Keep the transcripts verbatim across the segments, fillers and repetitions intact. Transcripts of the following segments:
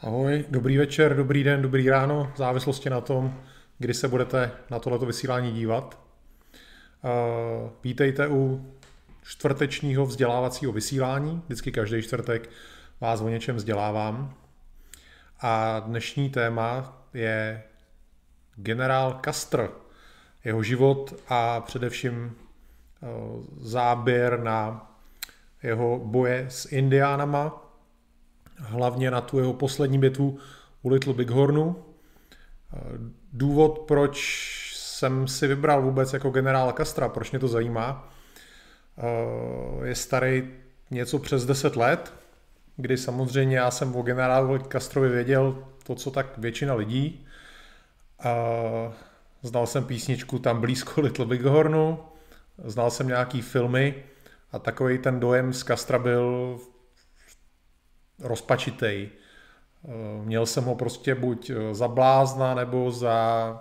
Ahoj, dobrý večer, dobrý den, dobrý ráno, v závislosti na tom, kdy se budete na tohleto vysílání dívat. Uh, Vítejte u čtvrtečního vzdělávacího vysílání. Vždycky každý čtvrtek vás o něčem vzdělávám. A dnešní téma je generál Custer, jeho život a především uh, záběr na jeho boje s Indiánama, hlavně na tu jeho poslední bitvu u Little Bighornu. Důvod, proč jsem si vybral vůbec jako generála Custera, proč mě to zajímá, je starý něco přes deset let, kdy samozřejmě já jsem o generálovi Custerovi věděl to, co tak většina lidí. Znal jsem písničku Tam blízko Little Bighornu, znal jsem nějaký filmy a takový ten dojem z Custera byl rozpačitej. Měl jsem ho prostě buď za blázna, nebo za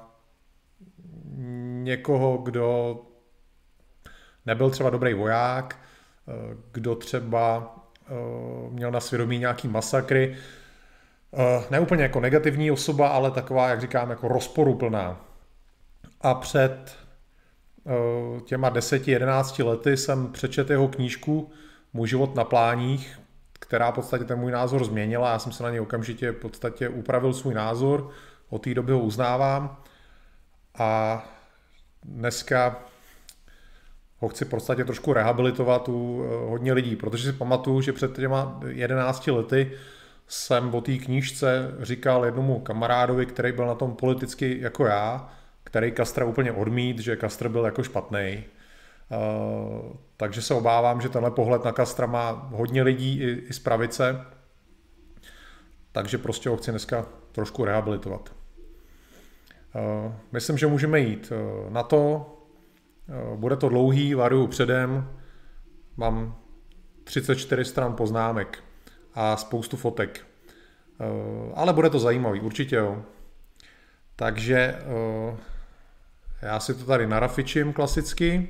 někoho, kdo nebyl třeba dobrý voják, kdo třeba měl na svědomí nějaký masakry. Ne úplně jako negativní osoba, ale taková, jak říkám, jako rozporuplná. A před těma deseti jedenácti lety jsem přečetl jeho knížku Můj život na pláních, která v podstatě ten můj názor změnila. Já jsem se na něj okamžitě v podstatě upravil svůj názor, od té doby ho uznávám a dneska ho chci v podstatě trošku rehabilitovat u hodně lidí, protože si pamatuju, že před těma jedenácti lety jsem o té knížce říkal jednomu kamarádovi, který byl na tom politicky jako já, který Custera úplně odmít, že Custer byl jako špatnej. Uh, takže se obávám, že tenhle pohled na Custera má hodně lidí i, i z pravice, takže prostě ho chci dneska trošku rehabilitovat. Uh, myslím, že můžeme jít uh, na to. Uh, bude to dlouhý, varuju předem. Mám třicet čtyři stran poznámek a spoustu fotek. Uh, ale bude to zajímavý, určitě jo. Takže uh, já si to tady narafičím klasicky.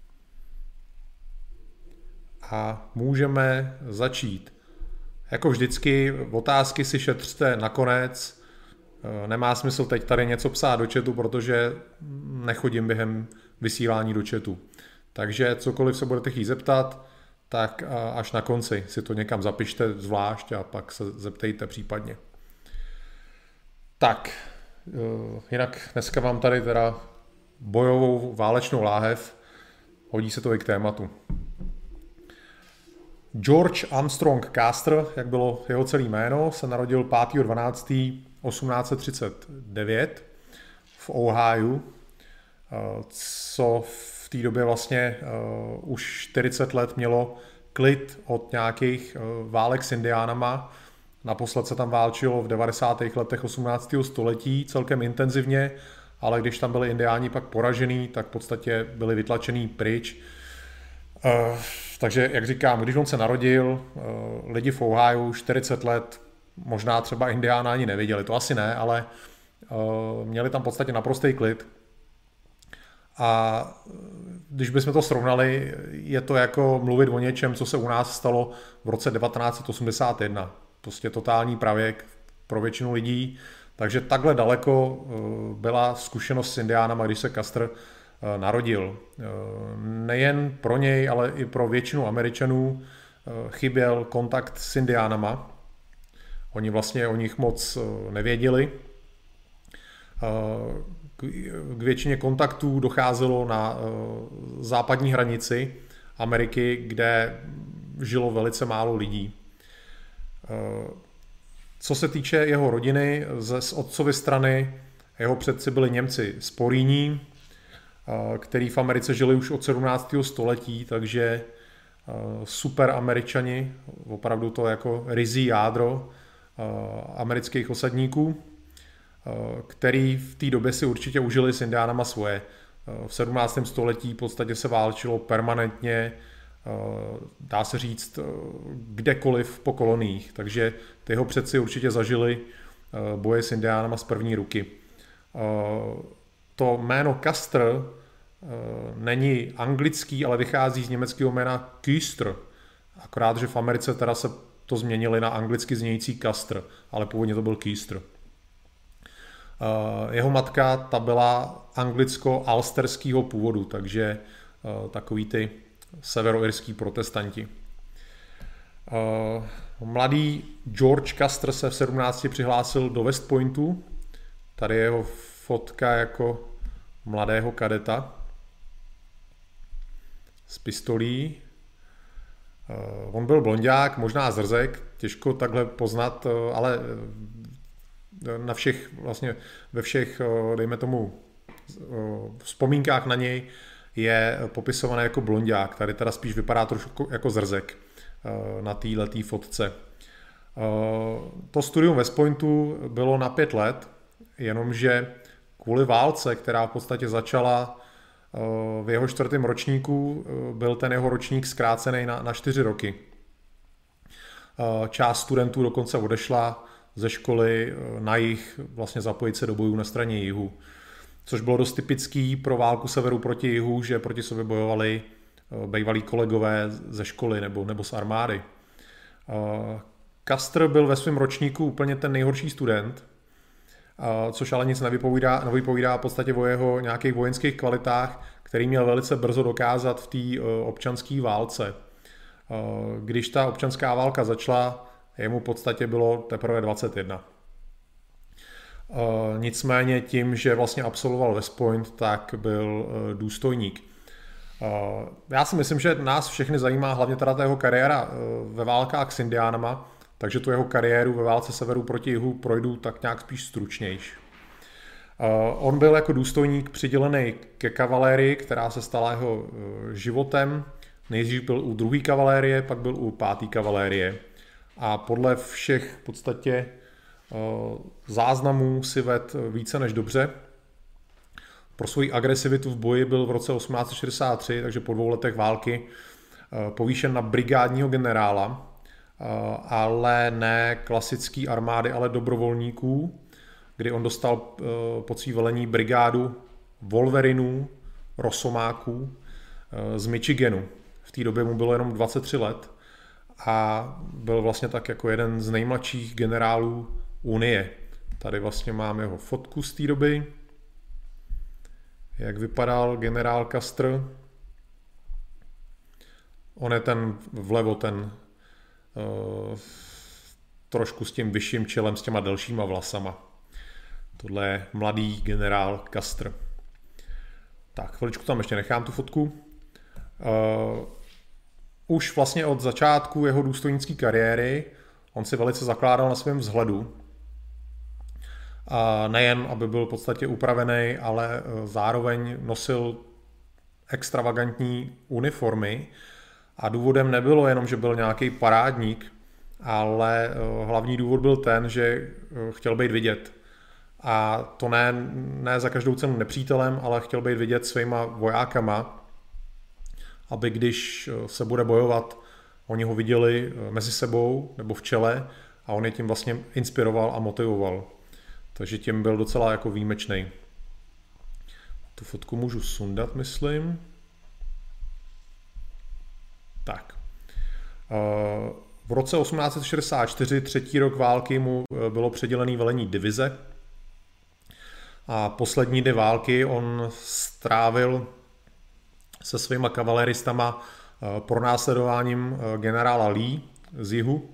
A můžeme začít. Jako vždycky, otázky si šetřte nakonec. Nemá smysl teď tady něco psát do chatu, protože nechodím během vysílání do chatu. Takže cokoliv se budete chtít zeptat, tak až na konci si to někam zapište zvlášť a pak se zeptejte případně. Tak, jinak dneska vám tady teda bojovou válečnou láhev. Hodí se to i k tématu. George Armstrong Custer, jak bylo jeho celé jméno, se narodil pátého dvanáctého osmnáct set třicet devět v Ohiu, co v té době vlastně už čtyřicet let mělo klid od nějakých válek s Indiánama. Naposled se tam válčilo v devadesátých letech osmnáctého století celkem intenzivně, ale když tam byli Indiáni pak poražený, tak v podstatě byli vytlačený pryč. Uh, takže, jak říkám, když on se narodil, uh, lidi v Ohiu čtyřicet let, možná třeba Indiána ani neviděli, to asi ne, ale uh, měli tam v podstatě naprostý klid. A když bychom to srovnali, je to jako mluvit o něčem, co se u nás stalo v roce devatenáct set osmdesát jedna. Prostě totální pravěk pro většinu lidí. Takže takhle daleko uh, byla zkušenost s Indiánama, když se Custer narodil. Nejen pro něj, ale i pro většinu Američanů chyběl kontakt s Indiánama. Oni vlastně o nich moc nevěděli. K většině kontaktů docházelo na západní hranici Ameriky, kde žilo velice málo lidí. Co se týče jeho rodiny, z otcovy strany jeho předci byli Němci z Poríní, který v Americe žili už od sedmnáctého století, takže super Američani, opravdu to jako ryzí jádro amerických osadníků, který v té době si určitě užili s Indiánama svoje. V sedmnáctém století v podstatě se válčilo permanentně, dá se říct, kdekoliv po koloniích, takže ty jeho předci určitě zažili boje s Indiánama z první ruky. To jméno Custer není anglický, ale vychází z německého jména Küster. Akorát, že v Americe teda se to změnili na anglicky znějící Custer, ale původně to byl Keister. Jeho matka ta byla anglicko-alsterského původu, takže takový ty severoirský protestanti. Mladý George Custer se v sedmnácti přihlásil do West Pointu. Tady je jeho fotka jako mladého kadeta s pistolí. On byl blonďák, možná zrzek, těžko takhle poznat, ale na všech, vlastně ve všech, dejme tomu, vzpomínkách na něj je popisované jako blonďák. Tady teda spíš vypadá trošku jako zrzek na této fotce. To studium West Pointu bylo na pět let, jenomže kvůli válce, která v podstatě začala v jeho čtvrtém ročníku, byl ten jeho ročník zkrácený na, na čtyři roky. Část studentů dokonce odešla ze školy na jih, vlastně zapojit se do bojů na straně jihu. Což bylo dost typický pro válku severu proti jihu, že proti sobě bojovali bývalí kolegové ze školy nebo, nebo z armády. Custer byl ve svém ročníku úplně ten nejhorší student, což ale nic nevypovídá, nevypovídá v podstatě o jeho nějakých vojenských kvalitách, který měl velice brzo dokázat v té občanské válce. Když ta občanská válka začala, jemu v podstatě bylo teprve dvacet jedna. Nicméně tím, že vlastně absolvoval West Point, tak byl důstojník. Já si myslím, že nás všechny zajímá hlavně teda ta jeho kariéra ve válkách s indiánama, takže tu jeho kariéru ve válce severu proti jihu projdu tak nějak spíš stručnějš. On byl jako důstojník přidělený ke kavalérii, která se stala jeho životem. Nejdřív byl u druhé kavalérie, pak byl u páté kavalérie. A podle všech v podstatě záznamů si ved více než dobře. Pro svoji agresivitu v boji byl v roce osmnáct set šedesát tři, takže po dvou letech války, povýšen na brigádního generála, ale ne klasický armády, ale dobrovolníků, kdy on dostal pod svý velení brigádu Wolverinů, rosomáků z Michiganu. V té době mu bylo jenom dvacet tři let a byl vlastně tak jako jeden z nejmladších generálů Unie. Tady vlastně máme jeho fotku z té doby, jak vypadal generál Custer. On je ten vlevo, ten uh, trošku s tím vyšším čelem, s těma delšíma vlasama. Tohle je mladý generál Custer. Tak, chviličku tam ještě nechám tu fotku. Uh, už vlastně od začátku jeho důstojnické kariéry on si velice zakládal na svém vzhledu. A nejen, aby byl v podstatě upravený, ale zároveň nosil extravagantní uniformy. A důvodem nebylo jenom, že byl nějaký parádník, ale hlavní důvod byl ten, že chtěl být vidět. A to ne, ne za každou cenu nepřítelem, ale chtěl být vidět svýma vojákama, aby když se bude bojovat, oni ho viděli mezi sebou nebo v čele a on je tím vlastně inspiroval a motivoval. Takže tím byl docela jako výjimečný. Tu fotku můžu sundat, myslím. Tak. V roce osmnáct set šedesát čtyři, třetí rok války, mu bylo přidělené velení divize. A poslední dny války on strávil se svýma kavaleristama pronásledováním generála Lee z jihu.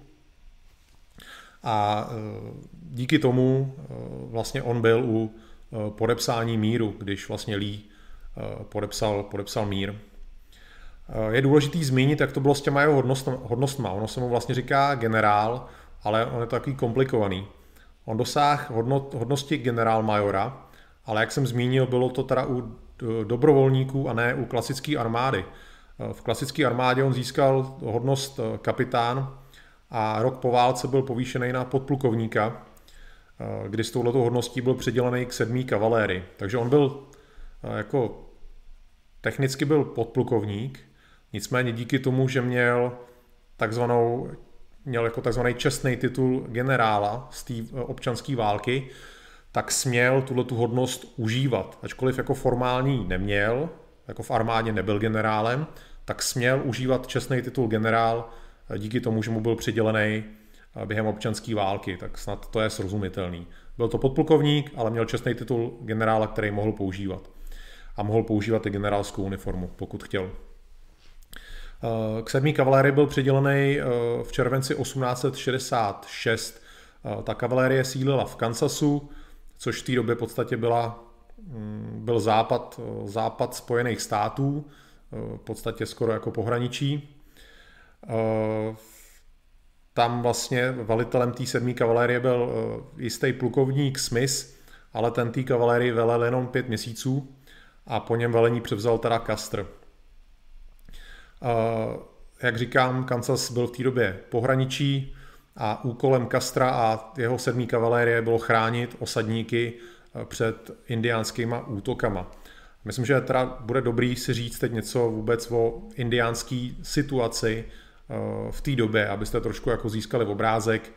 A díky tomu vlastně on byl u podepsání míru, když vlastně Lee podepsal, podepsal mír. Je důležitý zmínit, jak to bylo s těma jeho hodnostma. Ono se mu vlastně říká generál, ale on je to takový komplikovaný. On dosáhl hodnot, hodnosti generálmajora, ale jak jsem zmínil, bylo to teda u dobrovolníků a ne u klasické armády. V klasické armádě on získal hodnost kapitán a rok po válce byl povýšený na podplukovníka, kdy s touhletou hodností byl přidělený k sedmý kavalérii. Takže on byl jako technicky byl podplukovník, nicméně díky tomu, že měl takzvanou, měl jako takzvaný čestný titul generála z té občanské války, tak směl tuhletu hodnost užívat. Ačkoliv jako formální neměl, jako v armádě nebyl generálem, tak směl užívat čestný titul generál díky tomu, že mu byl přidělený během občanské války, tak snad to je srozumitelný. Byl to podplukovník, ale měl čestný titul generála, který mohl používat. A mohl používat i generálskou uniformu, pokud chtěl. K sedmé kavalérii byl přidělený v červenci osmnáct set šedesát šest. Ta kavalérie sídlila v Kansasu, což v té době v podstatě byla, byl západ, západ Spojených států, v podstatě skoro jako pohraničí. Tam vlastně velitelem té sedmé kavalérie byl jistý plukovník Smith, ale ten té kavalérii velel jenom pět měsíců a po něm velení převzal teda Custer. Jak říkám, Kansas byl v té době pohraničí a úkolem Custera a jeho sedmé kavalérie bylo chránit osadníky před indiánskýma útokama. Myslím, že teda bude dobrý si říct teď něco vůbec o indiánské situaci v té době, abyste trošku jako získali obrázek,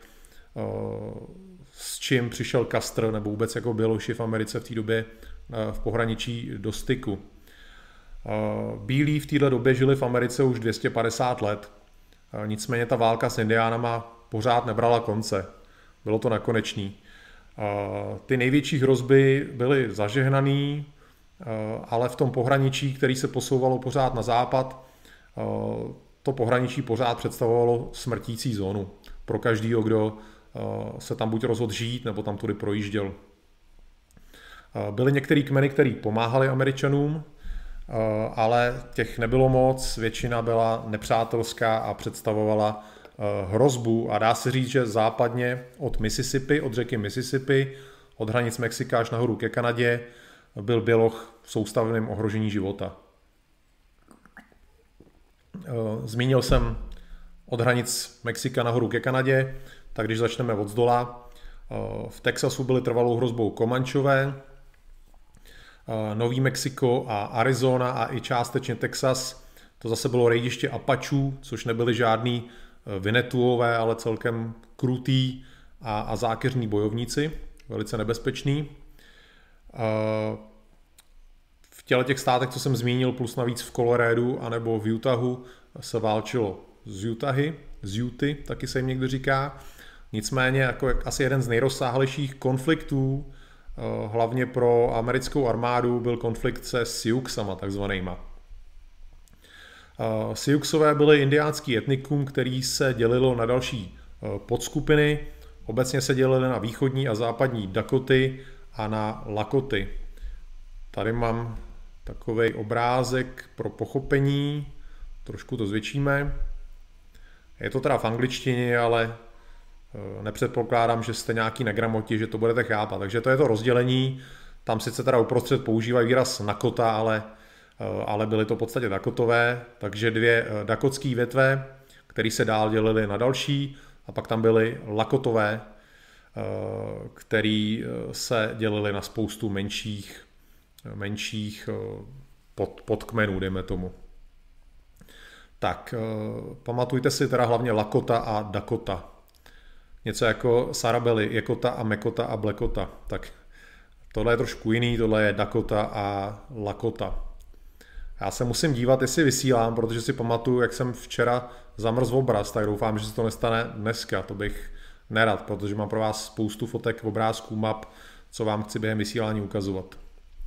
s čím přišel Custer nebo vůbec jako Běloši v Americe v té době v pohraničí do styku. Bílí v této době žili v Americe už dvě stě padesát let, nicméně ta válka s indiánama pořád nebrala konce. Bylo to nekonečný. Ty největší hrozby byly zažehnaný, ale v tom pohraničí, který se posouvalo pořád na západ, to pohraničí pořád představovalo smrtící zónu pro každýho, kdo se tam buď rozhodl žít, nebo tam tudy projížděl. Byly některé kmeny, které pomáhaly Američanům, ale těch nebylo moc, většina byla nepřátelská a představovala hrozbu. A dá se říct, že západně od Mississippi, od řeky Mississippi, od hranic Mexika až nahoru ke Kanadě, byl běloch v soustavném ohrožení života. Zmínil jsem od hranic Mexika nahoru ke Kanadě, tak když začneme od zdola, v Texasu byly trvalou hrozbou Komančové, Nový Mexiko a Arizona a i částečně Texas, to zase bylo rejdiště Apachů, což nebyly žádný Vinetuové, ale celkem krutý a, a zákeřní bojovníci, velice nebezpečný. V těle těch státech, co jsem zmínil, plus navíc v Coloradu anebo v Utahu se válčilo z Utahy, z Uty, taky se jim někdo říká. Nicméně jako asi jeden z nejrozsáhlejších konfliktů, hlavně pro americkou armádu, byl konflikt se Siouxama takzvanýma. Siouxové byly indiánský etnikum, který se dělilo na další podskupiny. Obecně se dělili na východní a západní Dakoty a na Lakoty. Tady mám takový obrázek pro pochopení, trošku to zvětšíme. Je to teda v angličtině, ale nepředpokládám, že jste nějaký negramoti, že to budete chápat. Takže to je to rozdělení. Tam sice teda uprostřed používají výraz Nakota, ale, ale byly to v podstatě Dakotové, takže dvě dakotské větve, které se dál dělily na další, a pak tam byly Lakotové, který se dělili na spoustu menších, menších pod, podkmenů, dejme tomu. Tak, pamatujte si teda hlavně Lakota a Dakota. Něco jako Sarabeli, Jekota a Mekota a Blekota. Tak tohle je trošku jiný, tohle je Dakota a Lakota. Já se musím dívat, jestli vysílám, protože si pamatuju, jak jsem včera zamrz obraz, tak doufám, že se to nestane dneska. To bych nerad, protože mám pro vás spoustu fotek, obrázků, map, co vám chci během vysílání ukazovat.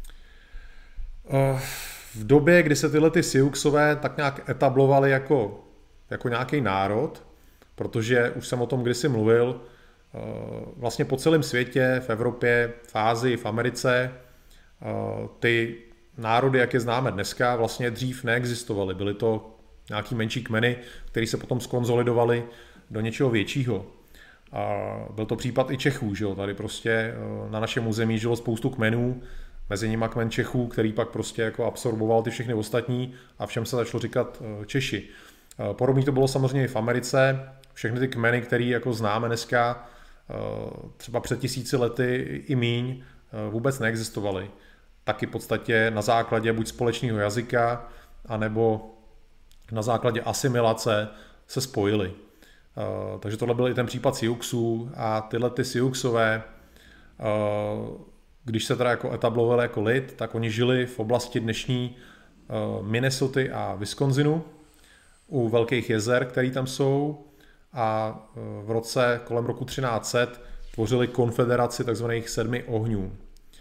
V době, kdy se tyhle ty Siouxové tak nějak etablovali jako, jako nějaký národ, protože už jsem o tom kdysi mluvil, vlastně po celém světě, v Evropě, v Ázii, v Americe, ty národy, jak je známe dneska, vlastně dřív neexistovaly. Byly to nějaký menší kmeny, které se potom skonzolidovaly do něčeho většího. Byl to případ i Čechů, že jo? Tady prostě na našem území žilo spoustu kmenů, mezi nimi kmen Čechů, který pak prostě jako absorboval ty všechny ostatní a všem se začalo říkat Češi. Podobně to bylo samozřejmě i v Americe. Všechny ty kmeny, které jako známe dneska, třeba před tisíci lety i míň, vůbec neexistovaly. Taky v podstatě na základě buď společného jazyka, anebo na základě asimilace se spojily. Takže tohle byl i ten případ Siouxů a tyhle ty Siouxové, když se teda jako etablovali jako lid, tak oni žili v oblasti dnešní Minnesoty a Wisconsinu. u velkých jezer, které tam jsou, a v roce kolem roku třináct set tvořili konfederaci tzv. Sedmi ohňů.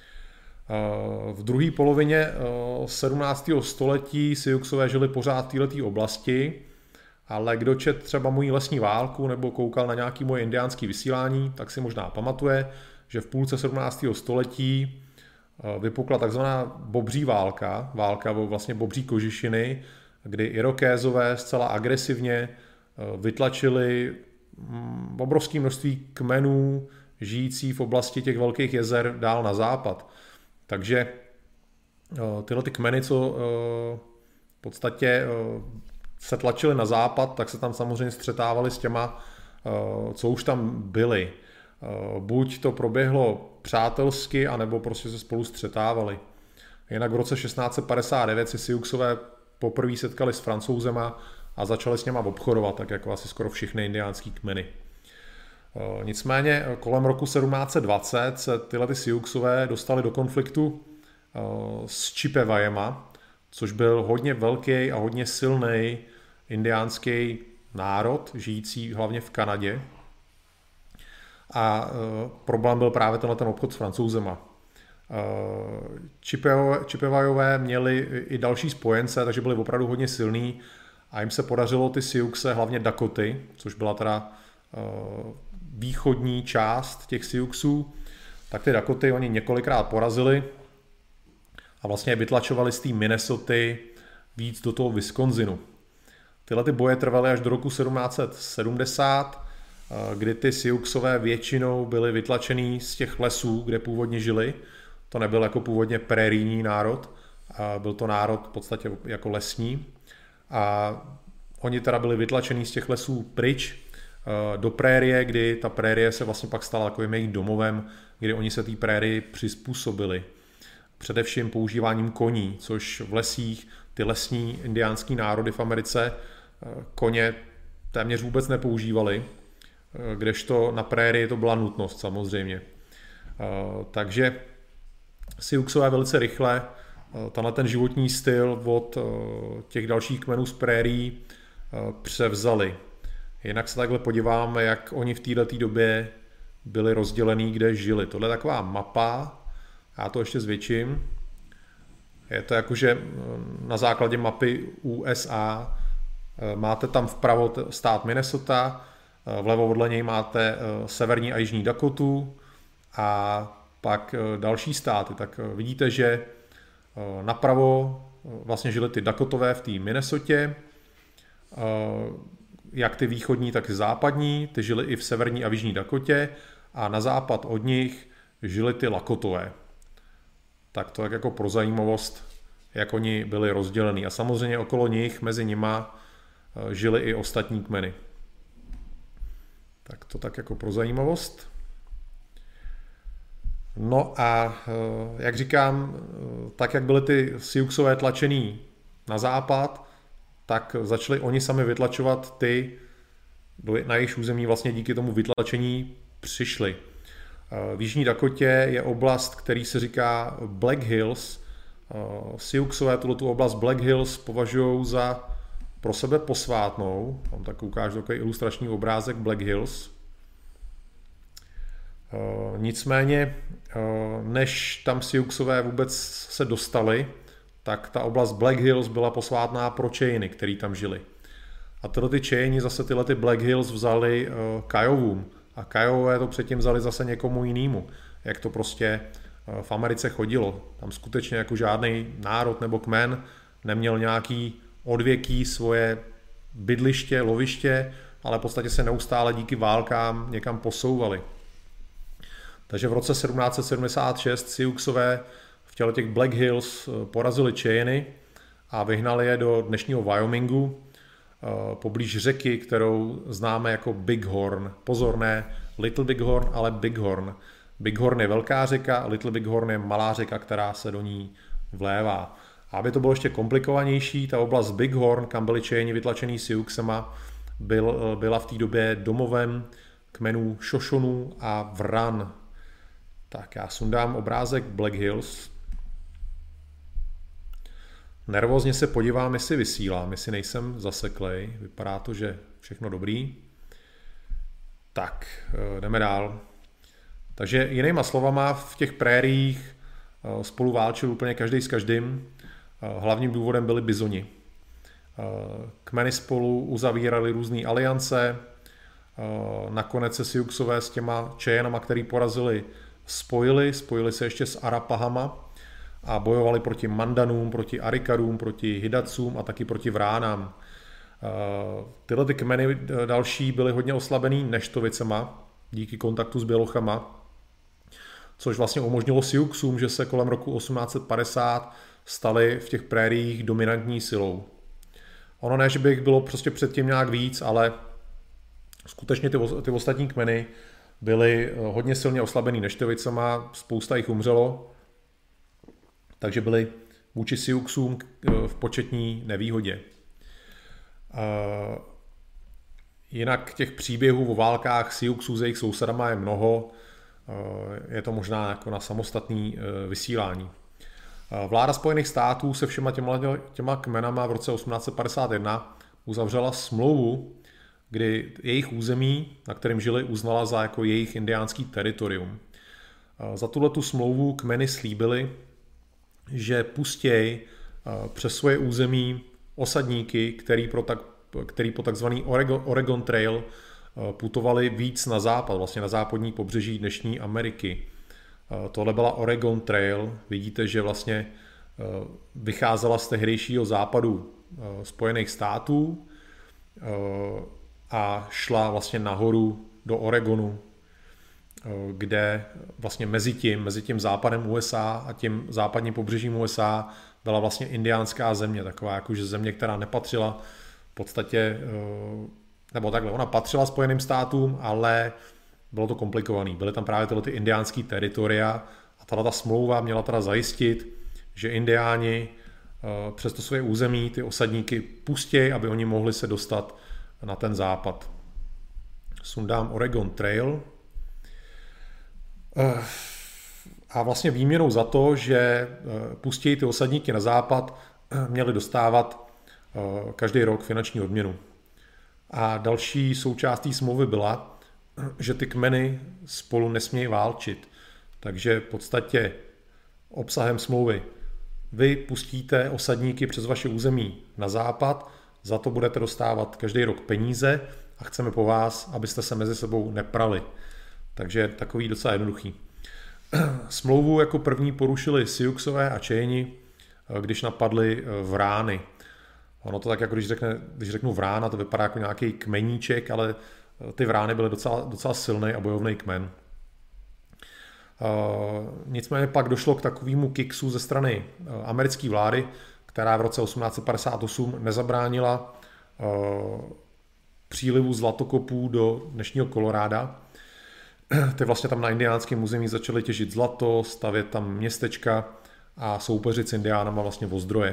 V druhé polovině sedmnáctého století Siouxové žili pořád v této oblasti, ale kdo čet třeba moji lesní válku nebo koukal na nějaké moje indiánské vysílání, tak si možná pamatuje, že v půlce sedmnáctého století vypukla takzvaná bobří válka, válka o vlastně bobří kožešiny, kdy Irokézové zcela agresivně vytlačili obrovské množství kmenů žijící v oblasti těch velkých jezer dál na západ. Takže tyhle ty kmeny, co v podstatě se tlačily na západ, tak se tam samozřejmě střetávali s těma, co už tam byli. Buď to proběhlo přátelsky, anebo prostě se spolu střetávali. Jinak v roce šestnáct set padesát devět si Siouxové poprvé setkali s Francouzema a začali s něma obchodovat, tak jako asi skoro všechny indiánský kmeny. Nicméně kolem roku sedmnáct set dvacet se tyhle ty Siouxové dostali do konfliktu s Čippewayema, což byl hodně velký a hodně silný indiánský národ, žijící hlavně v Kanadě. A problém byl právě tenhle ten obchod s Francouzema. Čippewayové měli i další spojence, takže byli opravdu hodně silní a jim se podařilo ty Siouxe, hlavně Dakoty, což byla teda východní část těch Siouxů, tak ty Dakoty oni několikrát porazili a vlastně je vytlačovali z té Minnesoty víc do toho Wisconsinu. Tyhle ty boje trvaly až do roku sedmnáct set sedmdesát, kdy ty Siouxové většinou byli vytlačený z těch lesů, kde původně žili. To nebyl jako původně prérijní národ, byl to národ v podstatě jako lesní. A oni teda byli vytlačený z těch lesů pryč do prérie, kdy ta prérie se vlastně pak stala takovým jejich domovem, kdy oni se té prérii přizpůsobili. Především používáním koní, což v lesích ty lesní indiánský národy v Americe koně téměř vůbec nepoužívali, kdežto na prérii to byla nutnost samozřejmě. Takže Siouxové velice rychle tenhle ten životní styl od těch dalších kmenů z prérií převzali. Jinak se takhle podíváme, jak oni v této době byli rozdělení, kde žili. Tohle je taková mapa, já to ještě zvětším. Je to jakože na základě mapy U S A máte tam vpravo stát Minnesota, vlevo vedle něj máte severní a jižní Dakotu a pak další státy. Tak vidíte, že napravo vlastně žili ty Dakotové v té Minnesotě, jak ty východní, tak i západní, ty žili i v severní a v jižní Dakotě a na západ od nich žili ty Lakotové. Tak to jako pro zajímavost, jak oni byli rozdělení. A samozřejmě okolo nich, mezi nima, žili i ostatní kmeny. Tak to tak jako pro zajímavost. No a jak říkám, tak jak byly ty Siouxové tlačený na západ, tak začali oni sami vytlačovat ty, na jejich území vlastně díky tomu vytlačení přišli. V jižní Dakotě je oblast, který se říká Black Hills. Siouxové tuto oblast Black Hills považují za pro sebe posvátnou. Tam tak ukážu takový ilustrační obrázek Black Hills. Nicméně, než tam Siouxové vůbec se dostali, tak ta oblast Black Hills byla posvátná pro Cheyenne, který tam žili. A tyhle ty Cheyenne zase tyhle ty Black Hills vzali Kiowa. A Kiowové to předtím vzali zase někomu jinému. Jak to prostě v Americe chodilo. Tam skutečně jako žádný národ nebo kmen neměl nějaký odvěký svoje bydliště, loviště, ale v podstatě se neustále díky válkám někam posouvali. Takže v roce sedmnáct set sedmdesát šest Siouxové v těle těch Black Hills porazili Cheyenne a vyhnali je do dnešního Wyomingu, poblíž řeky, kterou známe jako Bighorn. Pozor, ne Little Bighorn, ale Bighorn. Bighorn je velká řeka, Little Bighorn je malá řeka, která se do ní vlévá. A aby to bylo ještě komplikovanější, ta oblast Bighorn, kam byli Cheyenne vytlačený Siouxema, byl, byla v té době domovem kmenů Šošonů a Vran. Tak já sundám obrázek Black Hills. Nervózně se podívám, jestli vysílám, jestli nejsem zaseklej. Vypadá to, že všechno dobrý. Tak, jdeme dál. Takže jinýma slovama, v těch prériích spolu válčil úplně každý s každým. Hlavním důvodem byli bizoni. Kmeny spolu uzavírali různé aliance. Nakonec se Siouxové s těma Cheyenama, který porazili, spojili. Spojili se ještě s Arapahama a bojovali proti Mandanům, proti Arikarům, proti Hidacům a taky proti Vránám. Tyhle ty kmeny další byly hodně oslabený Neštovicema díky kontaktu s Bělochama, což vlastně umožnilo Siouxům, že se kolem roku osmnáct set padesát stali v těch prériích dominantní silou. Ono ne, že by jich bylo prostě předtím nějak víc, ale skutečně ty, ty ostatní kmeny byly hodně silně oslabený Neštovicema, spousta jich umřelo, takže byli vůči Siouxům v početní nevýhodě. Jinak těch příběhů o válkách Siouxů s jejich sousedama je mnoho, je to možná jako na samostatný vysílání. Vláda Spojených států se všema těma, těma kmenama v roce osmnáct set padesát jedna uzavřela smlouvu, kdy jejich území, na kterém žili, uznala za jako jejich indiánský teritorium. Za tuhletu smlouvu kmeny slíbily, že pustěj přes svoje území osadníky, který, pro tak, který po takzvaný Oregon, Oregon Trail putovali víc na západ, vlastně na západní pobřeží dnešní Ameriky. Tohle byla Oregon Trail. Vidíte, že vlastně vycházela z tehdejšího západu Spojených států a šla vlastně nahoru do Oregonu, kde vlastně mezi tím, mezi tím západem U S A a tím západním pobřežím U S A byla vlastně indiánská země, taková jakože země, která nepatřila v podstatě, nebo takhle, ona patřila Spojeným státům, ale bylo to komplikovaný. Byly tam právě tyhle ty indiánský teritoria a tato ta smlouva měla teda zajistit, že indiáni přes to své území ty osadníky pustějí, aby oni mohli se dostat na ten západ. Sundám Oregon Trail. A vlastně výměnou za to, že pustějí ty osadníky na západ, měli dostávat každý rok finanční odměnu. A další součástí smlouvy byla, že ty kmeny spolu nesmějí válčit. Takže v podstatě obsahem smlouvy vy pustíte osadníky přes vaše území na západ, za to budete dostávat každý rok peníze a chceme po vás, abyste se mezi sebou neprali. Takže takový docela jednoduchý. Smlouvu jako první porušili Siouxové a Cheyeni, když napadli Vrány. Ono to tak, jako když, řekne, když řeknu Vrána, to vypadá jako nějaký kmeníček, ale ty Vrány byly docela, docela silný a bojovný kmen. Nicméně pak došlo k takovému kiksu ze strany americké vlády, která v roce osmnáct set padesát osm nezabránila přílivu zlatokopů do dnešního Koloráda. Ty vlastně tam na indiánském území začaly těžit zlato, stavět tam městečka a soupeřit s indiánama vlastně o zdroje.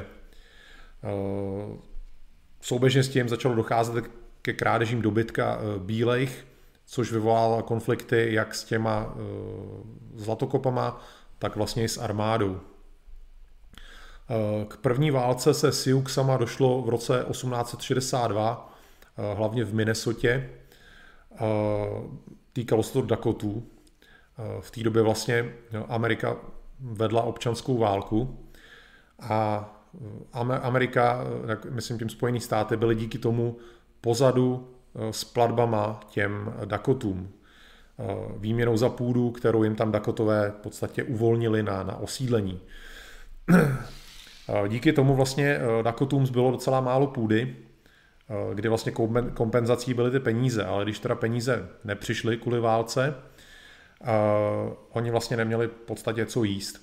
Souběžně s tím začalo docházet ke krádežím dobytka bílejch, což vyvolalo konflikty jak s těma zlatokopama, tak vlastně i s armádou. K první válce se Siouxama došlo v roce osmnáct set šedesát dva, hlavně v Minnesotě. Týkalo se to Dakotů. V té době vlastně Amerika vedla občanskou válku a Amerika, myslím tím Spojené státy, byly díky tomu pozadu s platbama těm Dakotům. Výměnou za půdu, kterou jim tam Dakotové v podstatě uvolnili na, na osídlení. Díky tomu vlastně Dakotům zbylo docela málo půdy, kdy vlastně kompenzací byly ty peníze, ale když teda peníze nepřišly kvůli válce, oni vlastně neměli v podstatě co jíst.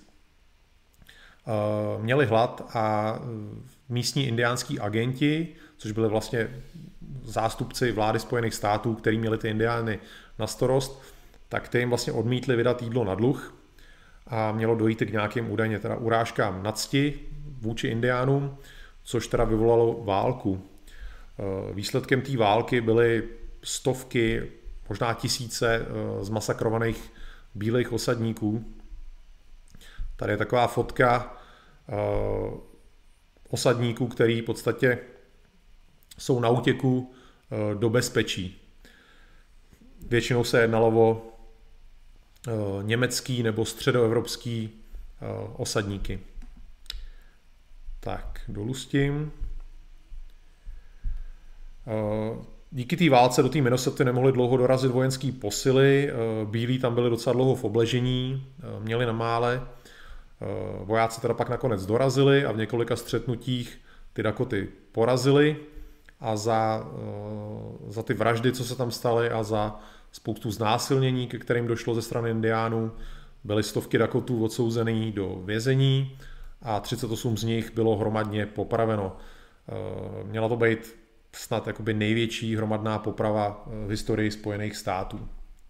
Měli hlad a místní indiánský agenti, což byli vlastně zástupci vlády Spojených států, který měli ty indiány na starost, tak ty jim vlastně odmítli vydat jídlo na dluh a mělo dojít k nějakým údajně teda urážkám na cti vůči indiánům, což teda vyvolalo válku. Výsledkem té války byly stovky, možná tisíce zmasakrovaných bílých osadníků. Tady je taková fotka osadníků, který v podstatě jsou na útěku do bezpečí. Většinou se jednalo o německý nebo středoevropský osadníky. Tak, dolů s tím. Díky té válce do té Minnesoty nemohli dlouho dorazit vojenský posily, bílí tam byli docela dlouho v obležení, měli na mále. Vojáci teda pak nakonec dorazili a v několika střetnutích ty Dakoty porazili a za, za ty vraždy, co se tam staly a za spoustu znásilnění, ke kterým došlo ze strany indiánů, byly stovky Dakotů odsouzený do vězení a třicet osm z nich bylo hromadně popraveno. Měla to být snad jakoby největší hromadná poprava v historii Spojených států.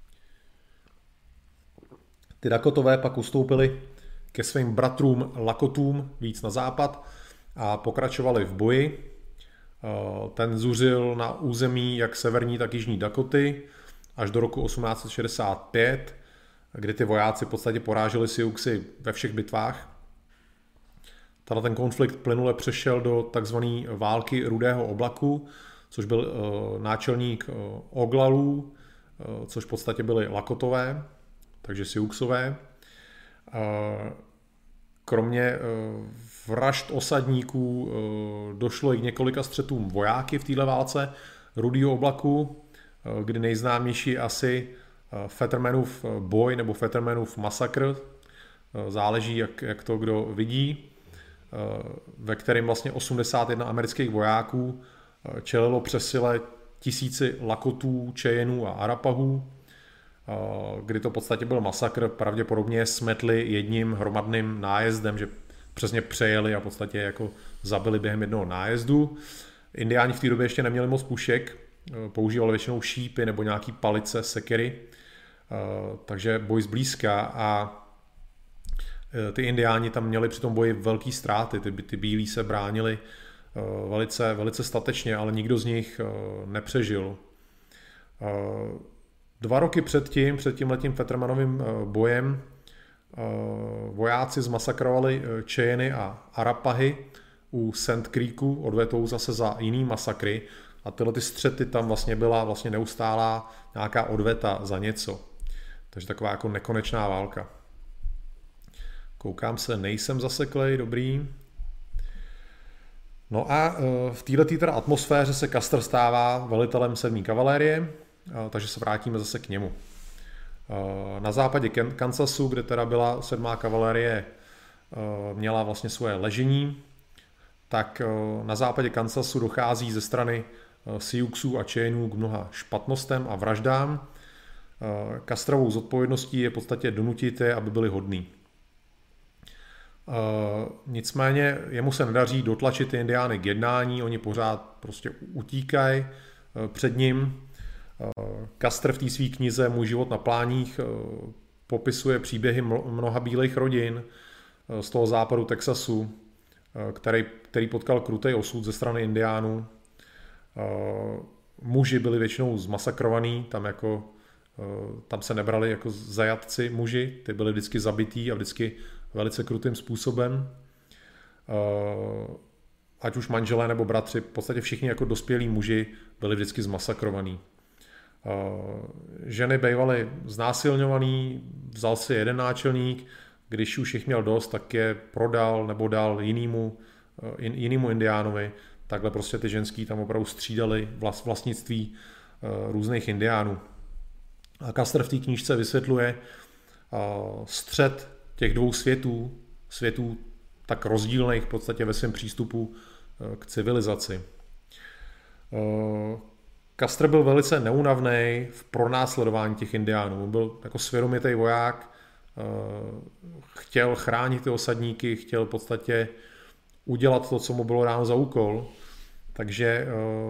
Ty Dakotové pak ustoupili ke svým bratrům Lakotům víc na západ a pokračovali v boji. Ten zuřil na území jak severní, tak jižní Dakoty až do roku osmnáct set šedesát pět, kdy ty vojáci v podstatě poráželi Siouxy ve všech bitvách. Tenhle ten konflikt plynule přešel do takzvané války Rudého oblaku, což byl uh, náčelník uh, Oglalů, uh, což v podstatě byli Lakotové, takže Siouxové. Uh, kromě uh, vražd osadníků uh, došlo i k několika střetům vojáky v této válce Rudého oblaku, uh, kdy nejznámější je asi uh, Fettermanův boj nebo Fettermanův masakr. Uh, záleží, jak, jak to kdo vidí, ve kterém vlastně osmdesát jedna amerických vojáků čelilo přesile tisíci Lakotů, Cheyenů a Arapahů, kdy to v podstatě byl masakr, pravděpodobně smetli jedním hromadným nájezdem, že přesně přejeli a v podstatě jako zabili během jednoho nájezdu. Indiáni v té době ještě neměli moc pušek, používali většinou šípy nebo nějaký palice, sekery, takže boj zblízka a ty indiáni tam měli při tom boji velký ztráty, ty, ty bílí se bránili velice, velice statečně, ale nikdo z nich nepřežil. Dva roky předtím, před tímhletím Fettermanovým bojem, vojáci zmasakrovali Cheyeny a Arapahy u Sand Creeku, odvetou zase za jiný masakry a tyhle ty střety tam vlastně byla vlastně neustálá nějaká odveta za něco. Takže taková jako nekonečná válka. Koukám se, nejsem zaseklej, dobrý. No a v této teda atmosféře se Custer stává velitelem sedmé kavalérie, takže se vrátíme zase k němu. Na západě Kansasu, kde teda byla sedmá kavalérie, měla vlastně svoje ležení, tak na západě Kansasu dochází ze strany Siouxů a Cheyenů k mnoha špatnostem a vraždám. Custerovou zodpovědností je v podstatě donutit je, aby byli hodní. Uh, nicméně jemu se nedaří dotlačit ty indiány k jednání, oni pořád prostě utíkají uh, před ním. Uh, Custer v té své knize Můj život na pláních uh, popisuje příběhy mnoha bílých rodin uh, z toho západu Texasu, uh, který, který potkal krutý osud ze strany indiánů. Uh, muži byli většinou zmasakrovaní, tam, jako, uh, tam se nebrali jako zajatci muži, ty byli vždycky zabití a vždycky velice krutým způsobem. Ať už manželé nebo bratři, v podstatě všichni jako dospělí muži byli vždycky zmasakrovaní. Ženy bývaly znásilňovaný, vzal si jeden náčelník, když už jich měl dost, tak je prodal nebo dal jinému, jinému indiánovi. Takhle prostě ty ženský tam opravdu střídali vlastnictví různých indiánů. A Custer v té knížce vysvětluje střet těch dvou světů, světů tak rozdílných v podstatě ve svém přístupu k civilizaci. Custer byl velice neúnavný v pronásledování těch indiánů. Byl jako svědomitý voják, chtěl chránit ty osadníky, chtěl v podstatě udělat to, co mu bylo dáno za úkol. Takže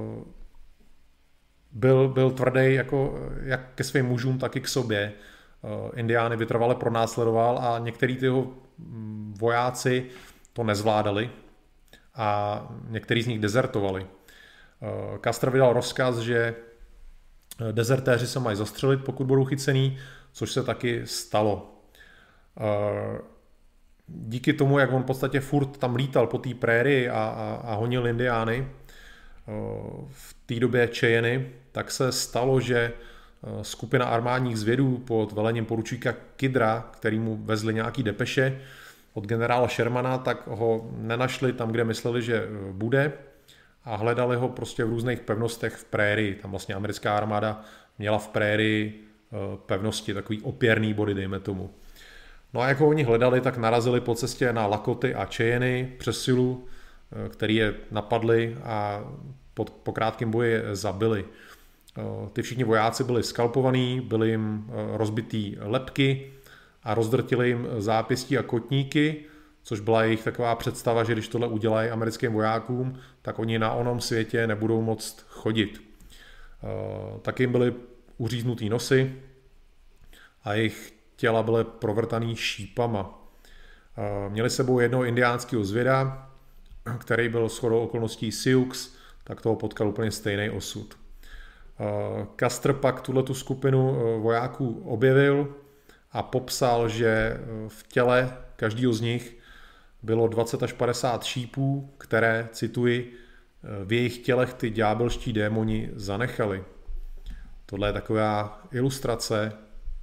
byl, byl tvrdý jako, jak ke svým mužům, tak i k sobě. Indiány vytrvale pronásledoval a některý ty jeho vojáci to nezvládali a některý z nich dezertovali. Custer vydal rozkaz, že dezertéři se mají zastřelit, pokud budou chycený, což se taky stalo. díky tomu, jak on v podstatě furt tam lítal po té prérii a, a, a honil indiány v té době Cheyenne, tak se stalo, že skupina armádních zvědů pod velením poručíka Kidra, který mu vezli nějaký depeše od generála Shermana, tak ho nenašli tam, kde mysleli, že bude, a hledali ho prostě v různých pevnostech v prérii. Tam vlastně americká armáda měla v prérii pevnosti, takový opěrný body, dejme tomu. No a jak ho oni hledali, tak narazili po cestě na Lakoty a Cheyenne přes silu, který je napadli a po, po krátkém boji je zabili. Ty všichni vojáci byli skalpovaní, byly jim rozbitý lebky a rozdrtili jim zápěstí a kotníky, což byla jejich taková představa, že když tohle udělají americkým vojákům, tak oni na onom světě nebudou moct chodit. Taky jim byly uříznutý nosy a jejich těla byly provrtaný šípama. Měli s sebou jednoho indiánského zvěda, který byl shodou okolností Sioux, tak toho potkal úplně stejný osud. Custer pak tuhletu skupinu vojáků objevil a popsal, že v těle každého z nich bylo dvacet až padesát šípů, které, cituji, v jejich tělech ty ďábelští démoni zanechali. Tohle je taková ilustrace,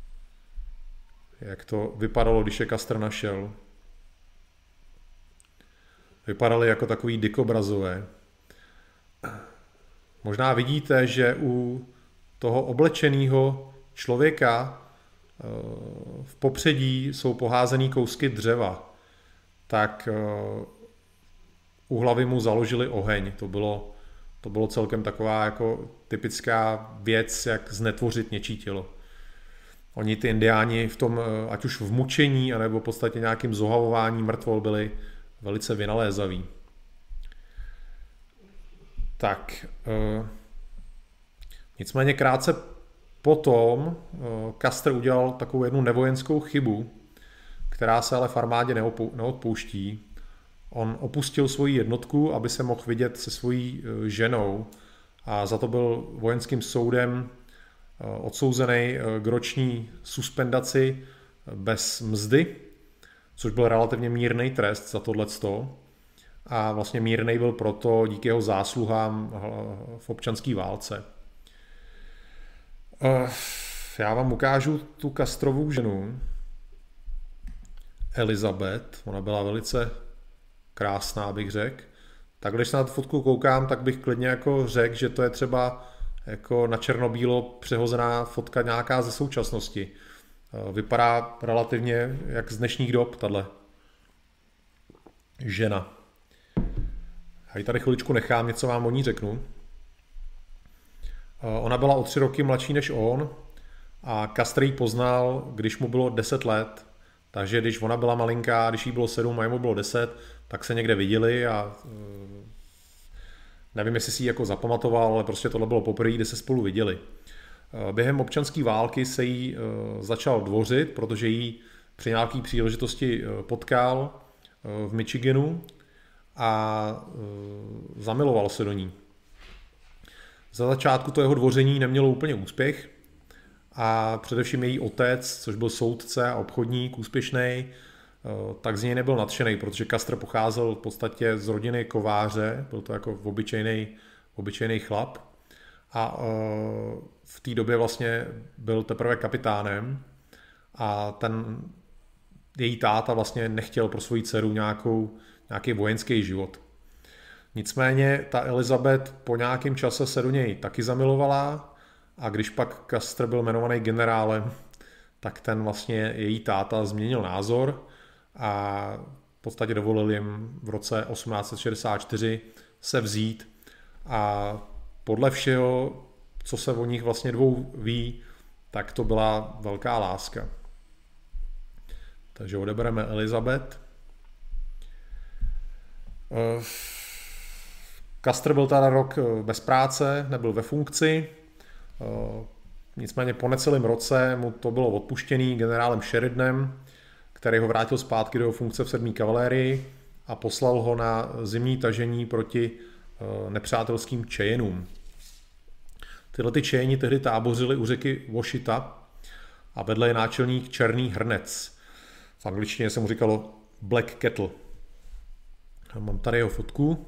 jak to vypadalo, když je Custer našel. Vypadaly jako takový dikobrazové. Možná vidíte, že u toho oblečeného člověka v popředí jsou poházený kousky dřeva. Tak u hlavy mu založili oheň. To bylo, to bylo celkem taková jako typická věc, jak znetvořit něčí tělo. Oni ty indiáni v tom, ať už v mučení, anebo v podstatě nějakým zohavování mrtvol, byli velice vynalézaví. Tak, e, nicméně krátce potom e, Custer udělal takovou jednu nevojenskou chybu, která se ale v armádě neopou, neodpouští. On opustil svoji jednotku, aby se mohl vidět se svojí e, ženou, a za to byl vojenským soudem e, odsouzený e, k roční suspendaci bez mzdy, což byl relativně mírný trest za tohleto. A vlastně mírnej byl proto díky jeho zásluhám v občanské válce. Já vám ukážu tu Custerovu ženu, Elizabeth. Ona byla velice krásná, bych řekl. Tak když se na tu fotku koukám, tak bych klidně jako řekl, že to je třeba jako na černobílo přehozená fotka nějaká ze současnosti. Vypadá relativně jak z dnešních dob tahle žena. Já ji tady chviličku nechám, něco vám o ní řeknu. Ona byla o tři roky mladší než on a Custer ji poznal, když mu bylo deset let. Takže když ona byla malinká, když jí bylo sedm a jemu bylo deset, tak se někde viděli a nevím, jestli si ji jako zapamatoval, ale prostě tohle bylo poprvé, kdy se spolu viděli. Během občanské války se jí začal dvořit, protože jí při nějaké příležitosti potkal v Michiganu a zamiloval se do ní. Za začátku to jeho dvoření nemělo úplně úspěch a především její otec, což byl soudce a obchodník úspěšný, tak z něj nebyl nadšený, protože Custer pocházel v podstatě z rodiny kováře, byl to jako obyčejný, obyčejný chlap a v té době vlastně byl teprve kapitánem a ten její táta vlastně nechtěl pro svoji dceru nějakou, nějaký vojenský život. Nicméně ta Elizabeth po nějakém čase se do něj taky zamilovala a když pak Custer byl jmenovaný generálem, tak ten vlastně její táta změnil názor a v podstatě dovolil jim v roce osmnáct set šedesát čtyři se vzít a podle všeho, co se o nich vlastně dvou ví, tak to byla velká láska. Takže odebereme Elizabeth. Custer byl teda rok bez práce, nebyl ve funkci, nicméně po necelém roce mu to bylo odpuštěný generálem Sheridanem, který ho vrátil zpátky do jeho funkce v sedmé kavalérii a poslal ho na zimní tažení proti nepřátelským Cheyenům. Tyhle ty Cheyeni tehdy tábořili u řeky Washita a vedle je náčelník Černý hrnec. V angličtině se mu říkalo Black Kettle. A mám tady jeho fotku.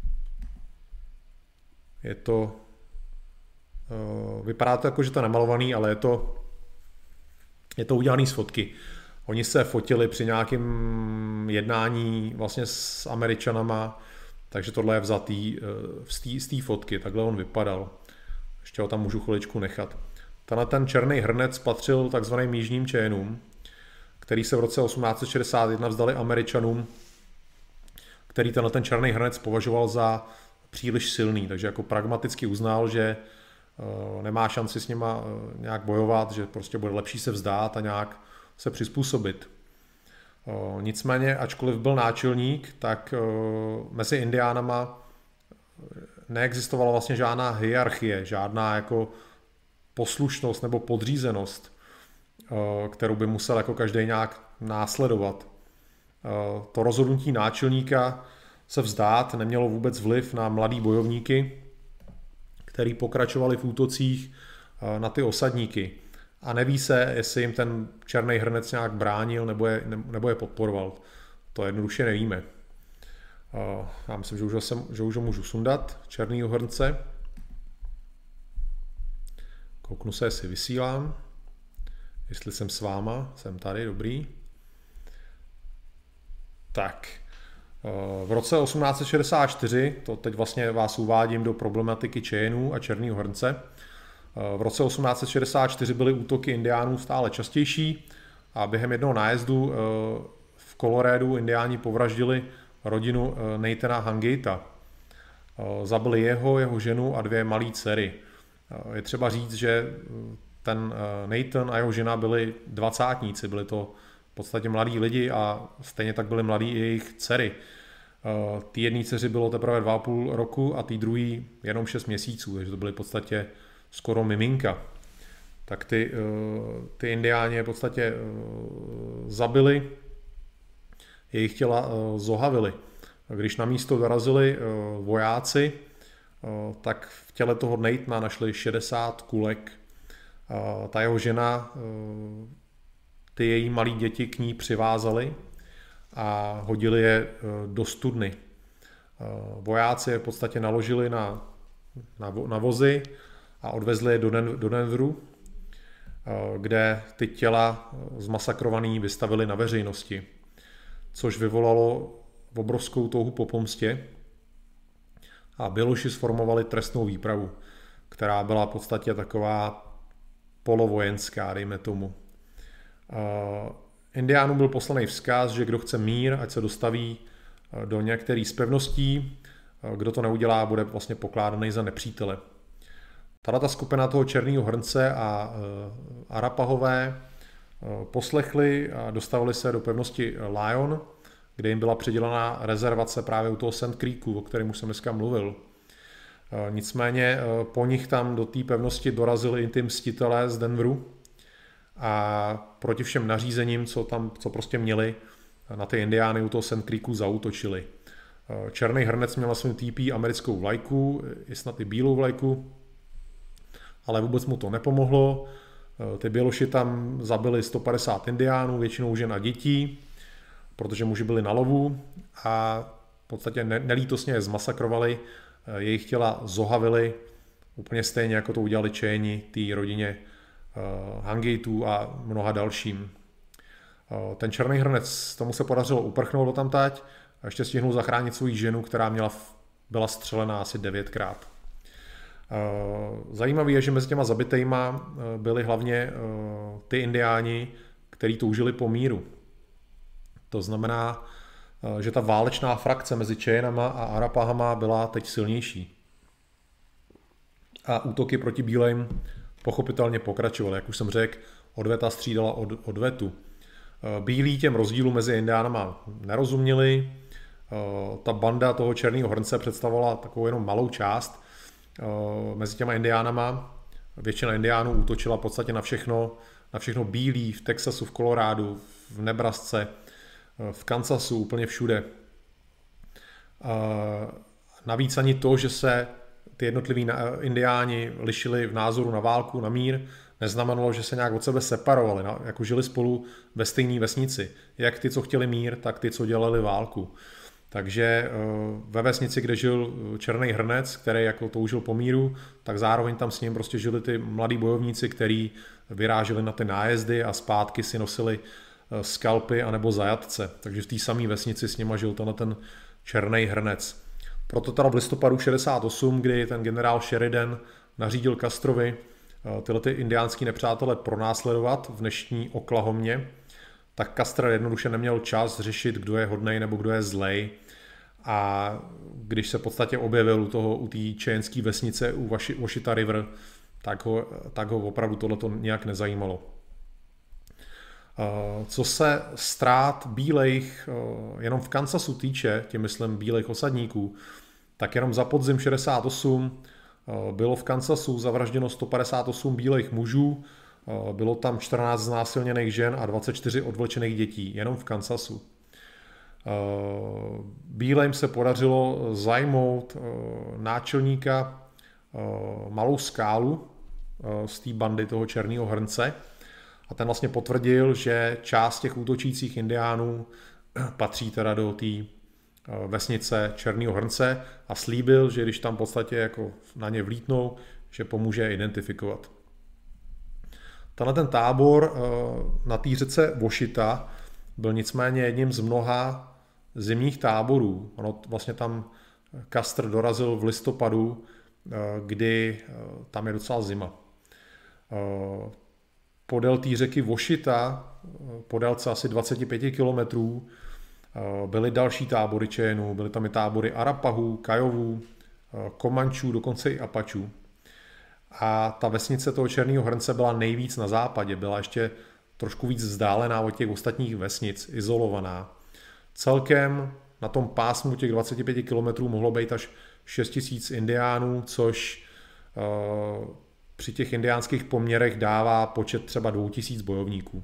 Je to, vypadá to jako, že to je namalovaný, ale je to, je to udělaný z fotky. Oni se fotili při nějakém jednání vlastně s Američanama, takže tohle je vzatý z té fotky, takhle on vypadal. Ještě ho tam můžu chviličku nechat. Tenhle ten černý hrnec patřil takzvaným jižním Cheyenům, který se v roce osmnáct set šedesát jedna vzdali Američanům, který tenhle ten černý hrnec považoval za příliš silný, takže jako pragmaticky uznal, že nemá šanci s nima nějak bojovat, že prostě bude lepší se vzdát a nějak se přizpůsobit. Nicméně, ačkoliv byl náčelník, tak mezi indiánama neexistovala vlastně žádná hierarchie, žádná jako poslušnost nebo podřízenost, kterou by musel jako každý nějak následovat. To rozhodnutí náčelníka se vzdát nemělo vůbec vliv na mladý bojovníky, který pokračovali v útocích na ty osadníky. A neví se, jestli jim ten černý hrnec nějak bránil nebo je, nebo je podporoval. To jednoduše nevíme. Já myslím, že už, jsem, že už ho můžu sundat, černýho hrnce. Kouknu se, jestli vysílám. Jestli jsem s váma, jsem tady, dobrý. Tak, v roce osmnáct set šedesát čtyři, to teď vlastně vás uvádím do problematiky Cheyenů a černého hrnce, v roce osmnáct set šedesát čtyři byly útoky indiánů stále častější a během jednoho nájezdu v Coloradu indiáni povraždili rodinu Nathana Hungata. Zabili jeho, jeho ženu a dvě malé dcery. Je třeba říct, že ten Nathan a jeho žena byli dvacátníci, byli to v podstatě mladí lidi a stejně tak byly mladí i jejich dcery. Ty jedné dceři bylo teprve dva a půl roku a ty druhý jenom šest měsíců, takže to byly v podstatě skoro miminka. Tak ty, ty indiáni v podstatě zabili, jejich těla zohavili. Když na místo dorazili vojáci, tak v těle toho Nathana našli šedesát kulek. Ta jeho žena, ty její malí děti k ní přivázali a hodili je do studny. Vojáci je v podstatě naložili na, na, na vozy a odvezli je do, Den, do Denveru, kde ty těla zmasakrovaný vystavili na veřejnosti, což vyvolalo obrovskou touhu po pomstě a Běloši sformovali trestnou výpravu, která byla v podstatě taková polovojenská, dejme tomu. Indiánům byl poslaný vzkaz, že kdo chce mír, ať se dostaví do některých z pevností, kdo to neudělá, bude vlastně pokládaný za nepřítele. Tato skupina toho černého hrnce a Arapahové poslechli a dostavili se do pevnosti Lyon, kde jim byla přidělená rezervace právě u toho Sand Creeku, o kterém už jsem dneska mluvil. Nicméně po nich tam do té pevnosti dorazili i ty mstitelé z Denveru a proti všem nařízením, co tam co prostě měli, na ty indiány u toho Sand Creeku zaútočili. Černý hrnec měl na svém T P americkou vlajku, i snad i bílou vlajku, ale vůbec mu to nepomohlo. Ty Běloši tam zabili sto padesát indiánů, většinou žen a dětí, protože muži byli na lovu a v podstatě nelítosně je zmasakrovali, jejich těla zohavili, úplně stejně jako to udělali Cheyeni, té rodině Hungatů a mnoha dalším. Ten černý hrnec, tomu se podařilo uprchnout do tamtať a ještě stihnul zachránit svou ženu, která měla, byla střelená asi devětkrát. Zajímavé je, že mezi těma zabitejma byli hlavně ty indiáni, kteří toužili po míru. To znamená, že ta válečná frakce mezi Cheyenama a Arapahama byla teď silnější. A útoky proti bílým pochopitelně pokračovaly. Jak už jsem řekl, odveta střídala od odvetu. Bílí těm rozdílům mezi indiánama nerozuměli. Ta banda toho černého hrnce představovala takovou jenom malou část mezi těma indiánama. Většina indiánů útočila v podstatě na všechno, na všechno bílý v Texasu, v Kolorádu, v Nebrasce, v Kansasu, úplně všude. Navíc ani to, že se ty jednotliví indiáni lišili v názoru na válku, na mír, neznamenalo, že se nějak od sebe separovali, jako žili spolu ve stejné vesnici. Jak ty, co chtěli mír, tak ty, co dělali válku. Takže ve vesnici, kde žil Černý hrnec, který jako toužil po míru, tak zároveň tam s ním prostě žili ty mladí bojovníci, kteří vyráželi na ty nájezdy a zpátky si nosili skalpy anebo zajatce. Takže v té samé vesnici s nima žil tenhle ten Černý hrnec. Proto teda v listopadu šedesát osm, kdy ten generál Sheridan nařídil Castrovi tyhle ty indiánský nepřátele pronásledovat v dnešní Oklahomě, tak Custer jednoduše neměl čas řešit, kdo je hodnej nebo kdo je zlej. A když se v podstatě objevil u toho, u té čejenské vesnice u Washita River, tak ho, tak ho opravdu tohleto nějak nezajímalo. Co se ztrát bílejch jenom v Kansasu týče, tím myslím bílejch osadníků, tak jenom za podzim šedesát osm bylo v Kansasu zavražděno sto padesát osm bílejch mužů, bylo tam čtrnáct znásilněných žen a dvacet čtyři odvlečených dětí, jenom v Kansasu. Bílejm se podařilo zajmout náčelníka Malou Skálu z té bandy toho Černého hrnce a ten vlastně potvrdil, že část těch útočících indiánů patří teda do té vesnice Černého hrnce a slíbil, že když tam v podstatě jako na ně vlítnou, že pomůže identifikovat. Tenhle ten tábor na té řece Washita byl nicméně jedním z mnoha zimních táborů. Ono vlastně tam Custer dorazil v listopadu, kdy tam je docela zima. Podél té řeky Washita, po délce asi dvacet pět kilometrů, byly další tábory Cheyenů, byly tam i tábory Arapahů, Kajovů, Komančů, dokonce i Apačů. A ta vesnice toho Černého hrnce byla nejvíc na západě, byla ještě trošku víc vzdálená od těch ostatních vesnic, izolovaná. Celkem na tom pásmu těch dvacet pět kilometrů mohlo být až šest tisíc indiánů, což uh, při těch indiánských poměrech dává počet třeba dvě tisíce bojovníků.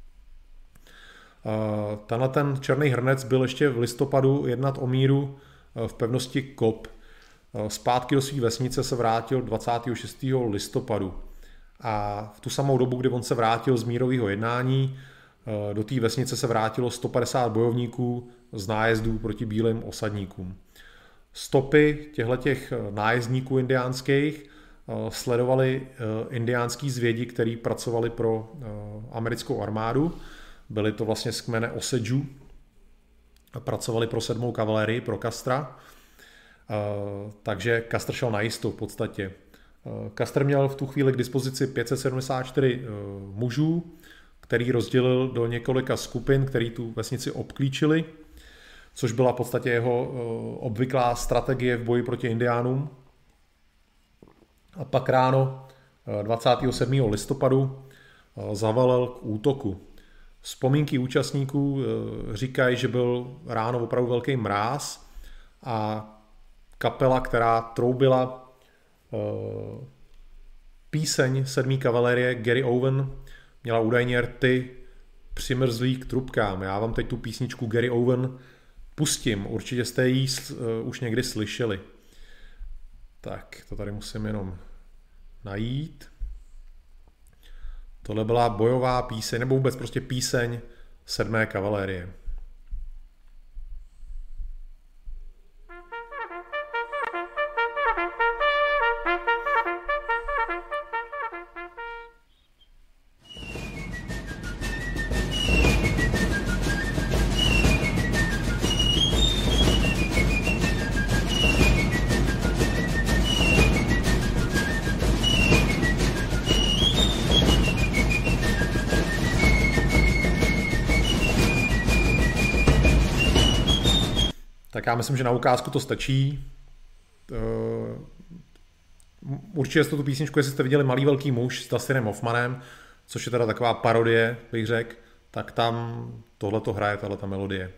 Uh, tenhle ten Černý hrnec byl ještě v listopadu jednat o míru v pevnosti Kop. Zpátky do své vesnice se vrátil dvacátého šestého listopadu. A v tu samou dobu, kdy on se vrátil z mírového jednání, do té vesnice se vrátilo sto padesát bojovníků z nájezdů proti bílým osadníkům. Stopy těchto nájezdníků indiánských sledovali indiánský zvědi, kteří pracovali pro americkou armádu. Byli to vlastně z kmene Osage a pracovali pro sedmou kavalérii, pro Castra. Takže Custer šel na jistou v podstatě. Custer měl v tu chvíli k dispozici pět set sedmdesát čtyři mužů, který rozdělil do několika skupin, který tu vesnici obklíčili, což byla v podstatě jeho obvyklá strategie v boji proti indiánům. A pak ráno dvacátého sedmého listopadu zavelel k útoku. Vzpomínky účastníků říkají, že byl ráno opravdu velký mráz a kapela, která troubila píseň sedmé kavalérie Gary Owen, měla údajně rty přimrzlý k trubkám. Já vám teď tu písničku Gary Owen pustím, určitě jste ji už někdy slyšeli. Tak, to tady musím jenom najít. Tohle byla bojová píseň, nebo vůbec prostě píseň sedmé kavalérie. Tak já myslím, že na ukázku to stačí. Určitě jste tu písničku, jestli jste viděli Malý velký muž s Dustinem Hoffmanem, což je teda taková parodie, bych řekl, tak tam tohleto hraje, tahleta melodie.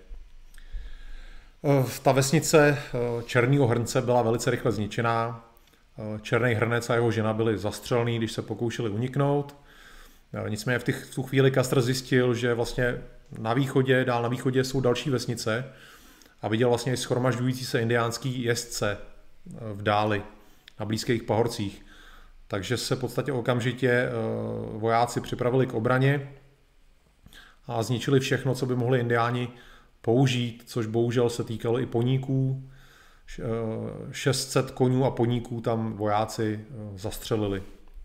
Ta vesnice Černého hrnce byla velice rychle zničená. Černý hrnec a jeho žena byli zastřelení, když se pokoušeli uniknout. Nicméně v, těch, v tu chvíli Custer zjistil, že vlastně na východě, dál na východě jsou další vesnice, a viděl vlastně shromažďující se indiánský jezdce v dáli na blízkých pahorcích. takže se v podstatě okamžitě vojáci připravili k obraně a zničili všechno, co by mohli indiáni použít, což bohužel se týkalo i poníků. šest set konňů a poníků tam vojáci zastřelili.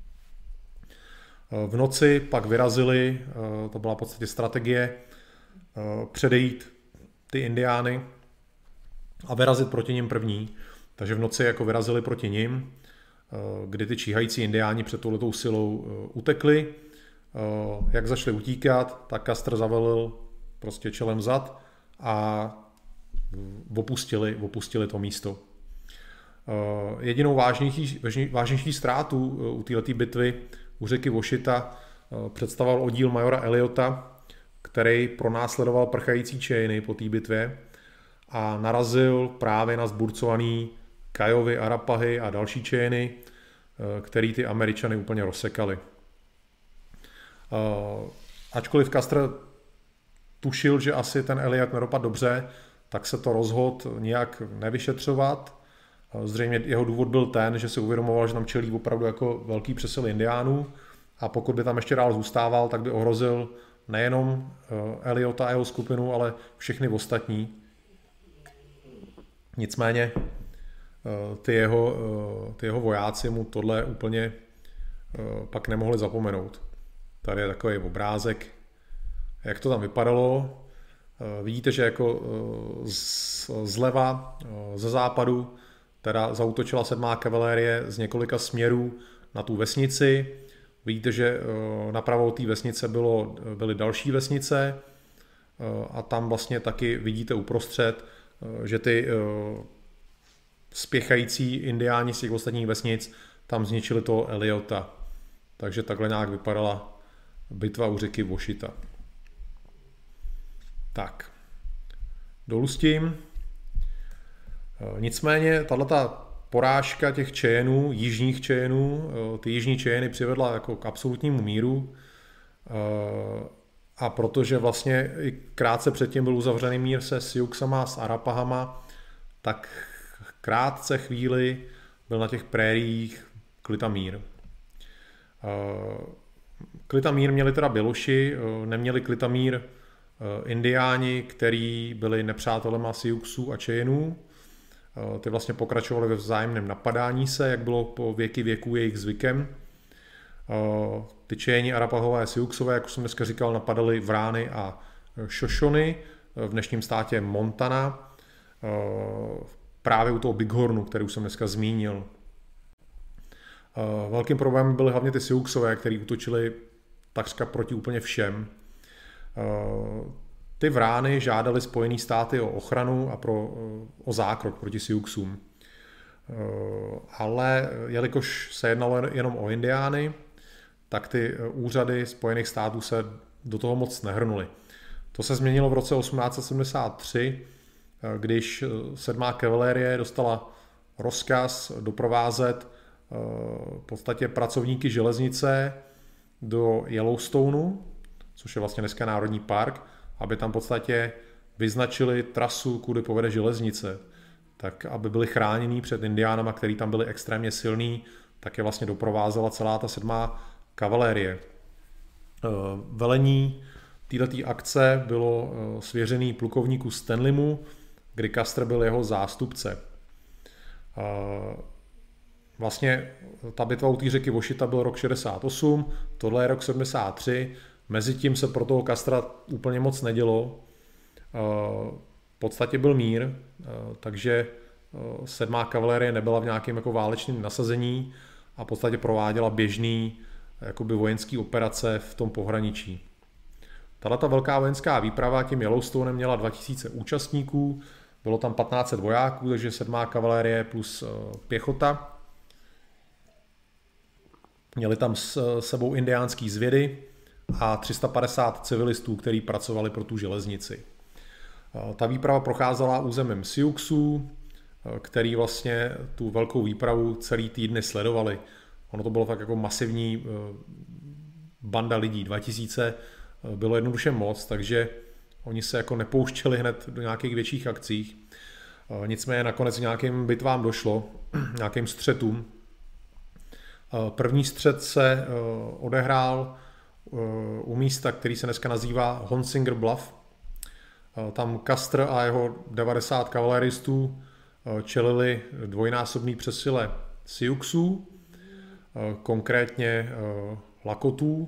V noci pak vyrazili, to byla v podstatě strategie, předejít ty indiány a vyrazit proti nim první. Takže v noci jako vyrazili proti nim, kdy ty číhající indiáni před touhletou silou utekli. Jak začali utíkat, tak Custer zavelil prostě čelem vzad a opustili, opustili to místo. Jedinou vážnější, vážnější ztrátu u této bitvy u řeky Washita představoval oddíl majora Eliota, který pronásledoval prchající Cheyenne po té bitvě a narazil právě na zburcovaný Kiowa, Arapahy a další Cheyenne, který ty Američany úplně rozsekali. Ačkoliv Custer tušil, že asi ten Elliot nedopadl dobře, tak se to rozhodl nějak nevyšetřovat. Zřejmě jeho důvod byl ten, že si uvědomoval, že tam čelí opravdu jako velký přesil indiánů a pokud by tam ještě dál zůstával, tak by ohrozil nejenom Elliota a jeho skupinu, ale všechny ostatní. Nicméně ty jeho, ty jeho vojáci mu tohle úplně pak nemohli zapomenout. Tady je takový obrázek, jak to tam vypadalo. Vidíte, že jako zleva, ze západu, teda zaútočila sedmá kavalérie z několika směrů na tu vesnici. Vidíte, že napravo té vesnice bylo, byly další vesnice a tam vlastně taky vidíte uprostřed, že ty spěchající indiáni z těch ostatních vesnic tam zničili toho Eliota. Takže takhle nějak vypadala bitva u řeky Washita. Tak, dolů s tím. Nicméně tato porážka těch Cheyenů, jižních Cheyenů, ty jižní Cheyeny přivedla jako k absolutnímu míru a protože vlastně i krátce předtím byl uzavřený mír se Siouxama s Arapahama, tak krátce chvíli byl na těch prériích klitamír. Klitamír měli teda Běloši, neměli klitamír indiáni, který byli nepřátelema Siouxů a Cheyenů. Ty vlastně pokračovali ve vzájemném napadání se, jak bylo po věky věků jejich zvykem. Ty Cheyeni, Arapahové a Siouxové, jak už jsem dneska říkal, napadali Vrány a Shoshony v dnešním státě Montana, právě u toho Bighornu, který už jsem dneska zmínil. Velkým problémem byly hlavně ty Siouxové, který útočili takřka proti úplně všem. Ty Vrány žádali Spojené státy o ochranu a pro, o zákrok proti Siouxům. Ale jelikož se jednalo jenom o indiány, tak ty úřady Spojených států se do toho moc nehrnuly. To se změnilo v roce osmnáct set sedmdesát tři, když sedmá kavalérie dostala rozkaz doprovázet v podstatě pracovníky železnice do Yellowstoneu, což je vlastně dneska národní park, aby tam v podstatě vyznačili trasu, kudy povede železnice, tak aby byli chránění před indiánama, který tam byli extrémně silní, tak je vlastně doprovázela celá ta sedmá kavalérie. Velení této akce bylo svěřený plukovníku Stanleymu, kdy Custer byl jeho zástupce. Vlastně ta bitva u té řeky Washita byl rok šedesát osm, tohle je rok sedmdesát tři, mezitím se pro toho Custera úplně moc nedělo. V podstatě byl mír, takže sedmá kavalérie nebyla v nějakém jako válečném nasazení a v podstatě prováděla běžný jakoby vojenský operace v tom pohraničí. Tato velká vojenská výprava tím Yellowstonem měla dva tisíce účastníků, bylo tam patnáct set vojáků, takže sedmá kavalérie plus pěchota. Měli tam s sebou indiánský zvědy a tři sta padesát civilistů, kteří pracovali pro tu železnici. Ta výprava procházela územím Siouxů, který vlastně tu velkou výpravu celý týdny sledovali. Ono to bylo fakt jako masivní banda lidí, dva tisíce bylo jednoduše moc, takže oni se jako nepouštěli hned do nějakých větších akcích. Nicméně nakonec nějakým bitvám došlo, nějakým střetům. První střet se odehrál u místa, který se dneska nazývá Honsinger Bluff. Tam Custer a jeho devadesát kavaleristů čelili dvojnásobný přesile Siouxů, konkrétně Lakotů.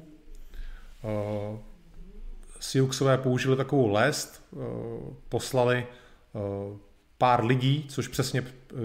Siouxové použili takovou lest, poslali pár lidí, což přesně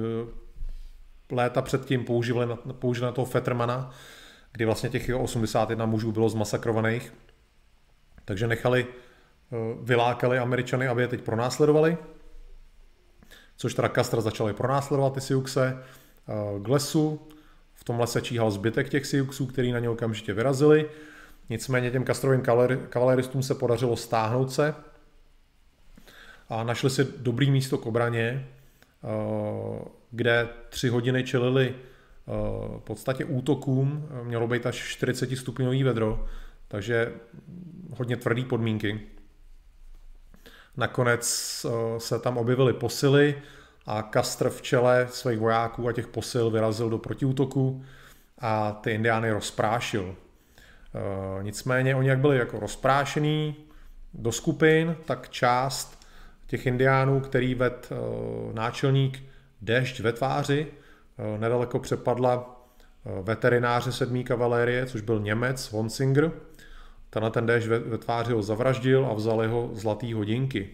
léta předtím použili na, použili na toho Fettermana, kdy vlastně těch osmdesát jedna mužů bylo zmasakrovaných. Takže nechali, vylákali Američany, aby je teď pronásledovali, což teda Custer začali pronásledovat ty Siouxe k lesu. V tom lese číhal zbytek těch Siouxů, který na ně okamžitě vyrazili. Nicméně těm Custerovým kavaleristům se podařilo stáhnout se a našli si dobrý místo k obraně, kde tři hodiny čelili v podstatě útokům. Mělo být až čtyřicet stupňový vedro, takže hodně tvrdý podmínky. Nakonec se tam objevily posily a Custer v čele svých vojáků a těch posil vyrazil do protiútoku a ty indiány rozprášil. Nicméně oni jak byli jako rozprášený do skupin, tak část těch indiánů, který ved náčelník Déšť ve tváři, nedaleko přepadla veterináře sedmé kavalérie, což byl Němec Honsinger. Tenhle ten Déšť ve tváři ho zavraždil a vzal jeho zlatý hodinky.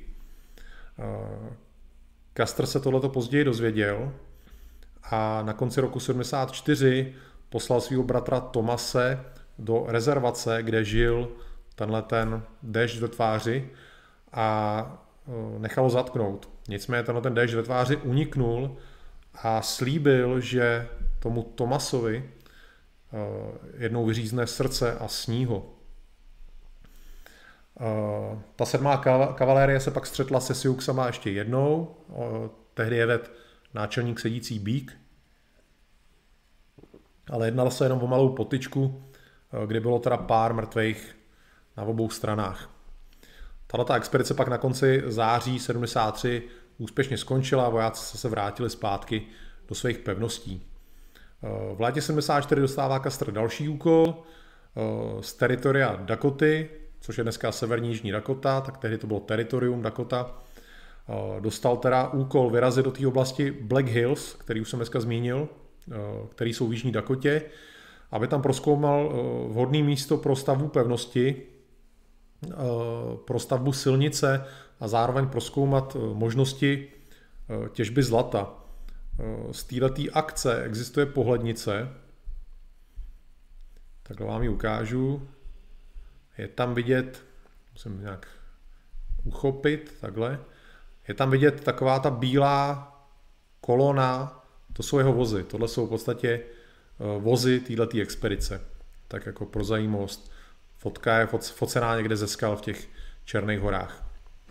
Custer se tohleto později dozvěděl a na konci roku sedmdesát čtyři poslal svého bratra Thomase do rezervace, kde žil tenhle ten Déšť ve tváři a nechal ho zatknout. Nicméně tenhle ten Déšť ve tváři uniknul a slíbil, že tomu Thomasovi jednou vyřízne srdce a sní ho. Ta sedmá kavalérie se pak střetla se Siouxama ještě jednou. Tehdy je ved náčelník sedící Bík. Ale jednalo se jenom o malou potyčku, kdy bylo teda pár mrtvých na obou stranách. Tato expedice pak na konci září sedmdesát tři úspěšně skončila a vojáci se vrátili zpátky do svých pevností. V létě sedmdesát čtyři dostává Custer další úkol z teritoria Dakoty, což je dneska severní jižní Dakota, tak tehdy to bylo teritorium Dakota. Dostal teda úkol vyrazit do té oblasti Black Hills, který už jsem dneska zmínil, který jsou v jižní Dakotě, aby tam prozkoumal vhodné místo pro stavbu pevnosti, pro stavbu silnice a zároveň prozkoumat možnosti těžby zlata. Z této akce existuje pohlednice, takhle vám ji ukážu. Je tam vidět, musím nějak uchopit, takhle. Je tam vidět taková ta bílá kolona, to jsou jeho vozy. Tohle jsou v podstatě vozy této expedice. Tak jako pro zajímavost. Fotka je focená někde ze skal v těch Černých horách.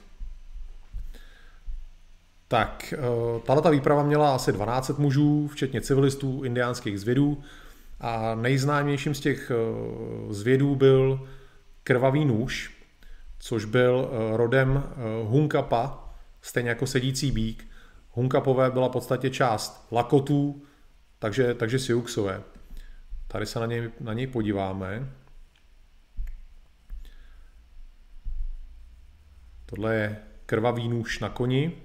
Tak, tato výprava měla asi dvanáct set mužů, včetně civilistů, indiánských zvědů. A nejznámějším z těch zvědů byl Krvavý nůž, což byl rodem Hunkapa, stejně jako sedící Bík. Hunkapové byla v podstatě část Lakotů, takže, takže Siouxové. Tady se na něj, na něj podíváme. Tohle je Krvavý nůž na koni.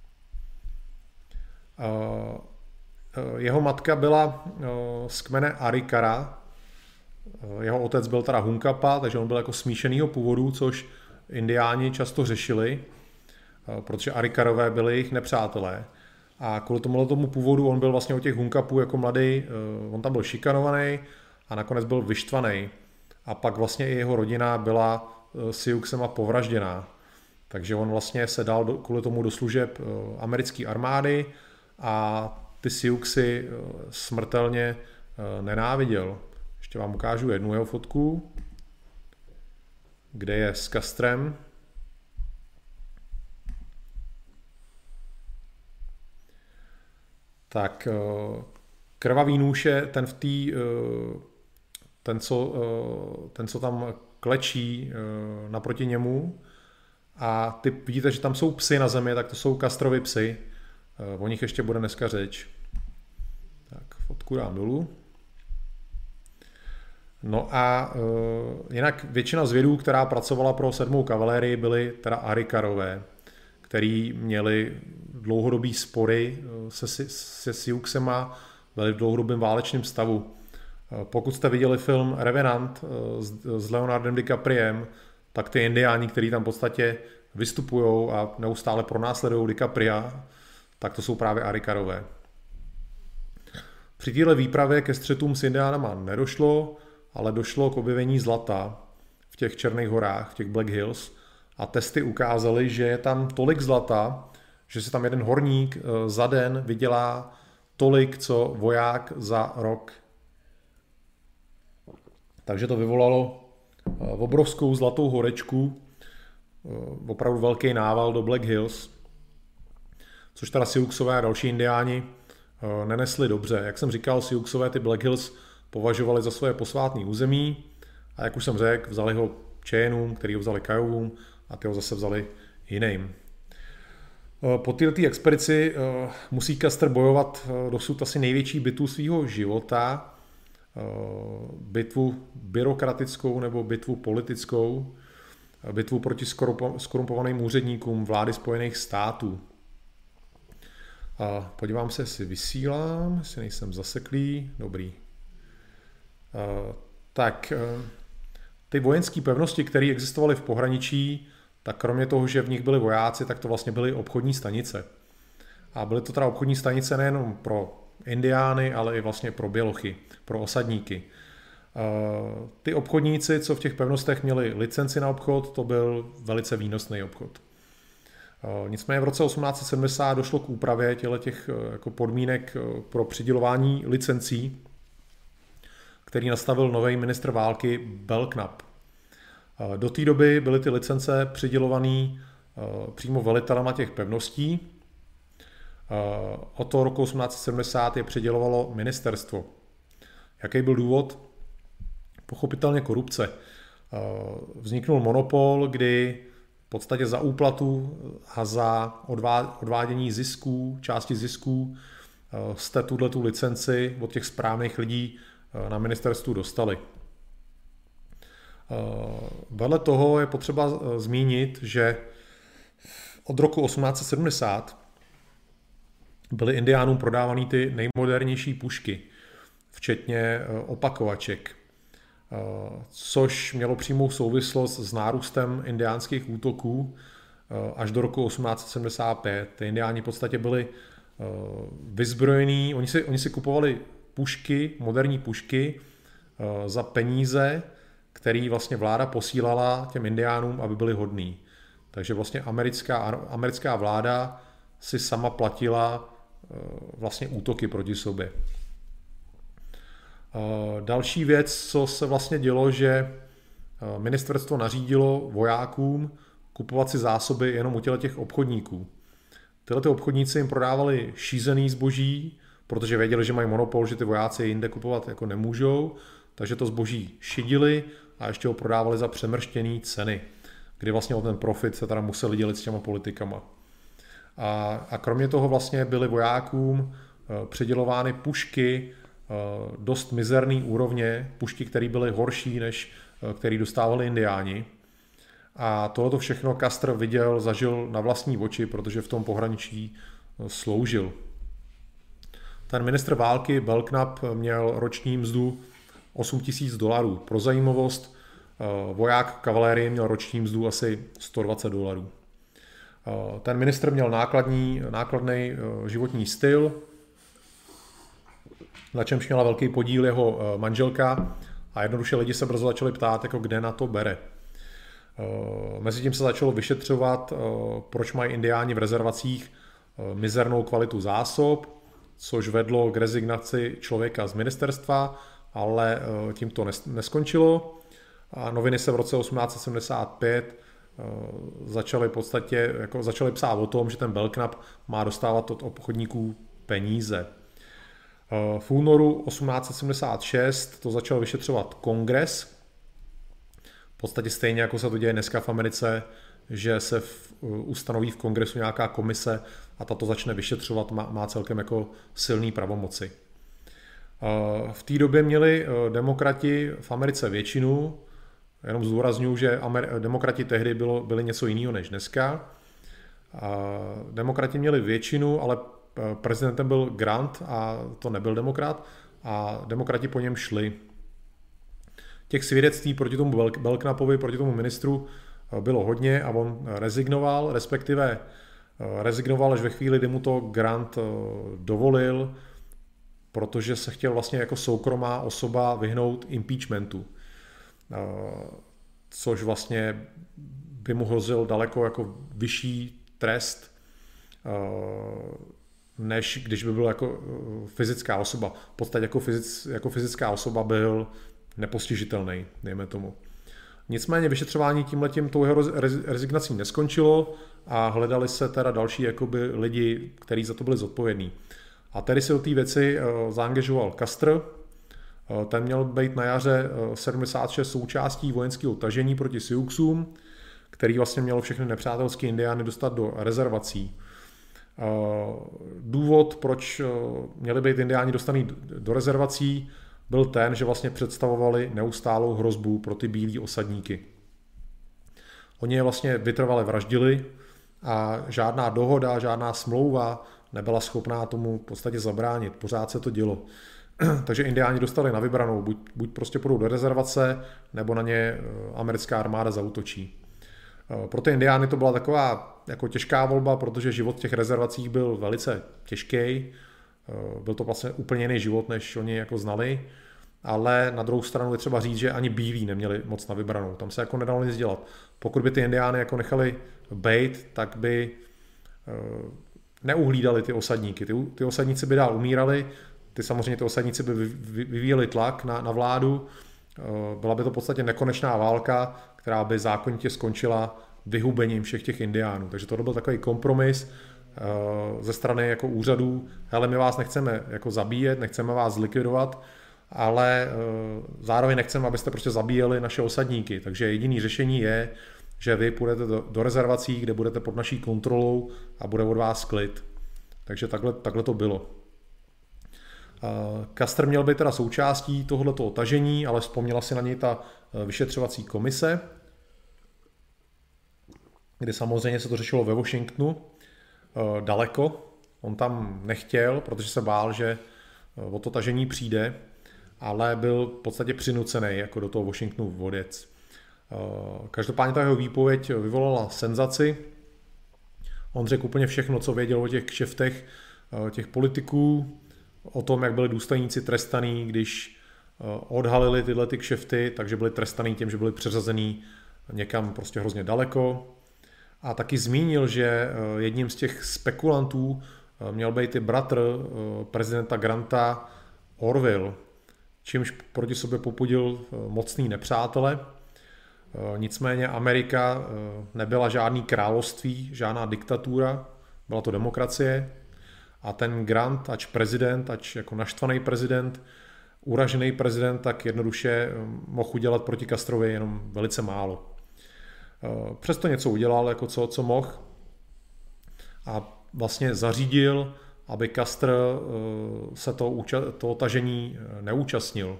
Jeho matka byla z kmene Arikara. Jeho otec byl teda Hunkapa, takže on byl jako smíšenýho původu, což indiáni často řešili, protože Arikarové byli jejich nepřátelé. A kvůli tomu, tomu původu on byl vlastně u těch Hunkapů jako mladý, on tam byl šikanovaný a nakonec byl vyštvaný. A pak vlastně i jeho rodina byla Siouxema povražděná. Takže on vlastně se dal do, kvůli tomu do služeb americké armády a ty Siouxy smrtelně nenáviděl. Ještě vám ukážu jednu jeho fotku, kde je s Custerem. Tak Krvavý nůž je ten v tý, ten, co, ten, co tam klečí naproti němu. A ty vidíte, že tam jsou psy na zemi, tak to jsou Custerovi psy. O nich ještě bude dneska řeč. Tak fotku dám dolů. No a uh, jinak většina zvědů, která pracovala pro sedmou kavalérii, byly teda Arikarové, který měli dlouhodobý spory se, se Siouxema, byli v dlouhodobém válečném stavu. Pokud jste viděli film Revenant s Leonardem DiCapriem, tak ty indiáni, kteří tam v podstatě vystupují a neustále pronásledují DiCapria, tak to jsou právě Arikarové. Při téhle výpravě ke střetům s indiánama nedošlo, ale došlo k objevení zlata v těch Černých horách, v těch Black Hills, a testy ukázaly, že je tam tolik zlata, že se tam jeden horník za den vydělá tolik, co voják za rok. Takže to vyvolalo obrovskou zlatou horečku, opravdu velký nával do Black Hills, což teda Siouxové a další indiáni nenesli dobře. Jak jsem říkal, Siouxové ty Black Hills považovali za svoje posvátné území a jak už jsem řekl, vzali ho Cheyenům, který ho vzali Kiowa a ty ho zase vzali jiným. Po této expedici musí Custer bojovat dosud asi největší bitvu svého života, bitvu byrokratickou nebo bitvu politickou, bitvu proti skorumpovaným úředníkům vlády Spojených států. Podívám se, jestli vysílám, jestli nejsem zaseklý. Dobrý. Tak, ty vojenské pevnosti, které existovaly v pohraničí, tak kromě toho, že v nich byli vojáci, tak to vlastně byly obchodní stanice. A byly to teda obchodní stanice nejenom pro indiány, ale i vlastně pro bělochy, pro osadníky. Ty obchodníci, co v těch pevnostech měli licenci na obchod, to byl velice výnosný obchod. Nicméně v roce osmnáct set sedmdesát došlo k úpravě těch jako podmínek pro přidělování licencí, který nastavil nový ministr války Belknap. Do té doby byly ty licence přidělované přímo velitelema těch pevností. Od toho roku osmnáct set sedmdesát je přidělovalo ministerstvo. Jaký byl důvod? Pochopitelně korupce. Vzniknul monopol, kdy v podstatě za úplatu a za odvádění zisků, části zisků jste tuhletu licenci od těch správných lidí na ministerstvu dostali. Vedle toho je potřeba zmínit, že od roku osmnáct set sedmdesát byly indiánům prodávaný ty nejmodernější pušky, včetně opakovaček, což mělo přímou souvislost s nárůstem indiánských útoků až do roku osmnáct set sedmdesát pět. Ty indiáni v podstatě byli vyzbrojení, oni si, oni si kupovali pušky, moderní pušky za peníze, který vlastně vláda posílala těm indiánům, aby byli hodní. Takže vlastně americká, americká vláda si sama platila vlastně útoky proti sobě. Další věc, co se vlastně dělo, že ministerstvo nařídilo vojákům kupovat si zásoby jenom u těch obchodníků. Tyhle ty obchodníci jim prodávali šízený zboží, protože věděli, že mají monopol, že ty vojáci jinde kupovat jako nemůžou, takže to zboží šidili a ještě ho prodávali za přemrštěný ceny, kdy vlastně o ten profit se teda museli dělit s těma politikama. A, a kromě toho vlastně byly vojákům přidělovány pušky dost mizerný úrovně, pušky, které byly horší, než které dostávali indiáni. A tohleto všechno Custer viděl, zažil na vlastní oči, protože v tom pohraničí sloužil. Ten ministr války Belknap měl roční mzdu osm tisíc dolarů. Pro zajímavost, voják kavalérie měl roční mzdu asi sto dvacet dolarů. Ten ministr měl nákladní, nákladný životní styl, na čemž měla velký podíl jeho manželka a jednoduše lidi se brzo začali ptát, jako kde na to bere. Mezitím se začalo vyšetřovat, proč mají indiáni v rezervacích mizernou kvalitu zásob, což vedlo k rezignaci člověka z ministerstva, ale tím to neskončilo. A noviny se v roce osmnáct set sedmdesát pět začaly v podstatě jako začaly psát o tom, že ten Belknap má dostávat od obchodníků peníze. V únoru osmnáct set sedmdesát šest to začal vyšetřovat kongres. V podstatě stejně jako se to děje dneska v Americe, že se v, ustanoví v kongresu nějaká komise a tato začne vyšetřovat, má, má celkem jako silný pravomoci. V té době měli demokrati v Americe většinu, jenom zdůrazňuji, že Amer- demokrati tehdy bylo, byli něco jiného než dneska. Demokrati měli většinu, ale prezidentem byl Grant a to nebyl demokrat a demokrati po něm šli. Těch svědectví proti tomu Belknapovi, proti tomu ministru bylo hodně a on rezignoval, respektive rezignoval až ve chvíli, kdy mu to Grant dovolil, protože se chtěl vlastně jako soukromá osoba vyhnout impeachmentu, což vlastně by mu hrozil daleko jako vyšší trest, než když by byl jako fyzická osoba. V podstatě jako, fyzic, jako fyzická osoba byl nepostižitelný, dejme tomu. Nicméně vyšetřování tímhletím tou jeho rezignací neskončilo a hledali se teda další jakoby lidi, kteří za to byli zodpovědní. A tedy se do té věci zaangažoval Custer. Ten měl být na jaře sedmdesát šest součástí vojenského tažení proti Siouxům, který vlastně měl všechny nepřátelské indiány dostat do rezervací. Důvod, proč měli být indiáni dostaný do rezervací, byl ten, že vlastně představovali neustálou hrozbu pro ty bílý osadníky. Oni je vlastně vytrvale vraždili a žádná dohoda, žádná smlouva nebyla schopná tomu v podstatě zabránit. Pořád se to dělo. Takže indiáni dostali na vybranou, buď, buď prostě půjdou do rezervace, nebo na ně americká armáda zaútočí. Pro ty indiány to byla taková jako těžká volba, protože život v těch rezervacích byl velice těžký. Byl to vlastně úplně jiný život, než oni jako znali, ale na druhou stranu je třeba říct, že ani bílí neměli moc na vybranou. Tam se jako nedalo nic dělat. Pokud by ty indiány jako nechali bejt, tak by neuhlídali ty osadníky. Ty, ty osadníci by dál umírali, ty samozřejmě ty osadníci by vyvíjeli tlak na, na vládu. Byla by to v podstatě nekonečná válka, která by zákonitě skončila vyhubením všech těch indiánů. Takže to byl takový kompromis ze strany jako úřadů. Hele, my vás nechceme jako zabíjet, nechceme vás zlikvidovat, ale zároveň nechceme, abyste prostě zabíjeli naše osadníky. Takže jediný řešení je, že vy půjdete do, do rezervací, kde budete pod naší kontrolou a bude od vás klid. Takže takhle, takhle to bylo. Custer měl být teda součástí tohoto tažení, ale vzpomněla si na něj ta vyšetřovací komise, kdy samozřejmě se to řešilo ve Washingtonu daleko. On tam nechtěl, protože se bál, že o to tažení přijde, ale byl v podstatě přinucený jako do toho Washingtonu odjet. Každopádně ta jeho výpověď vyvolala senzaci. On řekl úplně všechno, co věděl o těch kšeftech těch politiků, o tom, jak byli důstojníci trestaný, když odhalili tyhle ty kšefty, takže byli trestaný tím, že byli přeřazený někam prostě hrozně daleko. A taky zmínil, že jedním z těch spekulantů měl být i bratr prezidenta Granta Orville, čímž proti sobě popudil mocný nepřátele. Nicméně Amerika nebyla žádný království, žádná diktatura, byla to demokracie a ten Grant, ač prezident, ač jako naštvaný prezident, uražený prezident, tak jednoduše mohl udělat proti Castrovi jenom velice málo. Přesto něco udělal, jako co, co mohl a vlastně zařídil, aby Custer se toho, toho tažení neúčastnil.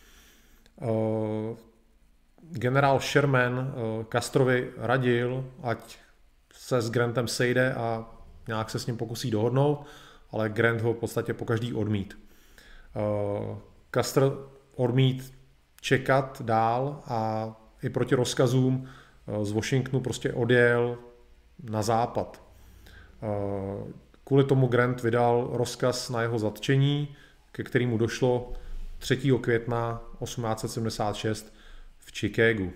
Generál Sherman Castrovi radil, ať se s Grantem sejde a nějak se s ním pokusí dohodnout, ale Grant ho v podstatě pokaždý odmít. Custer odmít čekat dál a i proti rozkazům z Washingtonu prostě odjel na západ. Kvůli tomu Grant vydal rozkaz na jeho zatčení, ke kterému došlo třetího května osmnáct set sedmdesát šest v Chicagu.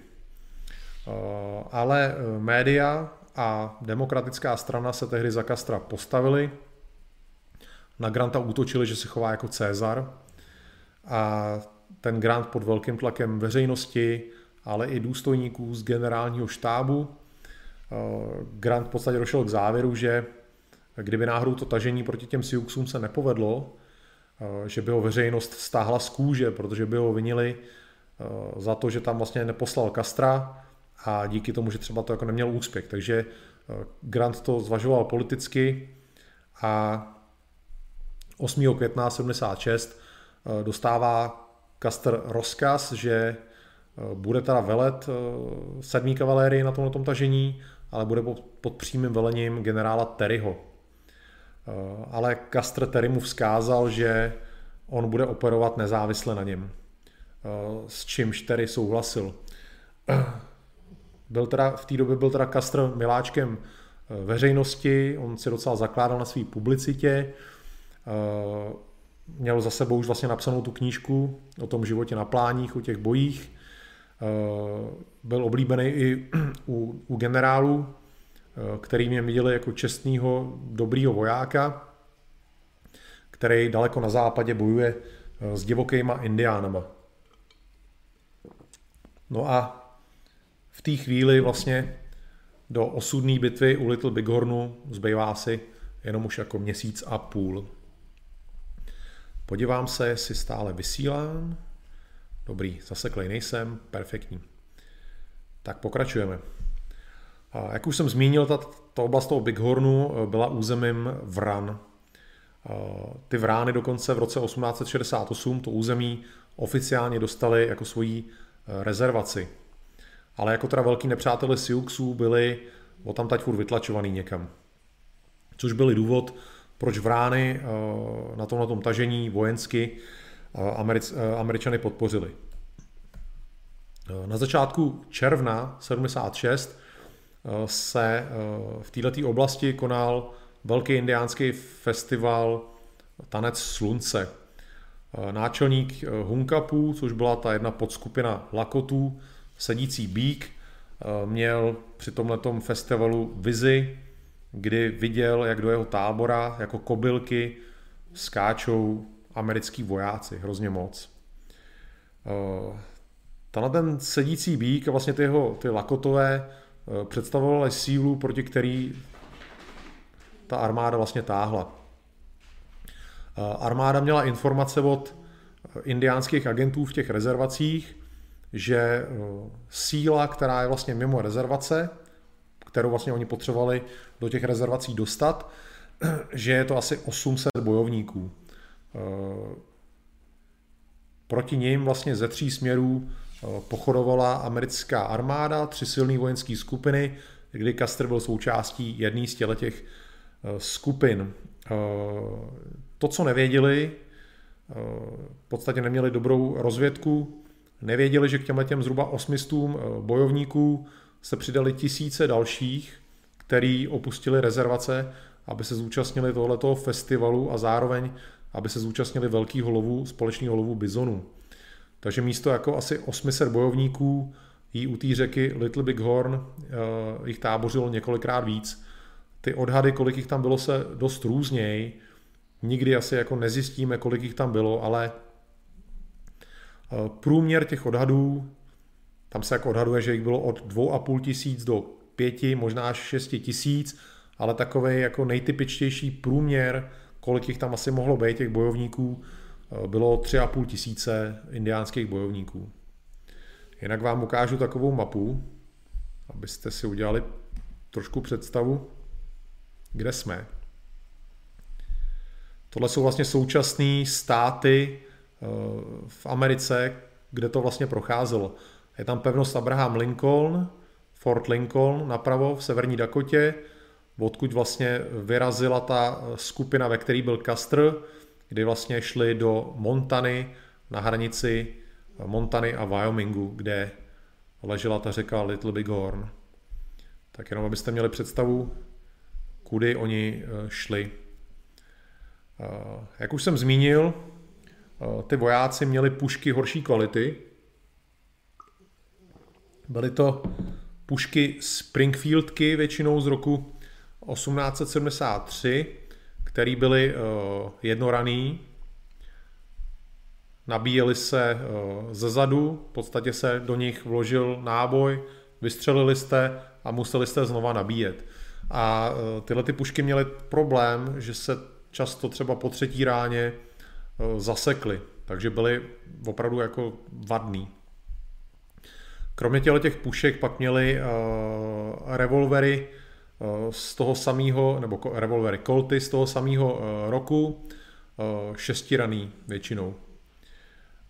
Ale média a demokratická strana se tehdy za Castra postavili. Na Granta útočili, že se chová jako Cezar. A ten Grant pod velkým tlakem veřejnosti, ale i důstojníků z generálního štábu. Grant v podstatě došel k závěru, že kdyby náhodou to tažení proti těm Siouxům se nepovedlo, že by ho veřejnost stáhla z kůže, protože by ho vinili za to, že tam vlastně neposlal Castra a díky tomu, že třeba to jako neměl úspěch. Takže Grant to zvažoval politicky a osmého května sedmdesát šest dostává Custer rozkaz, že bude teda velet sedmý kavalérii na tomto tažení, ale bude pod přímým velením generála Terryho. Ale Custer Terry mu vzkázal, že on bude operovat nezávisle na něm, s čímž Terry souhlasil. Byl teda, v té době byl teda Custer miláčkem veřejnosti, on si docela zakládal na své publicitě, měl za sebou už vlastně napsanou tu knížku o tom životě na pláních, o těch bojích, byl oblíbený i u, u generálů, který mě viděli jako čestného, dobrýho vojáka, který daleko na západě bojuje s divokýma indiánama. No a v té chvíli vlastně do osudné bitvy u Little Bighornu zbývá asi jenom už jako měsíc a půl. Podívám se, jestli stále vysílám. Dobrý, zaseklej nejsem, perfektní. Tak pokračujeme. A jak už jsem zmínil, ta, ta oblast toho Bighornu byla územím Vran. Ty Vrány dokonce v roce osmnáct set šedesát osm to území oficiálně dostali jako svoji rezervaci. Ale jako teda velký nepřátelé Siouxů byli o tam tať furt vytlačovaný někam. Což byl důvod, proč Vrány na tom, na tom tažení vojensky Americ, Američany podpořili. Na začátku června sedmdesát šest se v této oblasti konal velký indiánský festival Tanec slunce. Náčelník Hunkapů, což byla ta jedna podskupina Lakotů, sedící býk, měl při tomhletom festivalu vizi, kdy viděl, jak do jeho tábora jako kobylky skáčou americký vojáci, hrozně moc. Tenhle ten sedící býk a vlastně ty, jeho, ty Lakotové představovaly sílu, proti který ta armáda vlastně táhla. Armáda měla informace od indiánských agentů v těch rezervacích, že síla, která je vlastně mimo rezervace, kterou vlastně oni potřebovali do těch rezervací dostat, že je to asi osm set bojovníků. Proti nim vlastně ze tří směrů pochodovala americká armáda, tři silné vojenské skupiny, kdy Custer byl součástí jedné z těch skupin. To, co nevěděli, v podstatě neměli dobrou rozvědku, nevěděli, že k těmhle těm zhruba osmistům bojovníků se přidali tisíce dalších, který opustili rezervace, aby se zúčastnili tohletoho festivalu a zároveň, aby se zúčastnili velkého lovu, společného lovu bizonů. Takže místo jako asi osm set bojovníků jí u té řeky Little Bighorn jich tábořilo několikrát víc. Ty odhady, kolik jich tam bylo, se dost různějí. Nikdy asi jako nezjistíme, kolik jich tam bylo, ale průměr těch odhadů, tam se jako odhaduje, že jich bylo od dvou a půl tisíc do pěti, možná až šesti tisíc, ale takový jako nejtypičtější průměr, kolik jich tam asi mohlo být těch bojovníků, bylo tři a půl tisíce indiánských bojovníků. Jinak vám ukážu takovou mapu, abyste si udělali trošku představu, kde jsme. Tohle jsou vlastně současné státy v Americe, kde to vlastně procházelo. Je tam pevnost Abraham Lincoln, Fort Lincoln napravo v severní Dakotě, odkud vlastně vyrazila ta skupina, ve které byl Custer, kdy vlastně šli do Montany na hranici Montany a Wyomingu, kde ležela ta řeka Little Bighorn. Tak jenom abyste měli představu, kudy oni šli. Jak už jsem zmínil, ty vojáci měli pušky horší kvality. Byly to pušky Springfieldky, většinou z roku osmnáct set sedmdesát tři, které byly jednoranný. Nabíjely se ze zadu, v podstatě se do nich vložil náboj, vystřelili jste a museli jste znova nabíjet. A tyhle ty pušky měly problém, že se často třeba po třetí ráně zasekly, takže byly opravdu jako vadný. Kromě těch pušek pak měli uh, revolvery uh, z toho samého, nebo revolvery Colty z toho samého uh, roku, uh, šestiraný většinou.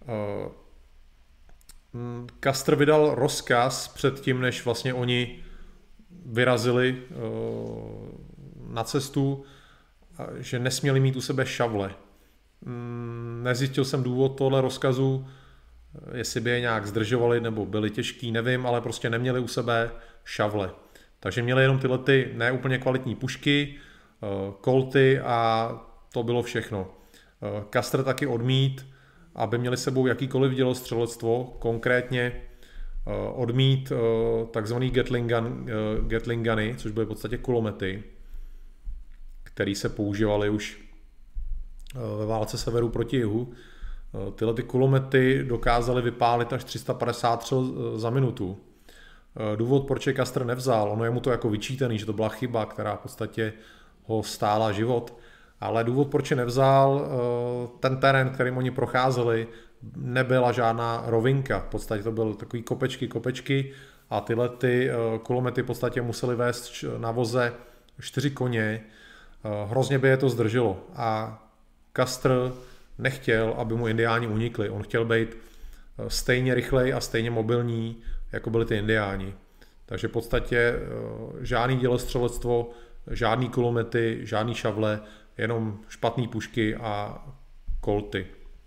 Custer vydal rozkaz před tím, než vlastně oni vyrazili na cestu, že nesměli mít u sebe šavle. Nezjistil jsem důvod tohle rozkazu, jestli by je nějak zdržovali nebo byli těžký, nevím, ale prostě neměli u sebe šavle. Takže měli jenom tyhle ty neúplně kvalitní pušky, kolty a to bylo všechno. Custer taky odmít, aby měli sebou jakýkoliv dělostřelectvo, konkrétně odmít takzvaný Gatling, gun, Gatling guny, což byly v podstatě kulomety, které se používaly už ve válce severu proti jihu. Tyhle ty kulomety dokázaly vypálit až tři sta padesát střel za minutu. Důvod, proč je Custer nevzal, ono je mu to jako vyčítaný, že to byla chyba, která v podstatě ho stála život, ale důvod, proč je nevzal, ten terén, kterým oni procházeli, nebyla žádná rovinka, v podstatě to byly takový kopečky, kopečky a tyhle ty kulomety v podstatě museli vést na voze čtyři koně, hrozně by je to zdrželo a Custer nechtěl, aby mu indiáni unikli, on chtěl být stejně rychlej a stejně mobilní, jako byli ty indiáni. Takže v podstatě žádný dělostřelectvo, žádný kulomety, žádný šavle, jenom špatný pušky a kolty.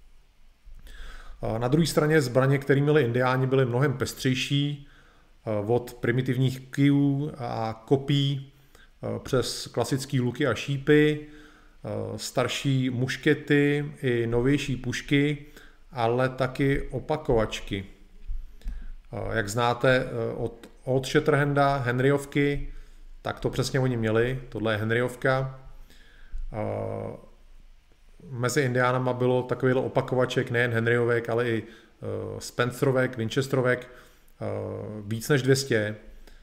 Na druhé straně zbraně, které měli indiáni, byly mnohem pestřejší, od primitivních kijů a kopí přes klasické luky a šípy, starší muškety i novější pušky, ale taky opakovačky. Jak znáte od Old Shatterhanda, Henryovky, tak to přesně oni měli, tohle je Henryovka. Mezi indiánama bylo takovýhle opakovaček, nejen Henryovek, ale i Spencerovek, Winchesterovek, víc než dvě stě.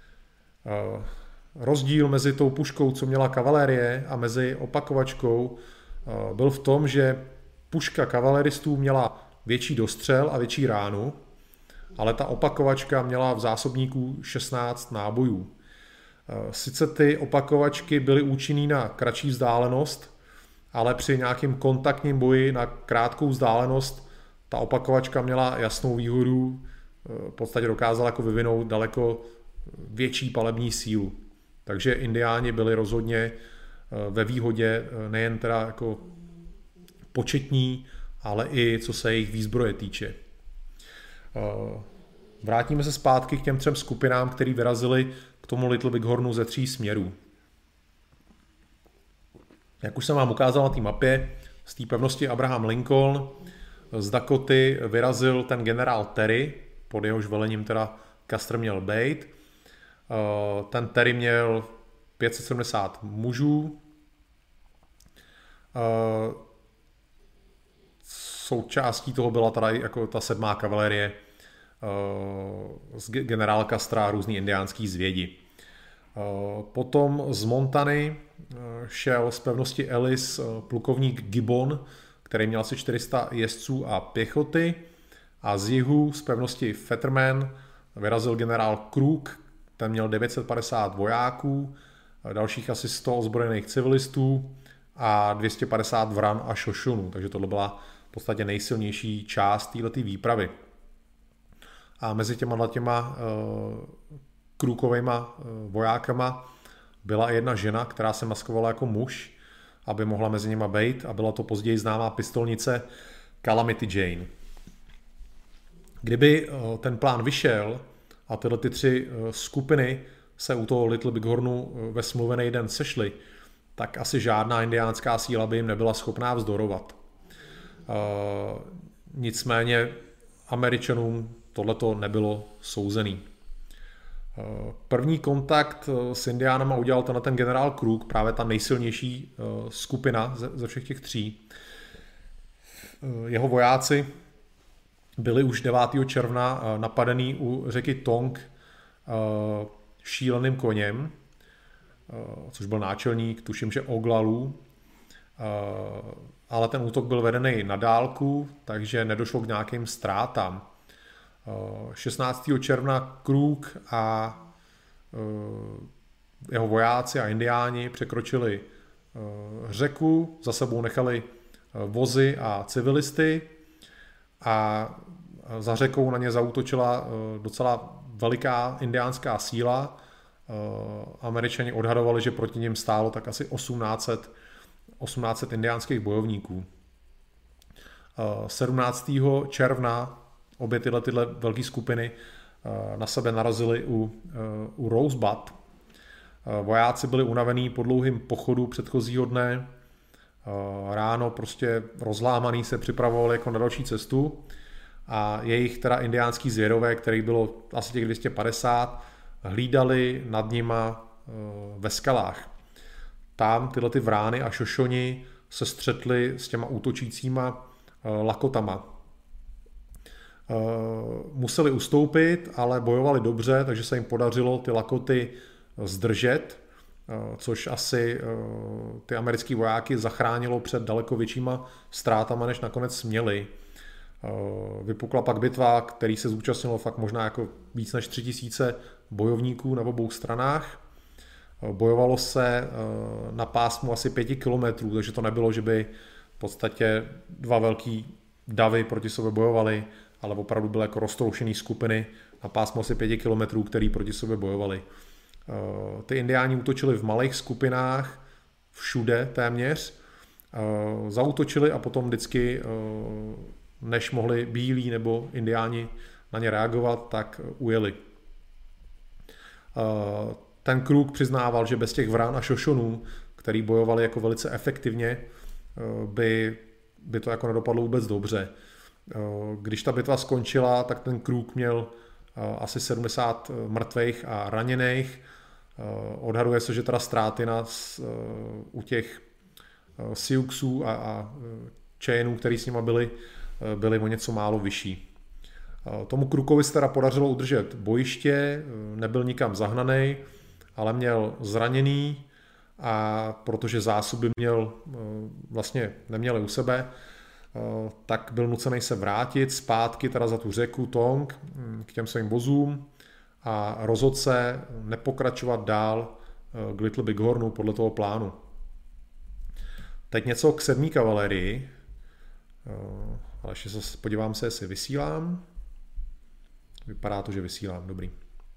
Rozdíl mezi tou puškou, co měla kavalérie, a mezi opakovačkou byl v tom, že puška kavaleristů měla větší dostřel a větší ránu, ale ta opakovačka měla v zásobníku šestnáct nábojů. Sice ty opakovačky byly účinný na kratší vzdálenost, ale při nějakém kontaktním boji na krátkou vzdálenost ta opakovačka měla jasnou výhodu, v podstatě dokázala jako vyvinout daleko větší palební sílu. Takže indiáni byli rozhodně ve výhodě nejen teda jako početní, ale i co se jejich výzbroje týče. Vrátíme se zpátky k těm třem skupinám, které vyrazili k tomu Little Bighornu ze tří směrů. Jak už jsem vám ukázal na té mapě, z té pevnosti Abraham Lincoln z Dakoty vyrazil ten generál Terry, pod jehož velením teda Custer měl být. Ten Terry měl pět set sedmdesát mužů. Součástí toho byla teda jako ta sedmá kavalerie z generála Custera a různý indiánský zvědi. Potom z Montany šel z pevnosti Ellis plukovník Gibbon, který měl asi čtyři sta jezdců a pěchoty, a z jihu z pevnosti Fetterman vyrazil generál Crook, ten měl devět set padesát vojáků, dalších asi sto ozbrojených civilistů a dvě stě padesát vran a šošunů, takže tohle byla v podstatě nejsilnější část této výpravy. A mezi těma těma uh, Crookovejma uh, vojákama byla jedna žena, která se maskovala jako muž, aby mohla mezi nima bejt, a byla to později známá pistolnice Calamity Jane. Kdyby uh, ten plán vyšel a tyhle ty tři uh, skupiny se u toho Little Bighornu uh, ve smluvený den sešly, tak asi žádná indiánská síla by jim nebyla schopná vzdorovat. Uh, nicméně Američanům tohleto nebylo souzený. První kontakt s indiánama udělal tenhle ten generál Crook, právě ta nejsilnější skupina ze všech těch tří. Jeho vojáci byli už devátého června napadený u řeky Tong šíleným koněm, což byl náčelník, tuším, že Oglalů, ale ten útok byl vedený na dálku, takže nedošlo k nějakým ztrátám. šestnáctého června Crook a jeho vojáci a indiáni překročili řeku, za sebou nechali vozy a civilisty a za řekou na ně zaútočila docela veliká indiánská síla. Američani odhadovali, že proti nim stálo tak asi osmnáct set indiánských bojovníků. sedmnáctého června obě tyhle, tyhle velké skupiny na sebe narazily u, u Rosebud. Vojáci byli unavení po dlouhém pochodu předchozího dne. Ráno prostě rozlámaný se připravovali jako na další cestu a jejich teda indiánský zvěrové, kterých bylo asi těch dvě stě padesát, hlídali nad nima ve skalách. Tam tyhle ty vrány a šošoni se střetli s těma útočícíma Lakotama. Museli ustoupit, ale bojovali dobře, takže se jim podařilo ty Lakoty zdržet, což asi ty americký vojáky zachránilo před daleko většíma ztrátama, než nakonec měli. Vypukla pak bitva, který se zúčastnilo fakt možná jako víc než tři tisíce bojovníků na obou stranách. Bojovalo se na pásmu asi pěti kilometrů, takže to nebylo, že by v podstatě dva velký davy proti sobě bojovali, ale opravdu byly jako roztroušený skupiny na pásmu asi pěti kilometrů, který proti sobě bojovali. Ty indiáni útočili v malých skupinách, všude téměř, zaútočili a potom vždycky, než mohli bílí nebo indiáni na ně reagovat, tak ujeli. Ten Crook přiznával, že bez těch vrán a šošonů, který bojovali jako velice efektivně, by, by to jako nedopadlo vůbec dobře. Když ta bitva skončila, tak ten Crook měl asi sedmdesát mrtvých a raněných. Odhaduje se, že teda ztráty na, u těch Siouxů a, a Cheyenů, který s nima byli, byly o něco málo vyšší. Tomu Crookovi se teda podařilo udržet bojiště, nebyl nikam zahnaný, ale měl zraněný a protože zásoby měl, vlastně neměli u sebe, tak byl nucený se vrátit zpátky teda za tu řeku Tong k těm svým vozům a rozhodl se nepokračovat dál k Little Bighornu podle toho plánu. Teď něco k sedmý kavalérii, ale ještě se podívám se, jestli vysílám. Vypadá to, že vysílám, dobrý.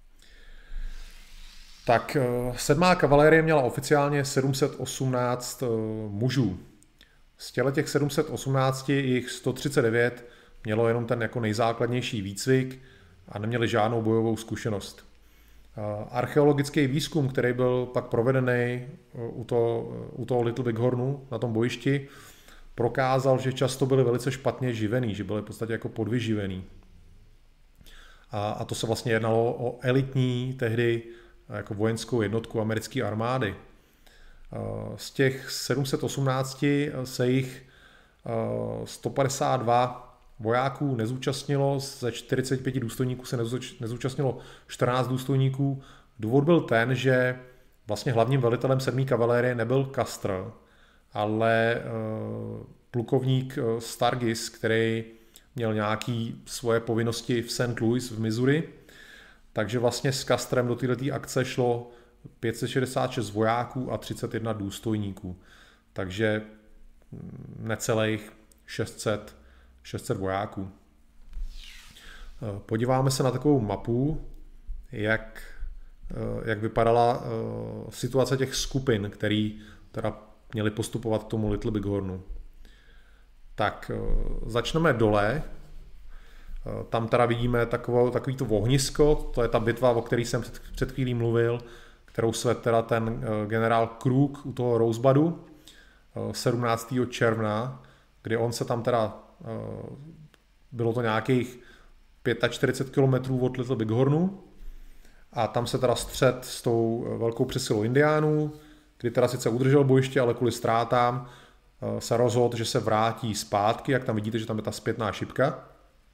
Tak sedmá kavalérie měla oficiálně sedm set osmnáct mužů. Z těle těch sedm set osmnáct jich sto třicet devět mělo jenom ten jako nejzákladnější výcvik a neměli žádnou bojovou zkušenost. Archeologický výzkum, který byl pak provedený u toho, u toho Little Bighornu na tom bojišti, prokázal, že často byli velice špatně živený, že byli v podstatě jako podvyživený. A, a to se vlastně jednalo o elitní tehdy jako vojenskou jednotku americké armády. Z těch sedm set osmnáct se jich sto padesát dva vojáků nezúčastnilo, ze čtyřicet pět důstojníků se nezúčastnilo čtrnáct důstojníků. Důvod byl ten, že vlastně hlavním velitelem sedmé kavalérie nebyl Custer, ale plukovník Stargis, který měl nějaké svoje povinnosti v Saint Louis v Missouri, takže vlastně s Custerem do této akce šlo pět set šedesát šest vojáků a třicet jedna důstojníků. Takže necelých šest set, šest set vojáků. Podíváme se na takovou mapu, jak, jak vypadala situace těch skupin, které teda měly postupovat k tomu Little Bighornu. Tak začneme dole. Tam teda vidíme takovou, takový to ohnisko, to je ta bitva, o které jsem před, před chvílí mluvil, kterou svedl teda ten generál Crook u toho Rosebudu sedmnáctého června, kdy on se tam teda, bylo to nějakých čtyřicet pět kilometrů od Little Bighornu a tam se teda střet s tou velkou přesilou indiánů, kdy teda sice udržel bojiště, ale kvůli ztrátám se rozhodl, že se vrátí zpátky, jak tam vidíte, že tam je ta zpětná šipka.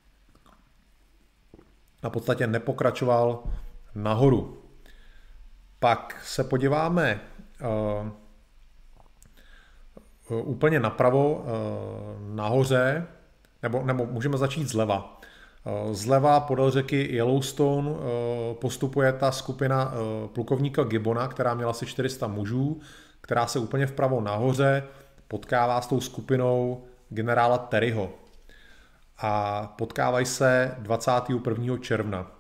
A v podstatě nepokračoval nahoru. Pak se podíváme uh, uh, úplně napravo uh, nahoře, nebo, nebo můžeme začít zleva. Uh, zleva podél řeky Yellowstone uh, postupuje ta skupina uh, plukovníka Gibbona, která měla asi čtyři sta mužů, která se úplně vpravo nahoře potkává s tou skupinou generála Terryho. a potkávají se dvacátého prvního června.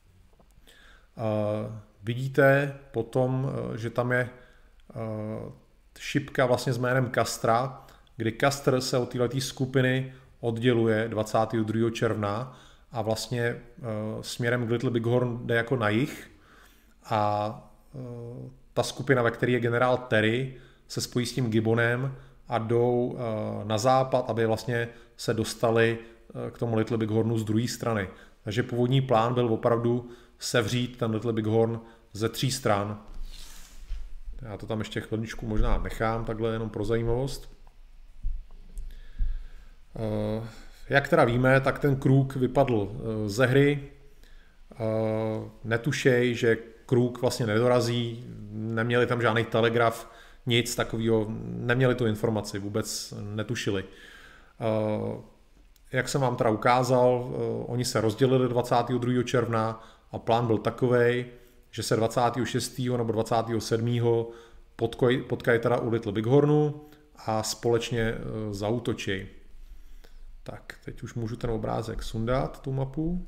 Vidíte potom, že tam je šipka vlastně s jménem Castra, kdy Castr se od této skupiny odděluje dvacátého druhého června a vlastně směrem k Little Bighorn jde jako na jih a ta skupina, ve které je generál Terry, se spojí s tím Gibbonem a jdou na západ, aby vlastně se dostali k tomu Little Bighornu z druhé strany. Takže původní plán byl opravdu sevřít ten Little Bighorn ze tří stran. Já to tam ještě chvilničku možná nechám, takhle jenom pro zajímavost. Jak teda víme, tak ten Crook vypadl ze hry. Netušej, že Crook vlastně nedorazí, neměli tam žádný telegraf, nic takového, neměli tu informaci, vůbec netušili. Jak jsem vám teda ukázal, oni se rozdělili dvacátého druhého června a plán byl takovej, že se dvacátého šestého nebo dvacátého sedmého potkají, potkají teda u Little Bighornu a společně zaútočí. Tak, teď už můžu ten obrázek sundat, tu mapu.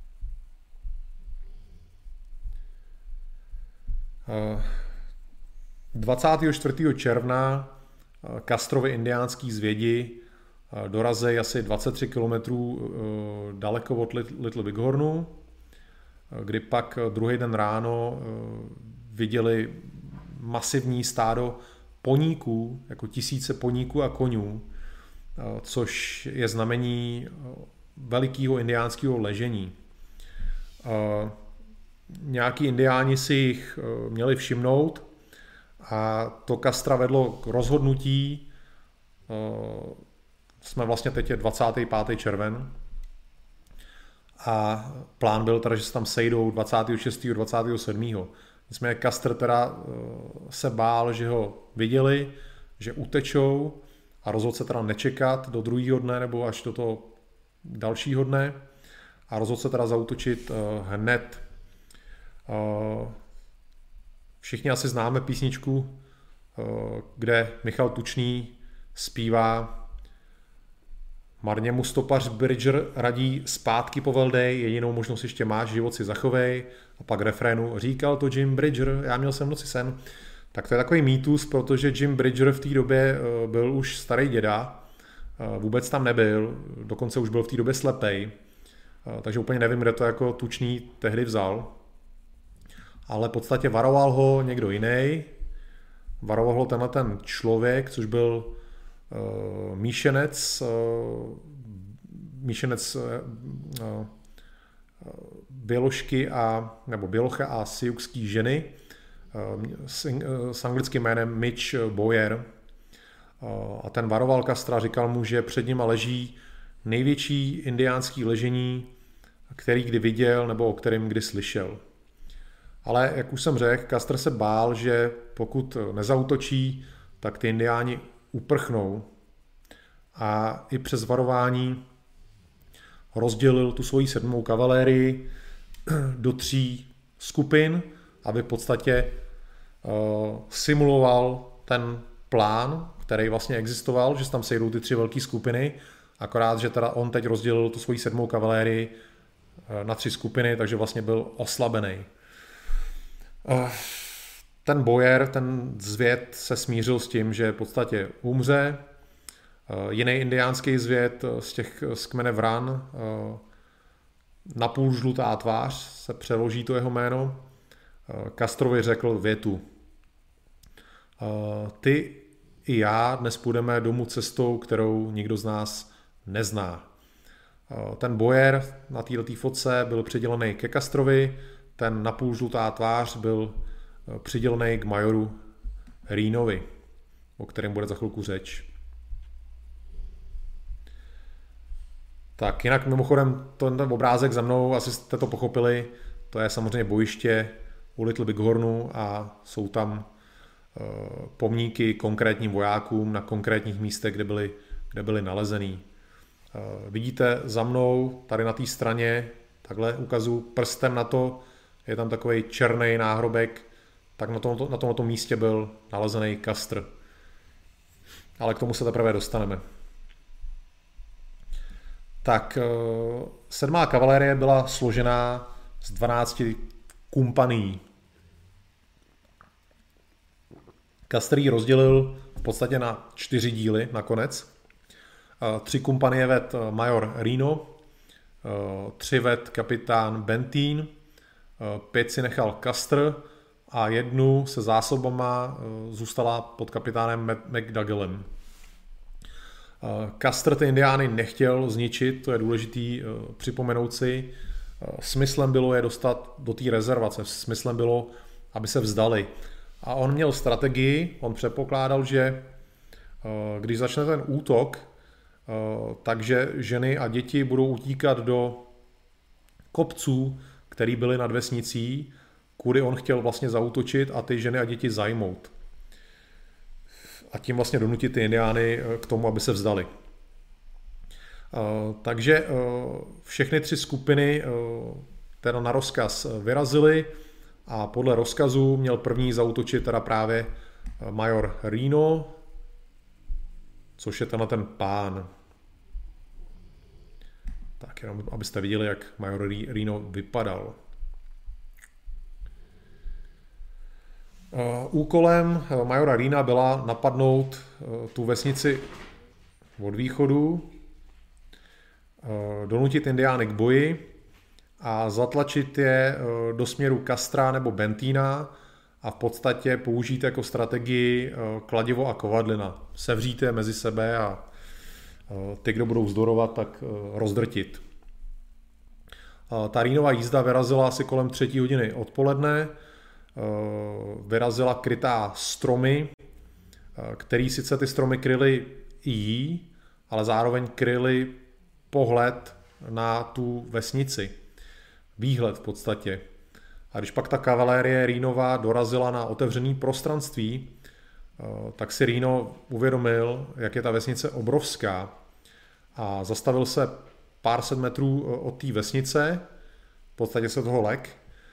dvacátého čtvrtého června Castrovi indiánský zvědi dorazí asi dvacet tři kilometrů daleko od Little Bighornu, kdy pak druhý den ráno viděli masivní stádo poníků, jako tisíce poníků a konňů, což je znamení velikého indiánského ležení. Nějaký indiáni si jich měli všimnout a to Castra vedlo k rozhodnutí. Jsme vlastně teď je dvacátý pátý červen a plán byl teda, že se tam sejdou dvacátého šestého dvacátého sedmého Nicméně Castr teda se bál, že ho viděli, že utečou a rozhodl se teda nečekat do druhého dne nebo až do toho dalšího dne a rozhodl se teda zaútočit hned. Všichni asi známe písničku, kde Michal Tučný zpívá: marně mu stopař Bridger radí zpátky poveldej, jedinou možnost ještě máš, život si zachovej. A pak refrénu: říkal to Jim Bridger, já měl jsem v noci sen. Tak to je takový mýtus, protože Jim Bridger v té době byl už starý děda, vůbec tam nebyl, dokonce už byl v té době slepej, takže úplně nevím, kde to jako Tučný tehdy vzal. Ale v podstatě varoval ho někdo jiný, varoval ho tenhle ten člověk, což byl uh, míšenec, uh, míšenec uh, uh, běložky a, nebo bělocha a siouxský ženy uh, s, uh, s anglickým jménem Mitch Boyer. Uh, a ten varoval Castra, říkal mu, že před nima leží největší indiánský ležení, který kdy viděl nebo o kterém kdy slyšel. Ale jak už jsem řekl, Castr se bál, že pokud nezautočí, tak ty indiáni uprchnou. A i přes varování rozdělil tu svoji sedmou kavalérii do tří skupin, aby v podstatě uh, simuloval ten plán, který vlastně existoval, že se tam sejdou ty tři velké skupiny, akorát, že teda on teď rozdělil tu svoji sedmou kavalérii uh, na tři skupiny, takže vlastně byl oslabený. Ten Boyer, ten zvěd se smířil s tím, že v podstatě umře. Jiný indiánský zvěd z těch z kmene Vran, napůl žlutá tvář, se přeloží to jeho jméno, Castrovi řekl větu: ty i já dnes půjdeme domů cestou, kterou nikdo z nás nezná. Ten Boyer na této fotce byl přidělený ke Castrovi, ten napůl žlutá tvář byl přidělený k majoru Reenovi, o kterém bude za chvilku řeč. Tak jinak mimochodem ten obrázek za mnou, asi jste to pochopili, to je samozřejmě bojiště u Little Bighornu a jsou tam pomníky konkrétním vojákům na konkrétních místech, kde byly, kde byly nalezený. Vidíte za mnou, tady na té straně, takhle ukazuji prstem na to, je tam takový černý náhrobek, tak na tomto, na tomto místě byl nalezený Castr. Ale k tomu se teprve dostaneme. tak sedmá kavalérie byla složená z dvanácti kumpanií. Custer ji rozdělil v podstatě na čtyři díly nakonec. Tři kumpanie ved major Reno, tři ved kapitán Bentín, pět si nechal Custer a jednu se zásobama zůstala pod kapitánem McDougallem. Custer ty indiány nechtěl zničit, to je důležitý připomenout si. Smyslem bylo je dostat do té rezervace, smyslem bylo, aby se vzdali. A on měl strategii, on předpokládal, že když začne ten útok, takže ženy a děti budou utíkat do kopců, který byly nad vesnicí, kudy on chtěl vlastně zaútočit a ty ženy a děti zajmout. A tím vlastně donutit ty indiány k tomu, aby se vzdali. Takže všechny tři skupiny teda na rozkaz vyrazily a podle rozkazu měl první zaútočit teda právě major Reno, což je tenhle ten pán. Tak jenom abyste viděli, jak major Reno vypadal. Úkolem majora Reena byla napadnout tu vesnici od východu, donutit indiány k boji a zatlačit je do směru Custera nebo Bentína a v podstatě použít jako strategii kladivo a kovadlina. Sevřít je mezi sebe a ty, kdo budou vzdorovat, tak rozdrtit. Ta Reenova jízda vyrazila asi kolem třetí hodiny odpoledne, vyrazila krytá stromy, který sice ty stromy kryly i jí, ale zároveň kryly pohled na tu vesnici. Výhled v podstatě. A když pak ta kavalérie Reenova dorazila na otevřené prostranství, tak si Reno uvědomil, jak je ta vesnice obrovská a zastavil se pár set metrů od té vesnice, v podstatě se toho lek,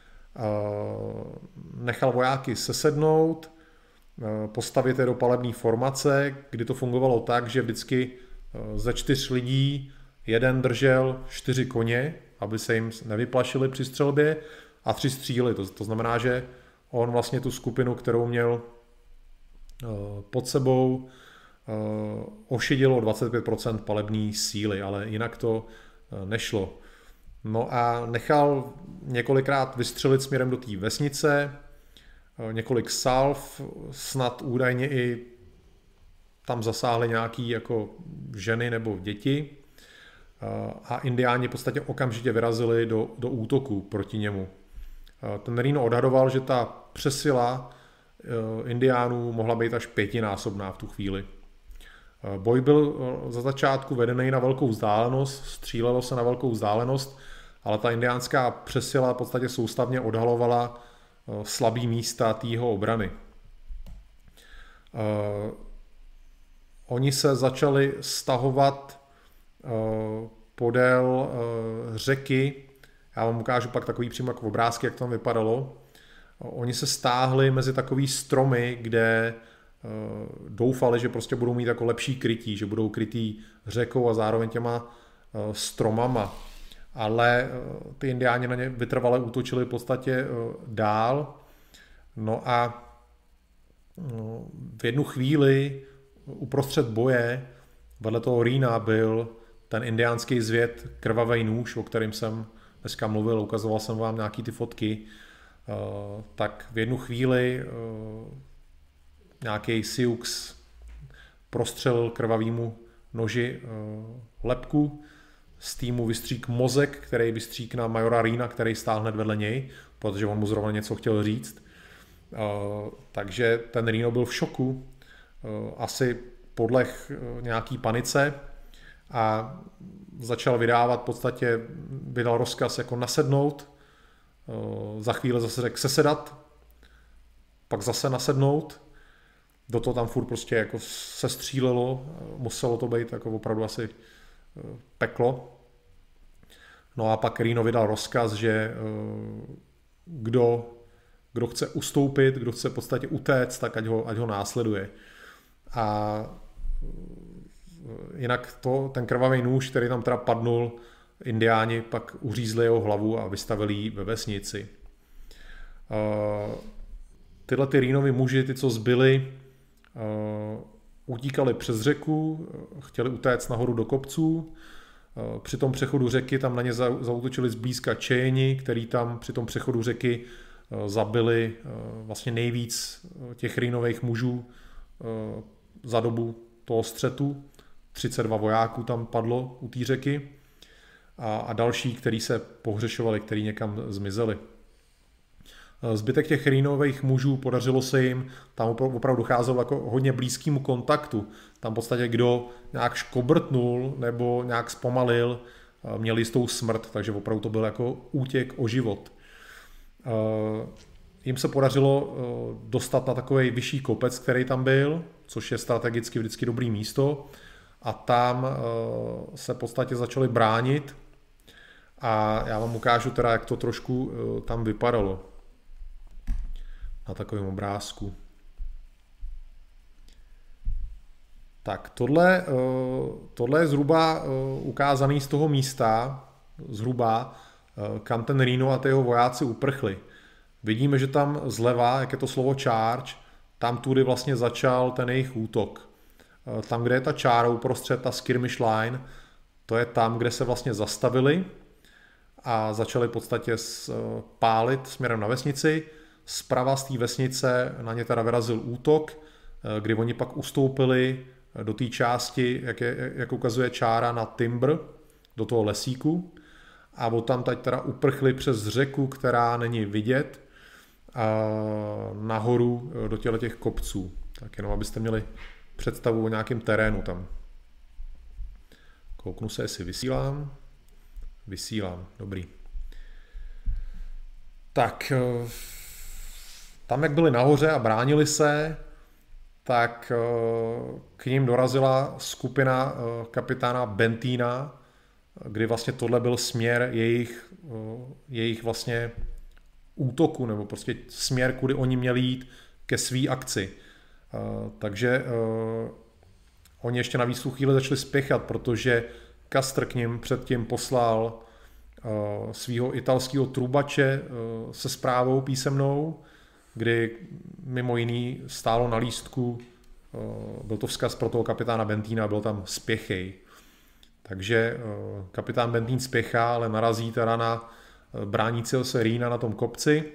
nechal vojáky sesednout, postavit je do palebné formace, kdy to fungovalo tak, že vždycky ze čtyř lidí jeden držel čtyři koně, aby se jim nevyplašili při střelbě, a tři stříly. To, to znamená, že on vlastně tu skupinu, kterou měl pod sebou, ošidilo dvacet pět procent palební síly, ale jinak to nešlo. No a nechal několikrát vystřelit směrem do té vesnice, několik salv, snad údajně i tam zasáhly nějaký jako ženy nebo děti a indiáni v podstatě okamžitě vyrazili do, do útoku proti němu. Ten Reno odhadoval, že ta přesila indiánů mohla být až pětinásobná v tu chvíli. Boj byl za začátku vedený na velkou vzdálenost, střílelo se na velkou vzdálenost, ale ta indiánská přesila v podstatě soustavně odhalovala slabý místa tého obrany. Oni se začali stahovat podél řeky. Já vám ukážu pak takový přímo jako obrázky, jak to tam vypadalo. Oni se stáhli mezi takový stromy, kde doufali, že prostě budou mít jako lepší krytí, že budou krytý řekou a zároveň těma stromama. Ale ty indiáni na ně vytrvale útočili v podstatě dál. No a v jednu chvíli uprostřed boje vedle toho Reena byl ten indiánský zvěd Krvavej nůž, o kterém jsem dneska mluvil, ukazoval jsem vám nějaký ty fotky. Tak v jednu chvíli nějaký Sioux prostřelil krvavýmu noži lebku, z týmu vystřík mozek, který vystřík na majora Reena, který stál hned vedle něj, protože on mu zrovna něco chtěl říct. Takže ten Reno byl v šoku, asi podleh nějaký panice a začal vydávat, v podstatě vydal rozkaz jako nasednout, za chvíli zase řekl sesedat, pak zase nasednout, do toho tam furt prostě jako se střílelo, muselo to být jako opravdu asi peklo. No a pak Reno vydal rozkaz, že kdo, kdo chce ustoupit, kdo chce v podstatě utéct, tak ať ho, ať ho následuje. A jinak to, ten krvavý nůž, který tam teda padnul, indiáni pak uřízli jeho hlavu a vystavili ji ve vesnici. Tyhle ty Rýnovi muži, ty co zbyli, utíkali přes řeku, chtěli utéct nahoru do kopců. Při tom přechodu řeky tam na ně zaútočili zblízka Čejeni, který tam při tom přechodu řeky zabili vlastně nejvíc těch Rýnových mužů za dobu toho střetu. třicet dva vojáků tam padlo u té řeky a, a další, kteří se pohřešovali, kteří někam zmizeli. Zbytek těch Rýnových mužů podařilo se jim, tam opravdu docházelo jako hodně blízkému kontaktu. Tam v podstatě kdo nějak škobrtnul nebo nějak zpomalil, měl jistou smrt, takže opravdu to byl jako útěk o život. Jim se podařilo dostat na takový vyšší kopec, který tam byl, což je strategicky vždycky dobrý místo, a tam se v podstatě začali bránit a já vám ukážu teda, jak to trošku tam vypadalo na takovém obrázku. Tak tohle, tohle je zhruba ukázaný z toho místa, zhruba, kam ten Rýno a ty jeho vojáci uprchli. Vidíme, že tam zleva, jak je to slovo charge, tam tudy vlastně začal ten jejich útok. Tam, kde je ta čára uprostřed, ta skirmish line, to je tam, kde se vlastně zastavili a začali v podstatě pálit směrem na vesnici. Zprava z té vesnice na ně teda vyrazil útok, kdy oni pak ustoupili do té části, jak, je, jak ukazuje čára, na Timber, do toho lesíku, a od tam teď teda uprchli přes řeku, která není vidět, a nahoru do těle těch kopců. Tak jenom abyste měli představu o nějakém terénu tam. Kouknu se, jestli vysílám. Vysílám, dobrý. Tak tam, jak byli nahoře a bránili se, tak k ním dorazila skupina kapitána Bentína, kdy vlastně tohle byl směr jejich, jejich vlastně útoku, nebo prostě směr, kudy oni měli jít ke své akci. Takže oni ještě na výsluch chvíli začali spěchat, protože Custer k nim předtím poslal svého italského trubače se zprávou písemnou, kdy mimo jiný stálo na lístku, byl to vzkaz pro toho kapitána Bentína, byl tam spěchej. Takže kapitán Bentín spěchá, ale narazí teda na bránícího se Rýna na tom kopci,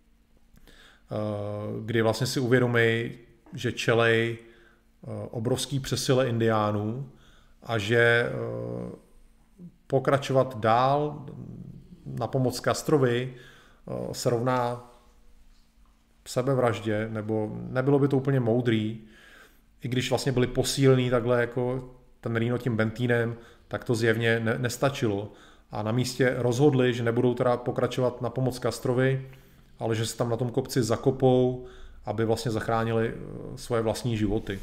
kdy vlastně si uvědomí, že čelej obrovský přesile indiánů a že pokračovat dál na pomoc Castrovi se rovná sebevraždě, nebo nebylo by to úplně moudrý, i když vlastně byli posílení takhle jako ten Rýno tím Bentínem, tak to zjevně ne- nestačilo. A na místě rozhodli, že nebudou teda pokračovat na pomoc Castrovi, ale že se tam na tom kopci zakopou, aby vlastně zachránili svoje vlastní životy.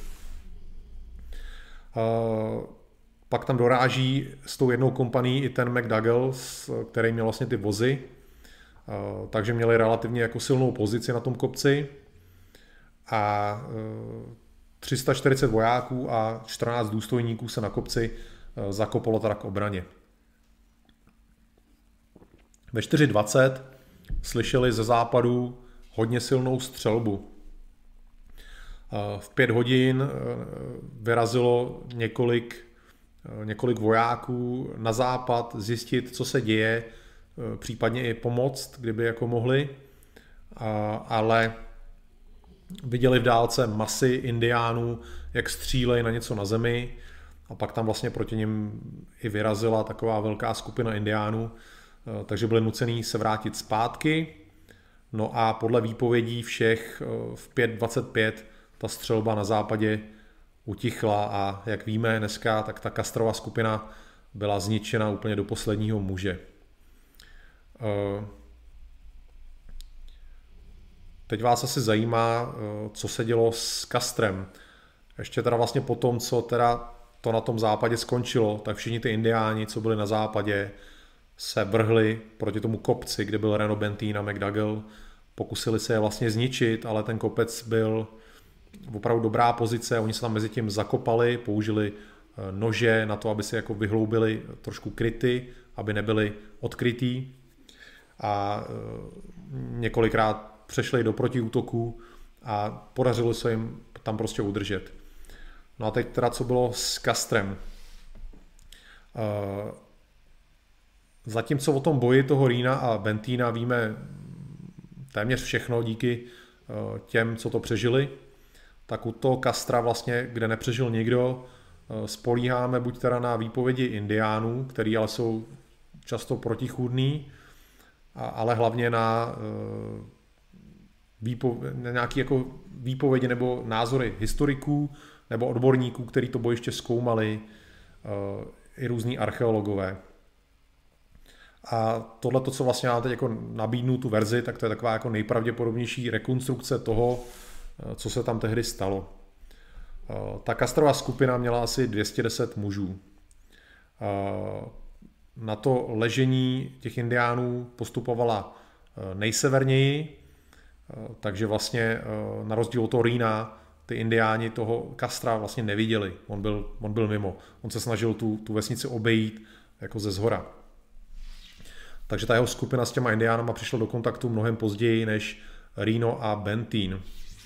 Pak tam doráží s tou jednou kompanií i ten McDougall, který měl vlastně ty vozy, takže měli relativně jako silnou pozici na tom kopci a tři sta čtyřicet vojáků a čtrnáct důstojníků se na kopci zakopalo teda k obraně. Ve čtyři dvacet slyšeli ze západu hodně silnou střelbu. V pět hodin vyrazilo několik, několik vojáků na západ zjistit, co se děje, případně i pomoct, kdyby jako mohli, ale viděli v dálce masy indiánů, jak střílejí na něco na zemi, a pak tam vlastně proti nim i vyrazila taková velká skupina indiánů, takže byli nucení se vrátit zpátky. No a podle výpovědí všech v pět dvacet pět ta střelba na západě utichla a jak víme dneska, tak ta Castrova skupina byla zničena úplně do posledního muže. Teď vás asi zajímá, co se dělo s Castrem. Ještě teda vlastně po tom, co teda to na tom západě skončilo, tak všichni ty indiáni, co byli na západě, se vrhli proti tomu kopci, kde byl Reno Bentín a McDougall. Pokusili se je vlastně zničit, ale ten kopec byl opravdu dobrá pozice, oni se tam mezi tím zakopali, použili nože na to, aby se jako vyhloubili trošku kryty, aby nebyli odkrytý a několikrát přešli do protiútoku a podařilo se jim tam prostě udržet. No a teď teda co bylo s Castrem. Zatímco o tom boji toho Reena a Bentína víme téměř všechno díky těm, co to přežili, tak u toho Castra vlastně, kde nepřežil nikdo, spolíháme buď teda na výpovědi indiánů, který ale jsou často protichůdný, ale hlavně na, výpovědi, na nějaké jako výpovědi nebo názory historiků nebo odborníků, který to bojiště zkoumali, i různí archeologové. A tohle, to, co vlastně mám teď jako nabídnu tu verzi, tak to je taková jako nejpravděpodobnější rekonstrukce toho, co se tam tehdy stalo. Ta Castrova skupina měla asi dvě stě deset mužů. Na to ležení těch indiánů postupovala nejseverněji, takže vlastně na rozdíl od toho Reena ty indiáni toho Castra vlastně neviděli. On byl, on byl mimo. On se snažil tu, tu vesnici obejít jako ze zhora. Takže ta jeho skupina s těma indiánama přišla do kontaktu mnohem později než Reno a Bentín.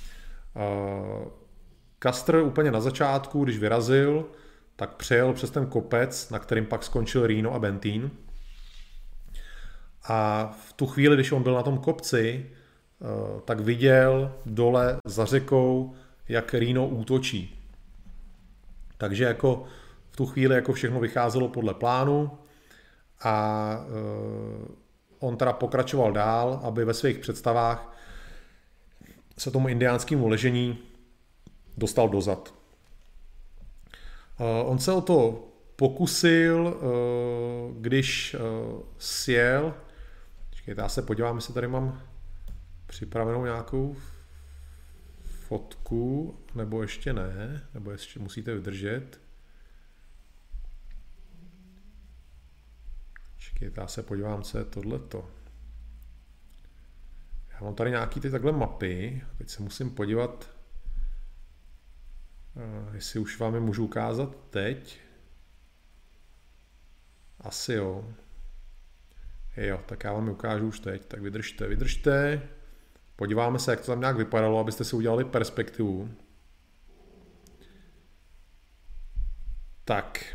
Custer úplně na začátku, když vyrazil, tak přejel přes ten kopec, na kterým pak skončil Reno a Bentín. A v tu chvíli, když on byl na tom kopci, tak viděl dole za řekou, jak Reno útočí. Takže jako v tu chvíli jako všechno vycházelo podle plánu a on teda pokračoval dál, aby ve svých představách se tomu indiánskému ležení dostal dozad. On se o to pokusil, když sjel. Počkejte, já se podívám, jestli tady mám připravenou nějakou fotku, nebo ještě ne, nebo ještě musíte vydržet. Počkejte, já se podívám, co je tohleto. Já mám tady nějaký ty takhle mapy, teď se musím podívat, jestli už vám je můžu ukázat teď. Asi jo. Jo, tak já vám je ukážu už teď, tak vydržte, vydržte. Podíváme se, jak to tam nějak vypadalo, abyste si udělali perspektivu. Tak.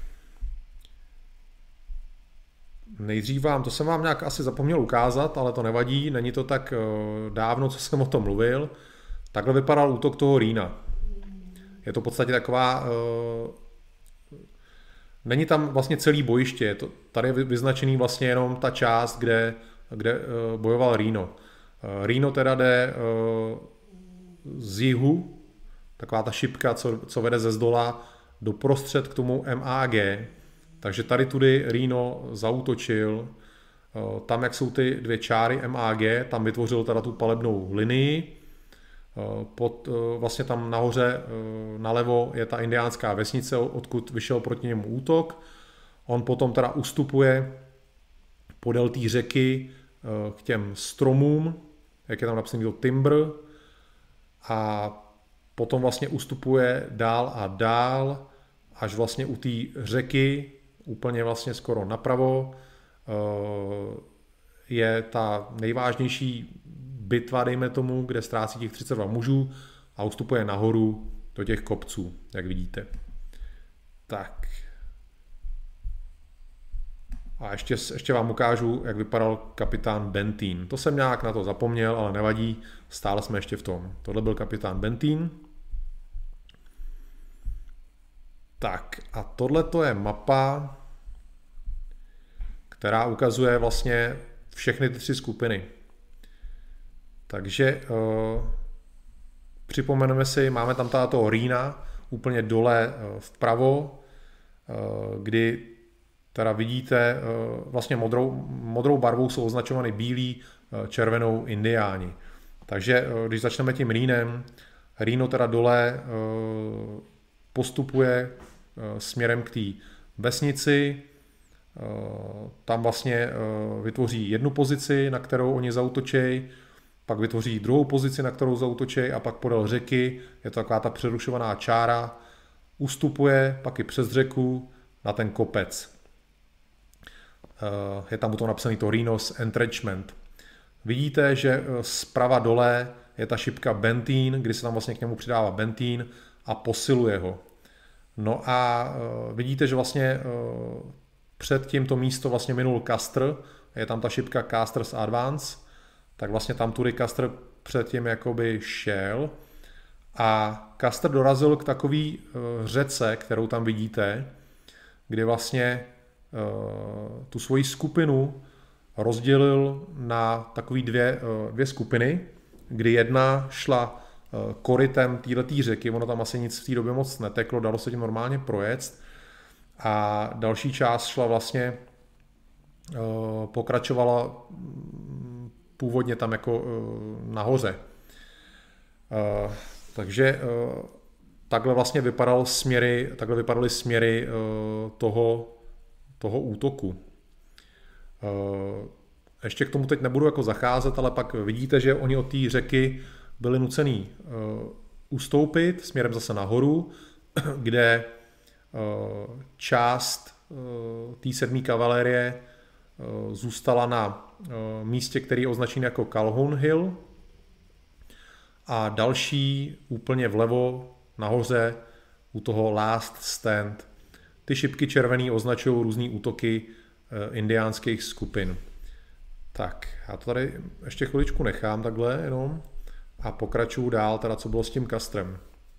Nejdřív vám, to jsem vám nějak asi zapomněl ukázat, ale to nevadí, není to tak dávno, co jsem o tom mluvil. Takhle vypadal útok toho Reena. Je to v podstatě taková... Není tam vlastně celý bojiště, je to, tady je vyznačený vlastně jenom ta část, kde, kde bojoval Reno. Reno teda jde z jihu, taková ta šipka, co, co vede ze zdola, doprostřed k tomu M A G. Takže tady tudy Reno zaútočil. Tam, jak jsou ty dvě čáry M A G, tam vytvořil teda tu palebnou linii. Pod, vlastně tam nahoře nalevo je ta indiánská vesnice, odkud vyšel proti němu útok. On potom teda ustupuje podél té řeky k těm stromům, jak je tam napsaný to timber, a potom vlastně ustupuje dál a dál, až vlastně u té řeky, úplně vlastně skoro napravo, je ta nejvážnější bitva, dejme tomu, kde ztrácí těch třicet dva mužů a ustupuje nahoru do těch kopců, jak vidíte. Tak. A ještě, ještě vám ukážu, jak vypadal kapitán Bentín. To jsem nějak na to zapomněl, ale nevadí, stále jsme ještě v tom. Tohle byl kapitán Bentín. Tak a tohle to je mapa, která ukazuje vlastně všechny ty tři skupiny. Takže uh, připomeneme si, máme tam tady toho Reena úplně dole uh, vpravo, uh, kdy teda vidíte, uh, vlastně modrou, modrou barvou jsou označovány bílí, uh, červenou indiáni. Takže uh, když začneme tím Reenem, Reno teda dole uh, postupuje uh, směrem k té vesnici, uh, tam vlastně uh, vytvoří jednu pozici, na kterou oni zaútočí, pak vytvoří druhou pozici, na kterou zaútočí, a pak podél řeky je to taková ta přerušovaná čára ustupuje pak i přes řeku na ten kopec. Je tam u toho napsaný to Rhinos Entrenchment. Vidíte, že zprava dole je ta šipka Bentín, kdy se tam vlastně k němu přidává Bentín a posiluje ho. No a vidíte, že vlastně před tímto místo vlastně minul Custer, je tam ta šipka Custer's Advance, tak vlastně tam tudy Custer předtím jakoby šel a Custer dorazil k takový řece, kterou tam vidíte, kdy vlastně tu svoji skupinu rozdělil na takové dvě, dvě skupiny, kdy jedna šla korytem této řeky, ono tam asi nic v té době moc neteklo, dalo se tím normálně projet, a další část šla vlastně, pokračovala původně tam jako nahoře. Takže takhle vlastně vypadal směry, takhle vypadaly směry toho, toho útoku. Ještě k tomu teď nebudu jako zacházet, ale pak vidíte, že oni od té řeky byli nucený ustoupit směrem zase nahoru, kde část té sedmé kavalérie zůstala na místě, který je označený jako Calhoun Hill, a další úplně vlevo nahoře u toho Last Stand. Ty šipky červený označují různý útoky indiánských skupin. Tak, já to tady ještě chviličku nechám takhle jenom a pokračuju dál, teda co bylo s tím Custerem.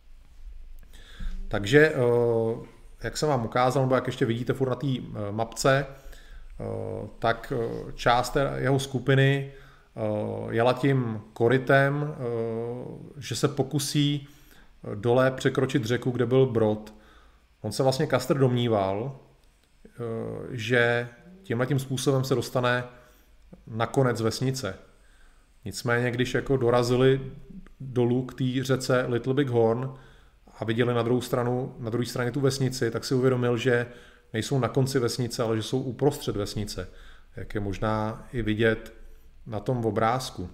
Takže, jak jsem vám ukázal, nebo jak ještě vidíte furt na té mapce, tak část jeho skupiny jela tím korytem, že se pokusí dole překročit řeku, kde byl brod. On se vlastně Custer domníval, že tímhletím způsobem se dostane na konec vesnice. Nicméně, když jako dorazili dolů k té řece Little Big Horn a viděli na druhou stranu, na druhé straně tu vesnici, tak si uvědomil, že nejsou na konci vesnice, ale že jsou uprostřed vesnice, jak je možná i vidět na tom obrázku.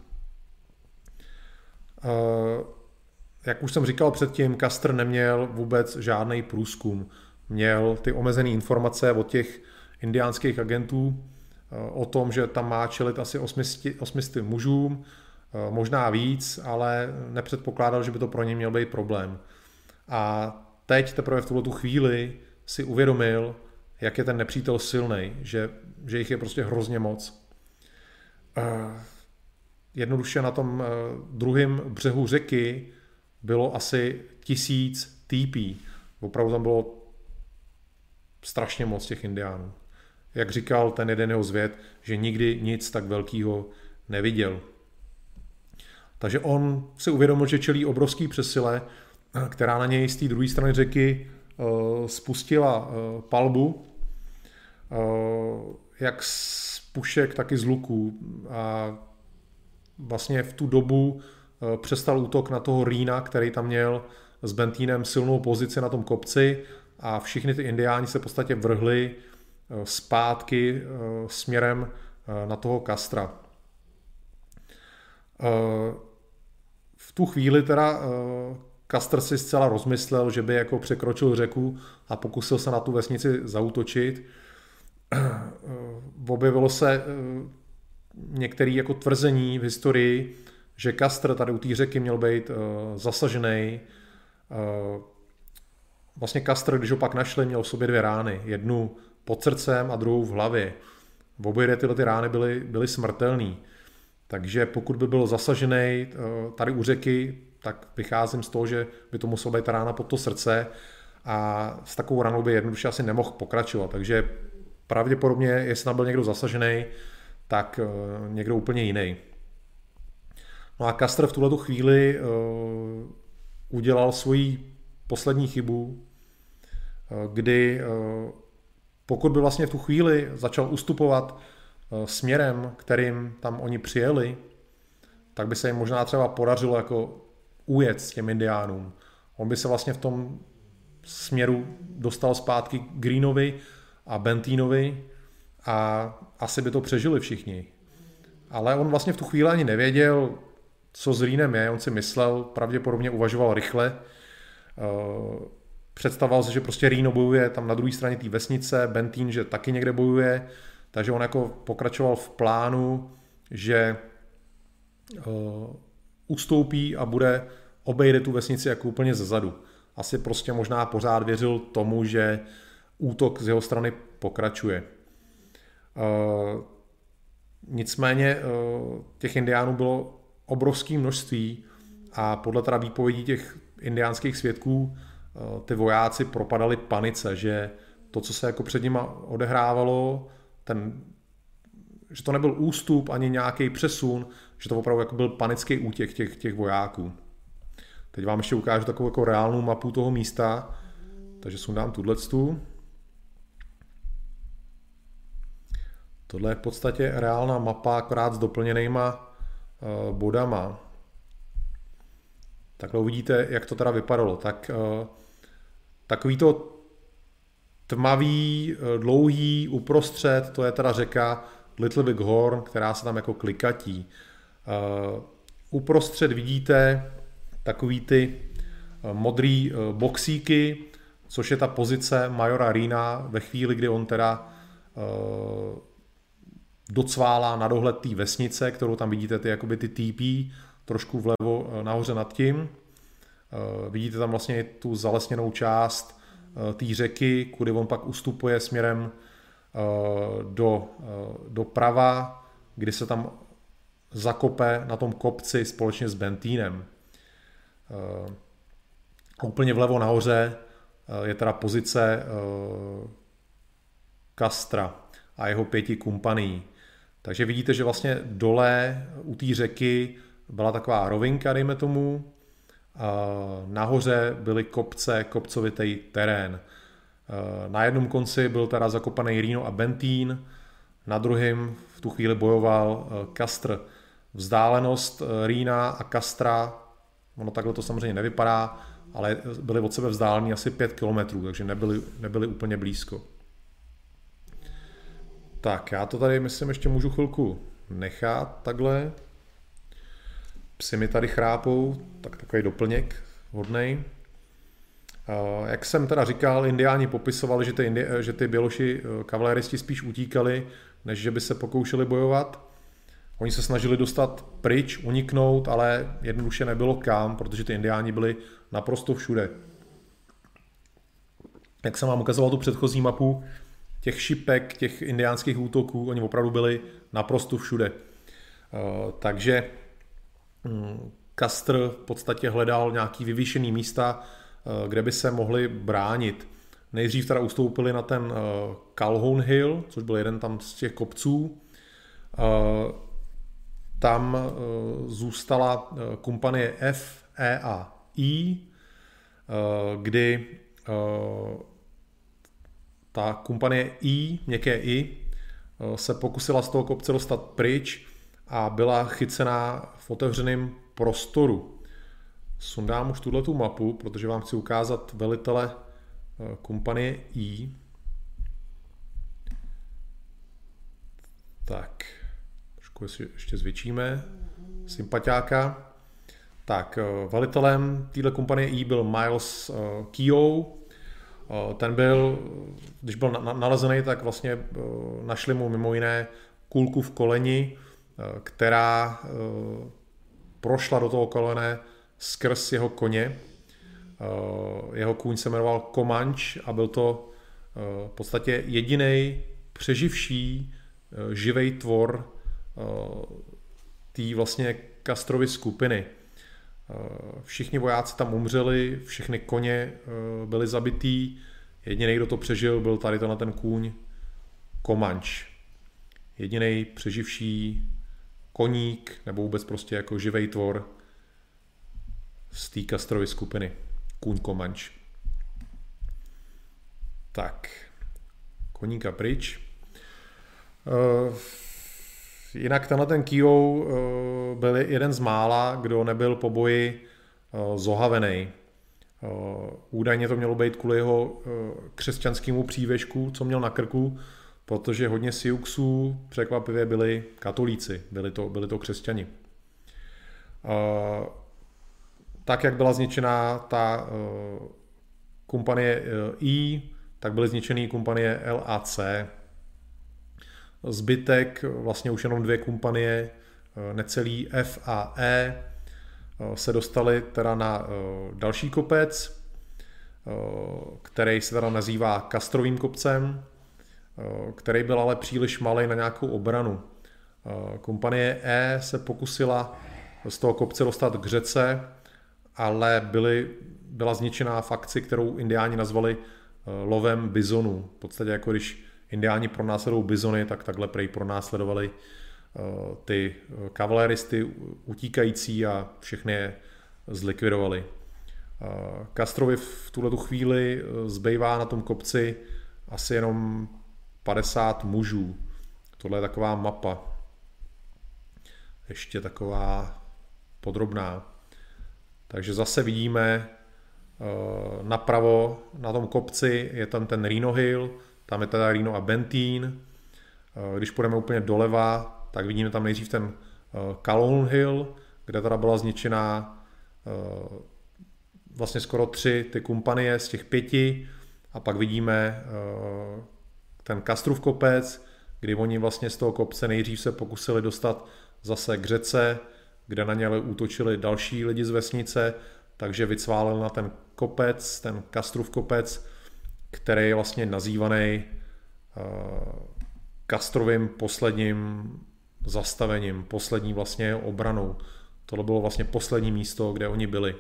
Jak už jsem říkal předtím, Custer neměl vůbec žádný průzkum. Měl ty omezené informace od těch indiánských agentů o tom, že tam má čelit asi osmi sty mužům, možná víc, ale nepředpokládal, že by to pro ně měl být problém. A teď teprve v tuto chvíli si uvědomil, jak je ten nepřítel silnej, že, že jich je prostě hrozně moc. Jednoduše na tom druhém břehu řeky bylo asi tisíc týpí. Opravdu tam bylo strašně moc těch indiánů. Jak říkal ten jeden jeho zvěd, že nikdy nic tak velkého neviděl. Takže on si uvědomil, že čelí obrovský přesile, která na něj z té druhé strany řeky spustila palbu, jak z pušek, tak i z luků. A vlastně v tu dobu přestal útok na toho Rýna, který tam měl s Bentínem silnou pozici na tom kopci, a všichni ty indiáni se v podstatě vrhli zpátky směrem na toho Custera. V tu chvíli teda Custer si zcela rozmyslel, že by jako překročil řeku a pokusil se na tu vesnici zaútočit. Objevilo se některé jako tvrzení v historii, že Custer tady u té řeky měl být zasažený. Vlastně Custer, když ho pak našli, měl v sobě dvě rány. Jednu pod srdcem a druhou v hlavě. V obě tyhle ty rány byly, byly smrtelné. Takže pokud by byl zasažený tady u řeky, tak vycházím z toho, že by to musela být ta rána pod to srdce a s takovou ranou by jednoduše asi nemohl pokračovat. Takže pravděpodobně, jestli tam byl někdo zasažený, tak někdo úplně jiný. No a Custer v tuhletu chvíli udělal svoji poslední chybu, kdy pokud by vlastně v tu chvíli začal ustupovat směrem, kterým tam oni přijeli, tak by se jim možná třeba podařilo jako ujet s těm indiánům. On by se vlastně v tom směru dostal zpátky k Greenovi a Bentínovi a asi by to přežili všichni. Ale on vlastně v tu chvíli ani nevěděl, co s Reenem je. On si myslel, pravděpodobně uvažoval rychle. představoval se, že prostě Reno bojuje tam na druhé straně té vesnice, Bentín, že taky někde bojuje, takže on jako pokračoval v plánu, že uh, ustoupí a bude obejde tu vesnici jako úplně zezadu. Asi prostě možná pořád věřil tomu, že útok z jeho strany pokračuje. Uh, nicméně uh, těch indiánů bylo obrovské množství a podle teda výpovědí těch indiánských svědků uh, ty vojáci propadali panice, že to, co se jako před nima odehrávalo, ten, že to nebyl ústup ani nějaký přesun, že to opravdu jako byl panický útěk těch, těch vojáků. Teď vám ještě ukážu takovou jako reálnou mapu toho místa, takže sundám tuto. Tohle je v podstatě reálná mapa, akorát s doplněnýma uh, bodama. Takhle uvidíte, jak to teda vypadalo. Tak, uh, takový to tmavý, uh, dlouhý uprostřed, to je teda řeka Little Big Horn, která se tam jako klikatí. Uh, uprostřed vidíte takový ty uh, modrý uh, boxíky, což je ta pozice majora Reena ve chvíli, kdy on teda uh, docválá na dohled té vesnice, kterou tam vidíte ty, jakoby ty T P, trošku vlevo nahoře nad tím. Vidíte tam vlastně tu zalesněnou část té řeky, kudy on pak ustupuje směrem do, doprava, kdy se tam zakope na tom kopci společně s Bentínem. Úplně vlevo nahoře je teda pozice Castra a jeho pěti kumpanií. Takže vidíte, že vlastně dole u té řeky byla taková rovinka, dejme tomu. Nahoře byly kopce, kopcovitý terén. Na jednom konci byl teda zakopaný Reno a Bentín, na druhém v tu chvíli bojoval Custer. Vzdálenost Reena a Castra, ono takhle to samozřejmě nevypadá, ale byly od sebe vzdálení asi pět kilometrů, takže nebyly, nebyly úplně blízko. Tak, já to tady myslím ještě můžu chvilku nechat takhle. Psi mi tady chrápou, tak takový doplněk hodnej. Jak jsem teda říkal, indiáni popisovali, že ty, indi- že ty běloši kavaleristi spíš utíkali, než že by se pokoušeli bojovat. Oni se snažili dostat pryč, uniknout, ale jednoduše nebylo kam, protože ty indiáni byli naprosto všude. Jak jsem vám ukazoval tu předchozí mapu, těch šipek, těch indiánských útoků, oni opravdu byli naprosto všude. Takže Custer v podstatě hledal nějaký vyvýšený místa, kde by se mohli bránit. Nejdřív teda ustoupili na ten Calhoun Hill, což byl jeden tam z těch kopců. Tam zůstala kompanie F, E a I, kdy ta kompanie I, měkké I, se pokusila z toho kopce dostat pryč a byla chycená v otevřeném prostoru. Sundám už tuhletu mapu, protože vám chci ukázat velitele kompanie I. Tak, trošku ještě zvětšíme sympatiáka. Tak, velitelem téhle kompanie I byl Miles Keogh. Ten byl, když byl nalezený, tak vlastně našli mu mimo jiné kulku v koleni, která prošla do toho kolene skrz jeho koně. Jeho kůň se jmenoval Comanche a byl to v podstatě jediný přeživší živej tvor té vlastně Castrovy skupiny. Všichni vojáci tam umřeli, všechny koně byly zabitý, jediný, kdo to přežil, byl tady tenhle ten kůň Comanche. Jediný přeživší koník, nebo vůbec prostě jako živej tvor z té Castrovy skupiny. Kůň Comanche. Tak, koníka pryč. Uh, jinak tenhle ten Keogh uh, byl jeden z mála, kdo nebyl po boji uh, zohavený. Uh, údajně to mělo být kvůli jeho uh, křesťanskému přívěšku, co měl na krku, protože hodně Siouxů překvapivě byli katolíci, byli to, byli to křesťani. Uh, tak, jak byla zničená ta uh, kompanie I, tak byly zničený kompanie L a C. Zbytek, vlastně už jenom dvě kompanie, necelý F a E, se dostali teda na další kopec, který se teda nazývá Kastrovým kopcem, který byl ale příliš malý na nějakou obranu. Kompanie E se pokusila z toho kopce dostat k řece, ale byly, byla zničená v akci, kterou indiáni nazvali lovem bizonů. V podstatě jako když indiáni pronásledují bizony, tak takhle prej pronásledovali ty kavaleristy utíkající a všechny je zlikvidovali. Castrovi v tuhletu chvíli zbývá na tom kopci asi jenom padesát mužů. Tohle je taková mapa. Ještě taková podrobná. Takže zase vidíme napravo na tom kopci je tam ten Reno Hill, tam je teda Reno a Benteen. Když půjdeme úplně doleva, tak vidíme tam nejdřív ten Calhoun Hill, kde teda byla zničená vlastně skoro tři ty kompanie z těch pěti a pak vidíme ten Castrův kopec, kdy oni vlastně z toho kopce nejdřív se pokusili dostat zase k řece, kde na ně útočili další lidi z vesnice, takže vycválil na ten kopec, ten Castrův kopec, který je vlastně nazývaný Castrovým posledním zastavením, poslední vlastně obranou. Tohle bylo vlastně poslední místo, kde oni byli.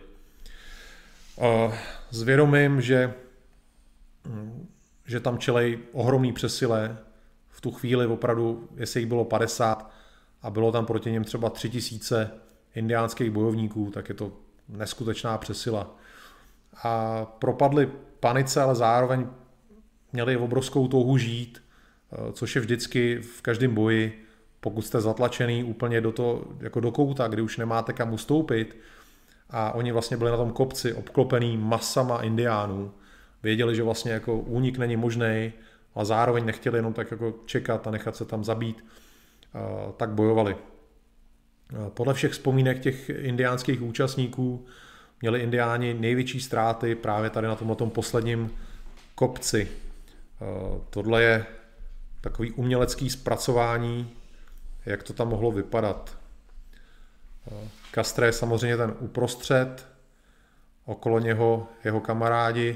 S vědomím, že, že tam čelej ohromný přesile, v tu chvíli opravdu, jestli jich bylo padesát a bylo tam proti něm třeba tři tisíce indiánských bojovníků, tak je to neskutečná přesila. A propadli panice, ale zároveň měli obrovskou touhu žít, což je vždycky v každém boji, pokud jste zatlačený úplně do, to, jako do kouta, kdy už nemáte kam ustoupit, a oni vlastně byli na tom kopci obklopený masama indiánů. Věděli, že vlastně jako únik není možný, a zároveň nechtěli jenom tak jako čekat a nechat se tam zabít, tak bojovali. Podle všech vzpomínek těch indiánských účastníků měli indiáni největší ztráty právě tady na tomto posledním kopci. Tohle je takový umělecký zpracování, jak to tam mohlo vypadat. Castre je samozřejmě ten uprostřed, okolo něho jeho kamarádi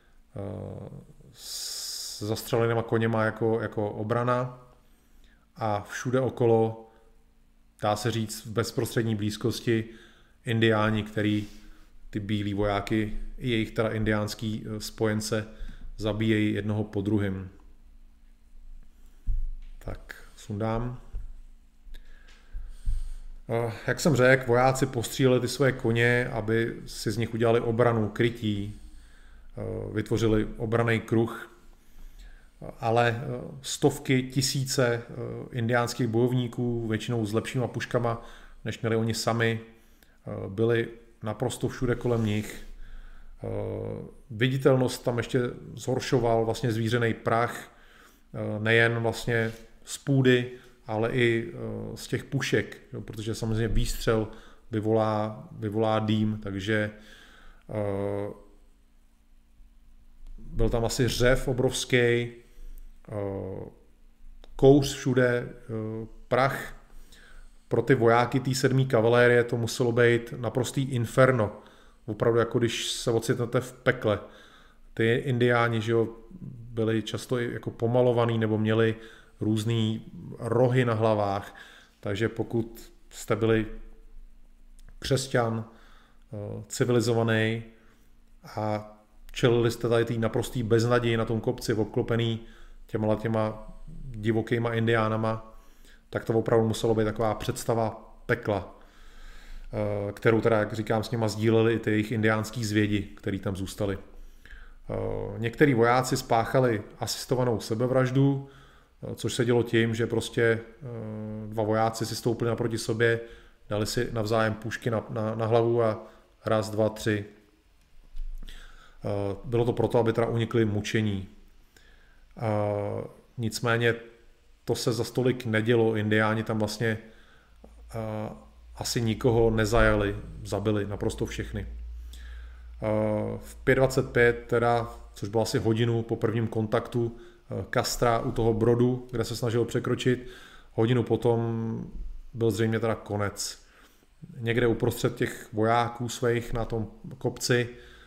s zastřelenýma koněma jako, jako obrana a všude okolo, dá se říct v bezprostřední blízkosti, indiáni, který ty bílí vojáky i jejich teda indiánský spojence zabíjejí jednoho po druhém. Tak, sundám. Jak jsem řekl, vojáci postříleli ty své koně, aby si z nich udělali obranu, krytí, vytvořili obranný kruh, ale stovky, tisíce indiánských bojovníků, většinou s lepšíma puškama, než měli oni sami, byli naprosto všude kolem nich. Viditelnost tam ještě zhoršoval vlastně zvířený prach, nejen vlastně z půdy, ale i z těch pušek, protože samozřejmě výstřel vyvolá, vyvolá dým, takže byl tam asi řev obrovský, kouř všude, prach. Pro ty vojáky té sedmé kavalérie to muselo být naprostý inferno. Opravdu jako když se ocitnete v pekle. Ty indiáni, že jo, byli často jako pomalovaný nebo měli různý rohy na hlavách, takže pokud jste byli křesťan, civilizovaný a čelili jste tady tý naprostý beznaději na tom kopci, obklopený těma těma divokýma indiánama, tak to opravdu muselo být taková představa pekla, kterou teda, jak říkám, s nima sdíleli i ty jejich indiánský zvědi, který tam zůstali. Některý vojáci spáchali asistovanou sebevraždu, což se dělo tím, že prostě dva vojáci si stoupili naproti sobě, dali si navzájem pušky na, na, na hlavu a raz, dva, tři. Bylo to proto, aby teda unikli mučení. Nicméně to se za stolik nedělo, indiáni tam vlastně asi nikoho nezajali, zabili naprosto všechny. V pět dvacet pět teda, což bylo asi hodinu po prvním kontaktu Castra u toho brodu, kde se snažil překročit, hodinu potom byl zřejmě teda konec. Někde uprostřed těch vojáků svých na tom kopci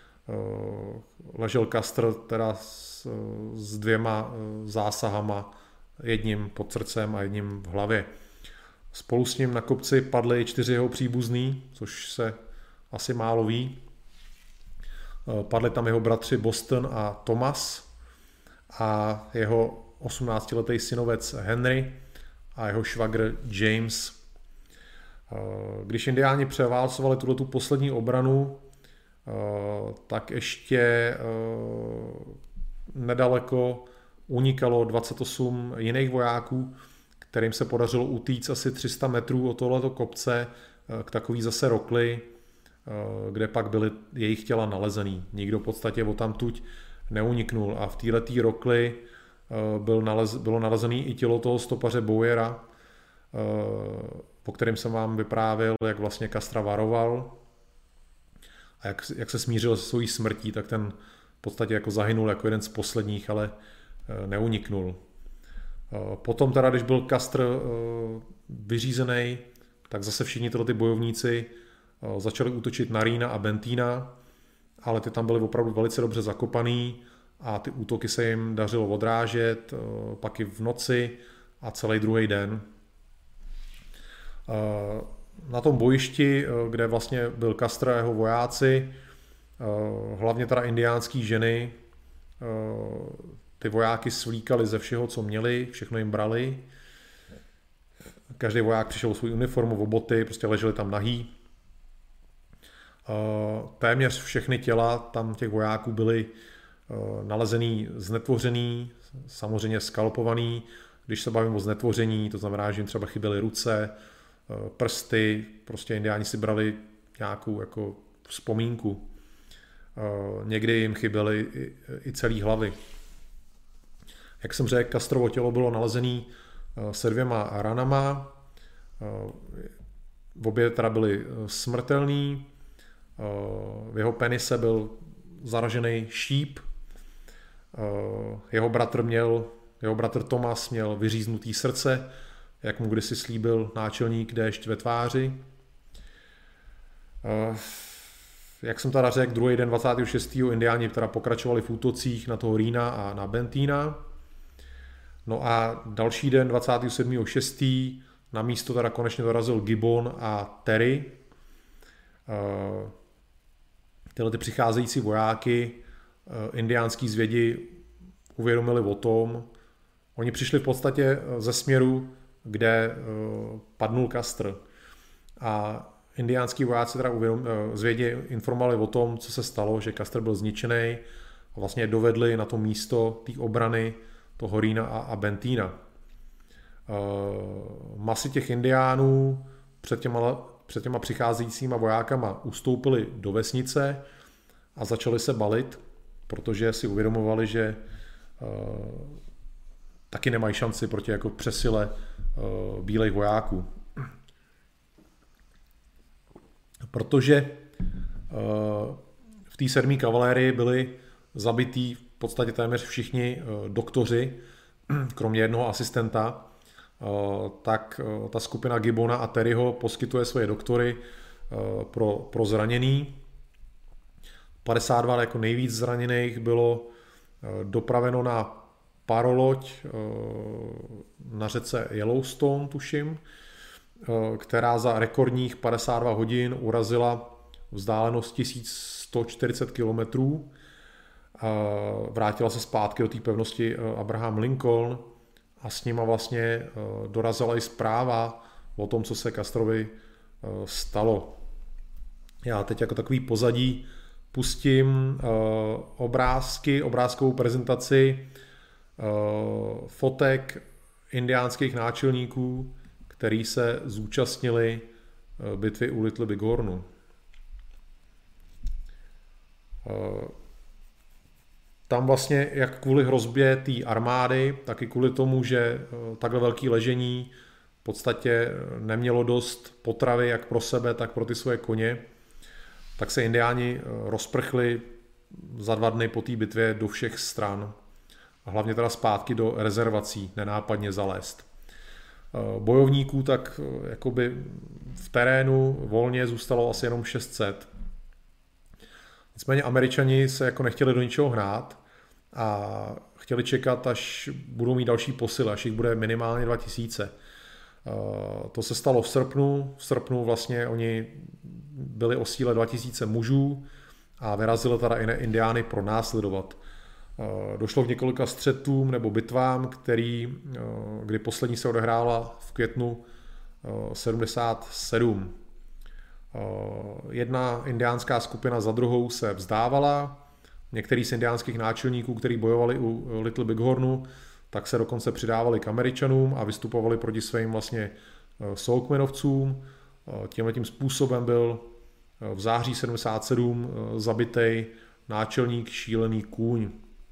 ležel Custer teda s, s dvěma zásahama, jedním pod srdcem a jedním v hlavě. Spolu s ním na kopci padly čtyři jeho příbuzní, což se asi málo ví. Padli tam jeho bratři Boston a Thomas a jeho osmnáctiletý synovec Henry a jeho švagr James. Když indiáni převálcovali tuto poslední obranu, tak ještě nedaleko unikalo dvacet osm jiných vojáků, kterým se podařilo utíct asi tři sta metrů od tohoto kopce k takový zase rokli, kde pak byly jejich těla nalezený. Nikdo v podstatě odtamtud neuniknul a v této rokli byl nalez, bylo nalezený i tělo toho stopaře Bowyera, po kterém jsem vám vyprávěl, jak vlastně Castra varoval a jak, jak se smířil se svojí smrtí, tak ten v podstatě jako zahynul jako jeden z posledních, ale neuniknul. Potom teda, když byl Custer vyřízený, tak zase všichni tyhle ty bojovníci začali útočit na Reena a Bentína, ale ty tam byli opravdu velice dobře zakopaný a ty útoky se jim dařilo odrážet, pak i v noci a celý druhý den. Na tom bojišti, kde vlastně byl Custer a jeho vojáci, hlavně teda indiánský ženy, ty vojáky svlíkali ze všeho, co měli, všechno jim brali. Každý voják přišel o svou uniformu, o boty, prostě leželi tam nahý. Téměř všechny těla tam těch vojáků byly nalezený znetvořený, samozřejmě skalpovaný. Když se bavím o znetvoření, to znamená, že jim třeba chyběly ruce, prsty, prostě indiáni si brali nějakou jako vzpomínku. Někdy jim chyběly i celé hlavy. Jak jsem řekl, Castrovo tělo bylo nalezené se dvěma ranama. Obě teda byly smrtelný. V jeho penise byl zaražený šíp. Jeho bratr měl, jeho bratr Thomas měl vyříznutý srdce, jak mu kdysi slíbil náčelník déšť ve tváři. Jak jsem teda řekl, druhý den dvacátého šestého indiáni teda pokračovali v útocích na toho Reena a na Bentína. No a další den dvacátého sedmého šestého na místo teda konečně dorazil Gibbon a Terry. Tyhle ty přicházející vojáky indiánský zvědi uvědomili o tom. Oni přišli v podstatě ze směru, kde padnul Custer. A indiánský vojáci teda uvědom, zvědi informovali o tom, co se stalo, že Custer byl zničený a vlastně dovedli na to místo té obrany toho Reena a, a Bentína. Masy těch indiánů před těma, před těma přicházejícíma vojákama ustoupili do vesnice a začali se balit, protože si uvědomovali, že taky nemají šanci proti jako přesile bílých vojáků. Protože v té sedmé kavalérii byli zabití v podstatě téměř všichni doktoři, kromě jednoho asistenta, tak ta skupina Gibbona a Terryho poskytuje svoje doktory pro, pro zraněný. padesát dva jako nejvíc zraněných bylo dopraveno na paroloď na řece Yellowstone, tuším, která za rekordních padesát dva hodin urazila vzdálenost tisíc sto čtyřicet kilometrů. Vrátila se zpátky do té pevnosti Abraham Lincoln a s nima vlastně dorazila i zpráva o tom, co se Castrovi stalo. Já teď jako takový pozadí pustím obrázky, obrázkovou prezentaci fotek indiánských náčelníků, který se zúčastnili bitvy u Little Bighornu. Tam vlastně jak kvůli hrozbě té armády, tak i kvůli tomu, že takhle velké ležení v podstatě nemělo dost potravy jak pro sebe, tak pro ty svoje koně, tak se indiáni rozprchli za dva dny po té bitvě do všech stran. A hlavně teda zpátky do rezervací, nenápadně zalézt. Bojovníků tak jakoby v terénu volně zůstalo asi jenom šest set. Nicméně Američani se jako nechtěli do ničeho hnát a chtěli čekat, až budou mít další posily, až jich bude minimálně dva tisíce. To se stalo v srpnu. V srpnu vlastně oni byli o síle dva tisíce mužů a vyrazili teda indiány pronásledovat. Došlo k několika střetům nebo bitvám, který, kdy poslední se odehrála v květnu sedmdesát sedm. Jedna indiánská skupina za druhou se vzdávala. Některý z indiánských náčelníků, kteří bojovali u Little Bighornu, tak se dokonce přidávali k Američanům a vystupovali proti svým vlastně soukmenovcům. Tímhletím způsobem byl v září sedmdesát sedm zabitej náčelník Šílený kůň.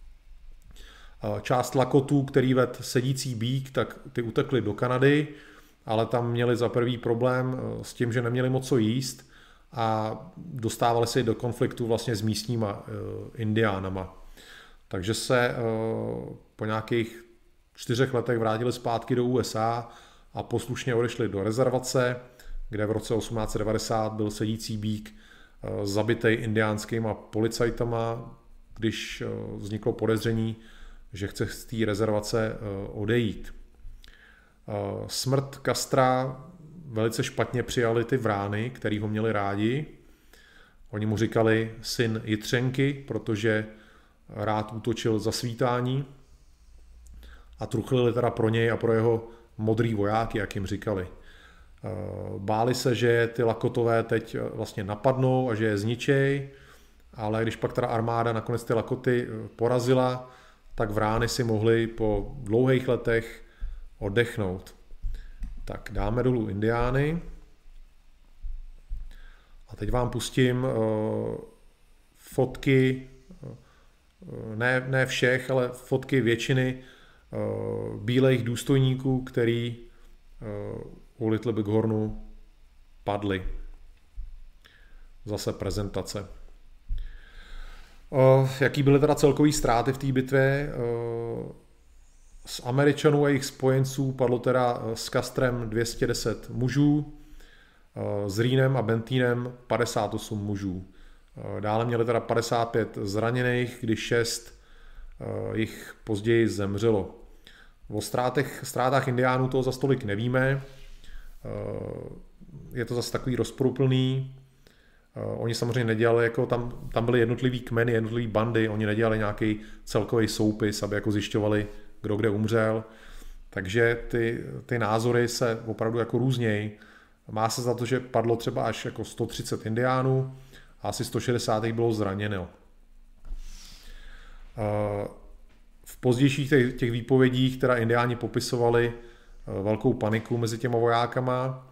Část Lakotů, který ved Sedící bík, tak ty utekli do Kanady, ale tam měli za prvý problém s tím, že neměli moc co jíst a dostávali se do konfliktu vlastně s místníma indiánama. Takže se po nějakých čtyřech letech vrátili zpátky do U S A a poslušně odešli do rezervace, kde v roce osmnáct set devadesát byl Sedící bík zabitej indiánskýma policajtama, když vzniklo podezření, že chce z té rezervace odejít. Smrt Castra velice špatně přijali ty vrány, který ho měli rádi. Oni mu říkali syn Jitřenky, protože rád útočil za svítání a truchlili teda pro něj a pro jeho modrý vojáky, jak jim říkali. Báli se, že ty Lakotové teď vlastně napadnou a že je zničej, ale když pak teda armáda nakonec ty Lakoty porazila, tak vrány si mohli po dlouhých letech oddechnout. Tak dáme dolů indiány. A teď vám pustím uh, fotky, uh, ne, ne všech, ale fotky většiny uh, bílejch důstojníků, který uh, u Little Bighornu padli. Zase prezentace. Uh, jaký byly teda celkový ztráty v té bitvě? Uh, z Američanů a jejich spojenců padlo teda s Castrem dvě stě deset mužů, uh, s Reenem a Bentínem padesát osm mužů. Uh, dále měli teda padesát pět zraněných, když šest uh, jich později zemřelo. O ztrátech, ztrátách indiánů toho za stolik nevíme. Uh, je to zase takový rozporuplný. Oni samozřejmě nedělali, jako tam, tam byly jednotlivý kmeny, jednotlivý bandy, oni nedělali nějaký celkový soupis, aby jako zjišťovali, kdo kde umřel. Takže ty, ty názory se opravdu jako různějí. Má se za to, že padlo třeba až jako sto třicet indiánů a asi sto šedesát jich bylo zraněno. V pozdějších těch, těch výpovědích teda indiáni popisovali velkou paniku mezi těma vojákama,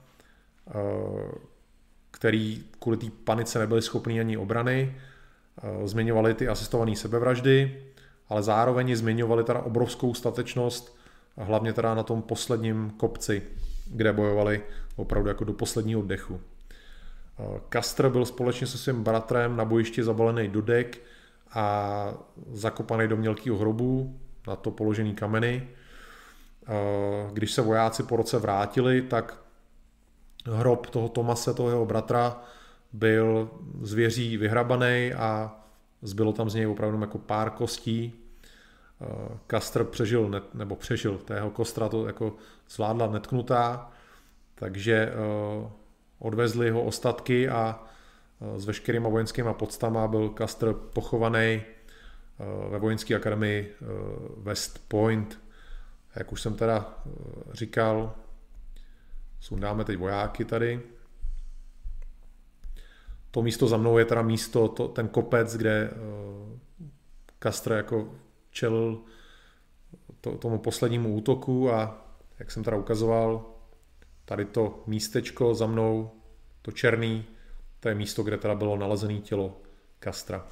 který kvůli té panice nebyli schopni ani obrany, zmiňovali ty asistované sebevraždy, ale zároveň zmiňovali teda obrovskou statečnost, hlavně teda na tom posledním kopci, kde bojovali opravdu jako do posledního dechu. Custer byl společně se svým bratrem na bojišti zabalený do dek a zakopaný do mělkého hrobu, na to položený kameny. Když se vojáci po roce vrátili, tak hrob toho Thomase, toho jeho bratra, byl zvěří vyhrabaný a zbylo tam z něj opravdu jako pár kostí. Custer přežil, net, nebo přežil, ta jeho kostra to jako zvládla netknutá, takže odvezli jeho ostatky a s veškerýma vojenskýma podstama byl Custer pochovaný ve vojenské akademii West Point. Jak už jsem teda říkal, sundáme teď vojáky tady. To místo za mnou je teda místo, to, ten kopec, kde Custer jako čelil to, tomu poslednímu útoku a jak jsem teda ukazoval, tady to místečko za mnou, to černý, to je místo, kde teda bylo nalezené tělo Custera.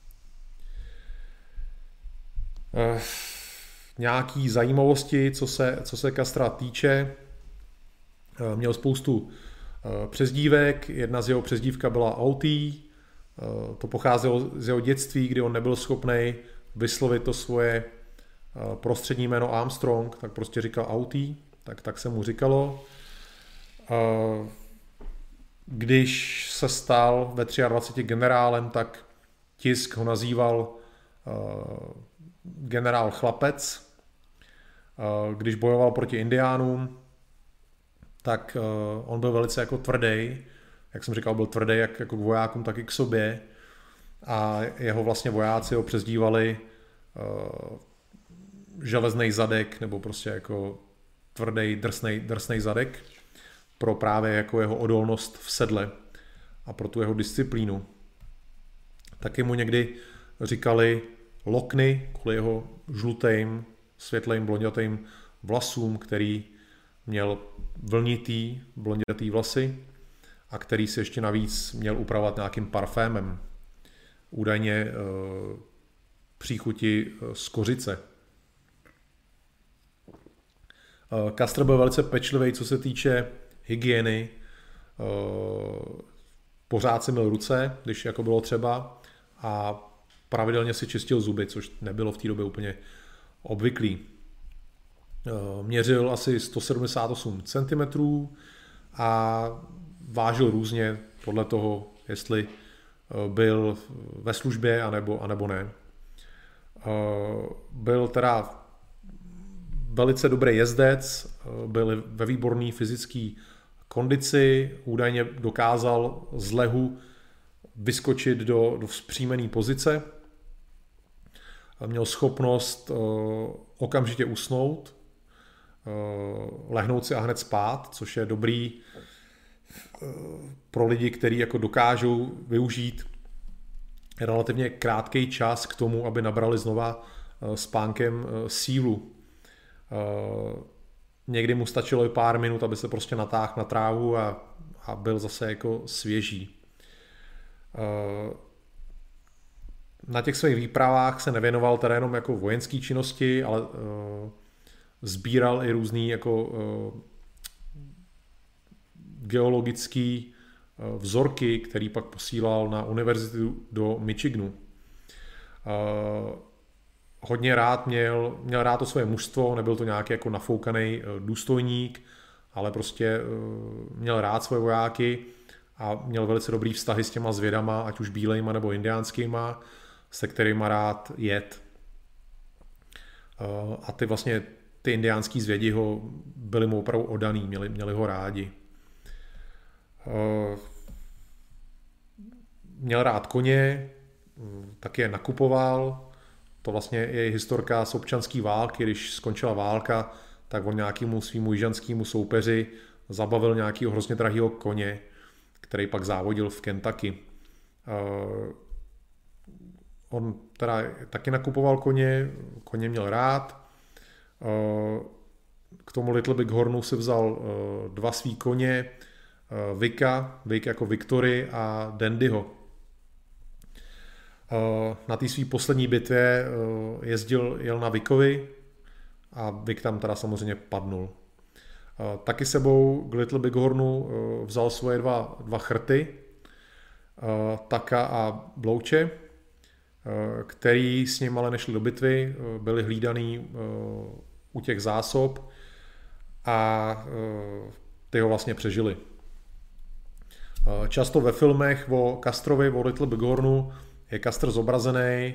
Eh, nějaký zajímavosti, co se, co se Custera týče. Eh, měl spoustu eh, přezdívek, jedna z jeho přezdívka byla O T, To pocházelo z jeho dětství, kdy on nebyl schopný vyslovit to svoje prostřední jméno Armstrong, tak prostě říkal Autý, tak, tak se mu říkalo. Když se stal ve dvaceti třech generálem, tak tisk ho nazýval generál Chlapec. Když bojoval proti indiánům, tak on byl velice jako tvrdý, jak jsem říkal, byl tvrdý jak jako k vojákům, tak i k sobě. A jeho vlastně vojáci ho přezdívali uh, železný zadek, nebo prostě jako tvrdý, drsnej, drsnej zadek, pro právě jako jeho odolnost v sedle a pro tu jeho disciplínu. Taky mu někdy říkali Lokny kvůli jeho žlutým, světlým, blondětým vlasům, který měl vlnitý, blondětý vlasy a který si ještě navíc měl upravovat nějakým parfémem. Údajně e, příchuti z kořice. E, Custer byl velice pečlivý, co se týče hygieny. E, pořád si myl ruce, když jako bylo třeba, a pravidelně si čistil zuby, což nebylo v té době úplně obvyklý. E, měřil asi sto sedmdesát osm centimetrů a vážil různě podle toho, jestli byl ve službě anebo, anebo ne. Byl teda velice dobrý jezdec, byl ve výborné fyzické kondici, údajně dokázal z lehu vyskočit do, do vzpřímené pozice, měl schopnost okamžitě usnout, lehnout si a hned spát, což je dobrý pro lidi, kteří jako dokážou využít relativně krátký čas k tomu, aby nabrali znova spánkem sílu. Někdy mu stačilo i pár minut, aby se prostě natáhl na trávu a, a byl zase jako svěží. Na těch svých výpravách se nevěnoval teda jenom jako vojenské činnosti, ale sbíral i různý jako geologický vzorky, který pak posílal na univerzitu do Michiganu. Hodně rád měl, měl rád to svoje mužstvo, nebyl to nějaký jako nafoukaný důstojník, ale prostě měl rád svoje vojáky a měl velice dobrý vztahy s těma zvědama, ať už bílejma nebo indiánskýma, se kterými rád jet. A ty vlastně ty indiánský zvědi ho byli mu opravdu oddaný, měli, měli ho rádi. Měl rád koně, taky je nakupoval. To vlastně je historka z občanské války. Když skončila válka, tak on nějakému svýmu jižanskému soupeři zabavil nějakého hrozně drahého koně, který pak závodil v Kentucky. On teda taky nakupoval koně, koně měl rád. K tomu Little Big Hornu si vzal dva svý koně, Vika, Vic jako Victory a Dandyho. Na té své poslední bitvě jezdil, jel na Vickovi a Vic tam teda samozřejmě padnul. Taky sebou k Little Big Hornu vzal svoje dva, dva chrty, Taka a Blouče, který s ním ale nešli do bitvy, byli hlídaný u těch zásob a ty ho vlastně přežili. Často ve filmech o Custerovi, o Little Big Hornu, je Custer zobrazený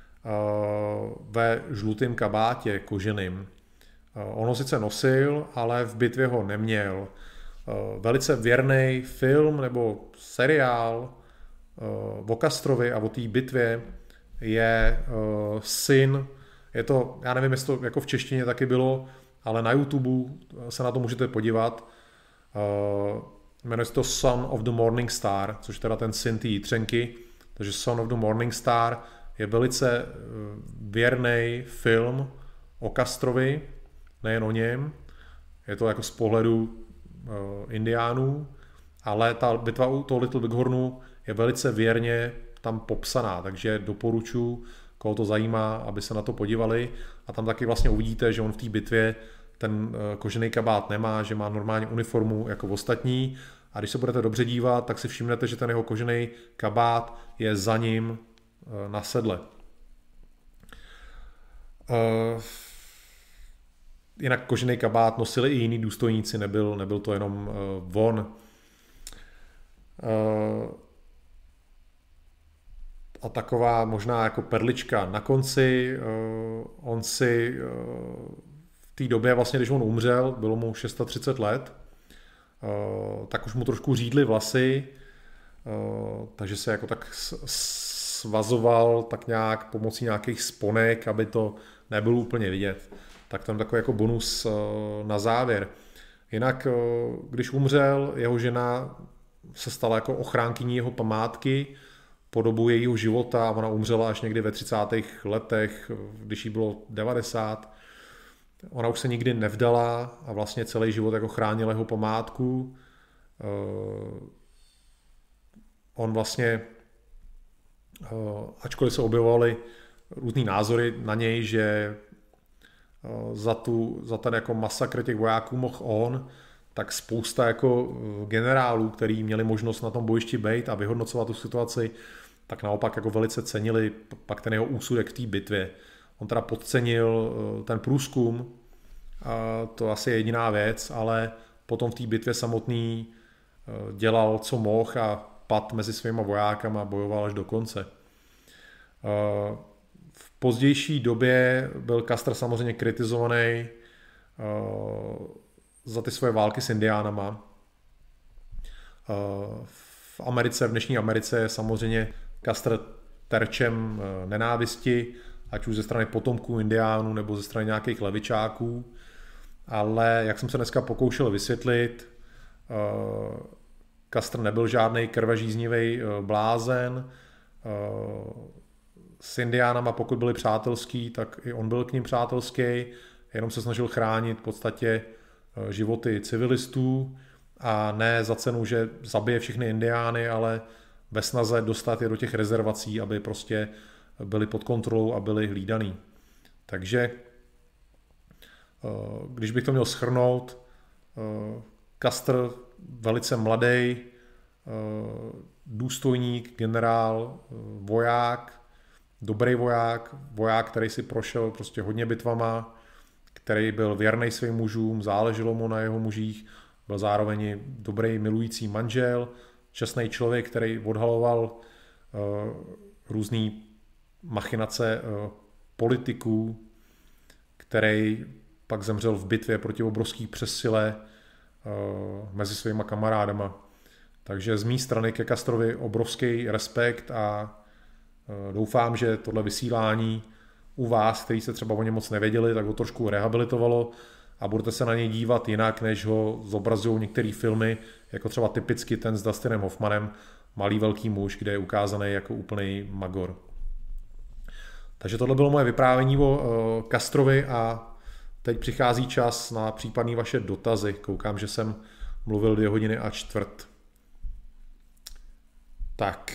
ve žlutém kabátě koženým. On ho sice nosil, ale v bitvě ho neměl. Velice věrný film nebo seriál o Custerovi a o té bitvě je Syn. Je to, já nevím, jestli to jako v češtině taky bylo, ale na YouTube se na to můžete podívat. Jmenuje se to Son of the Morning Star, což je teda ten syn té jitřenky. Takže Son of the Morning Star je velice věrný film o Custerovi, nejen o něm. Je to jako z pohledu uh, indiánů, ale ta bitva u toho Little Big Hornu je velice věrně tam popsaná, takže doporučuji, koho to zajímá, aby se na to podívali. A tam taky vlastně uvidíte, že on v té bitvě ten kožený kabát nemá, že má normálně uniformu jako ostatní A když se budete dobře dívat, tak si všimnete, že ten jeho kožený kabát je za ním na sedle. Jinak kožený kabát nosili i jiní důstojníci, nebyl, nebyl to jenom on. A taková možná jako perlička na konci, on si v té době, vlastně když on umřel, bylo mu třicet šest let, tak už mu trošku řídly vlasy, takže se jako tak svazoval tak nějak pomocí nějakých sponek, aby to nebylo úplně vidět. Tak tam takový jako bonus na závěr. Jinak, když umřel, jeho žena se stala jako ochránkyní jeho památky po dobu jejího života. Ona umřela až někdy ve třicátých letech, když jí bylo devadesát. Ona už se nikdy nevdala a vlastně celý život jako chránila jeho památku. On vlastně, ačkoliv se objevovaly různý názory na něj, že za, tu, za ten jako masakr těch vojáků mohl on, tak spousta jako generálů, kteří měli možnost na tom bojišti být a vyhodnocovat tu situaci, tak naopak jako velice cenili pak ten jeho úsudek v té bitvě. On teda podcenil ten průzkum, to asi je jediná věc, ale potom v té bitvě samotný dělal, co mohl a pad mezi svýma vojákama, bojoval až do konce. V pozdější době byl Custer samozřejmě kritizovaný za ty svoje války s indiánama. V Americe, v dnešní Americe je samozřejmě Custer terčem nenávisti, ať už ze strany potomků indiánů nebo ze strany nějakých levičáků. Ale jak jsem se dneska pokoušel vysvětlit, Custer nebyl žádný krvežíznivý blázen. S indiánama, pokud byli přátelský, tak i on byl k ním přátelský, jenom se snažil chránit v podstatě životy civilistů a ne za cenu, že zabije všechny indiány, ale ve snaze dostat je do těch rezervací, aby prostě byli pod kontrolou a byli hlídaný. Takže když bych to měl shrnout, Custer velice mladý, důstojník, generál, voják, dobrý voják, voják, který si prošel prostě hodně bitvama, který byl věrný svým mužům, záleželo mu na jeho mužích, byl zároveň dobrý milující manžel, čestný člověk, který odhaloval uh, různý machinace uh, politiků, který pak zemřel v bitvě proti obrovský přesile uh, mezi svýma kamarádama. Takže z mé strany ke Custerovi obrovský respekt a uh, doufám, že tohle vysílání u vás, kteří jste třeba o něm moc nevěděli, tak ho trošku rehabilitovalo a budete se na něj dívat jinak, než ho zobrazují některé filmy, jako třeba typicky ten s Dustinem Hoffmanem, Malý velký muž, kde je ukázaný jako úplný magor. Takže tohle bylo moje vyprávění o uh, Custerovi a teď přichází čas na případné vaše dotazy. Koukám, že jsem mluvil dvě hodiny a čtvrt. Tak.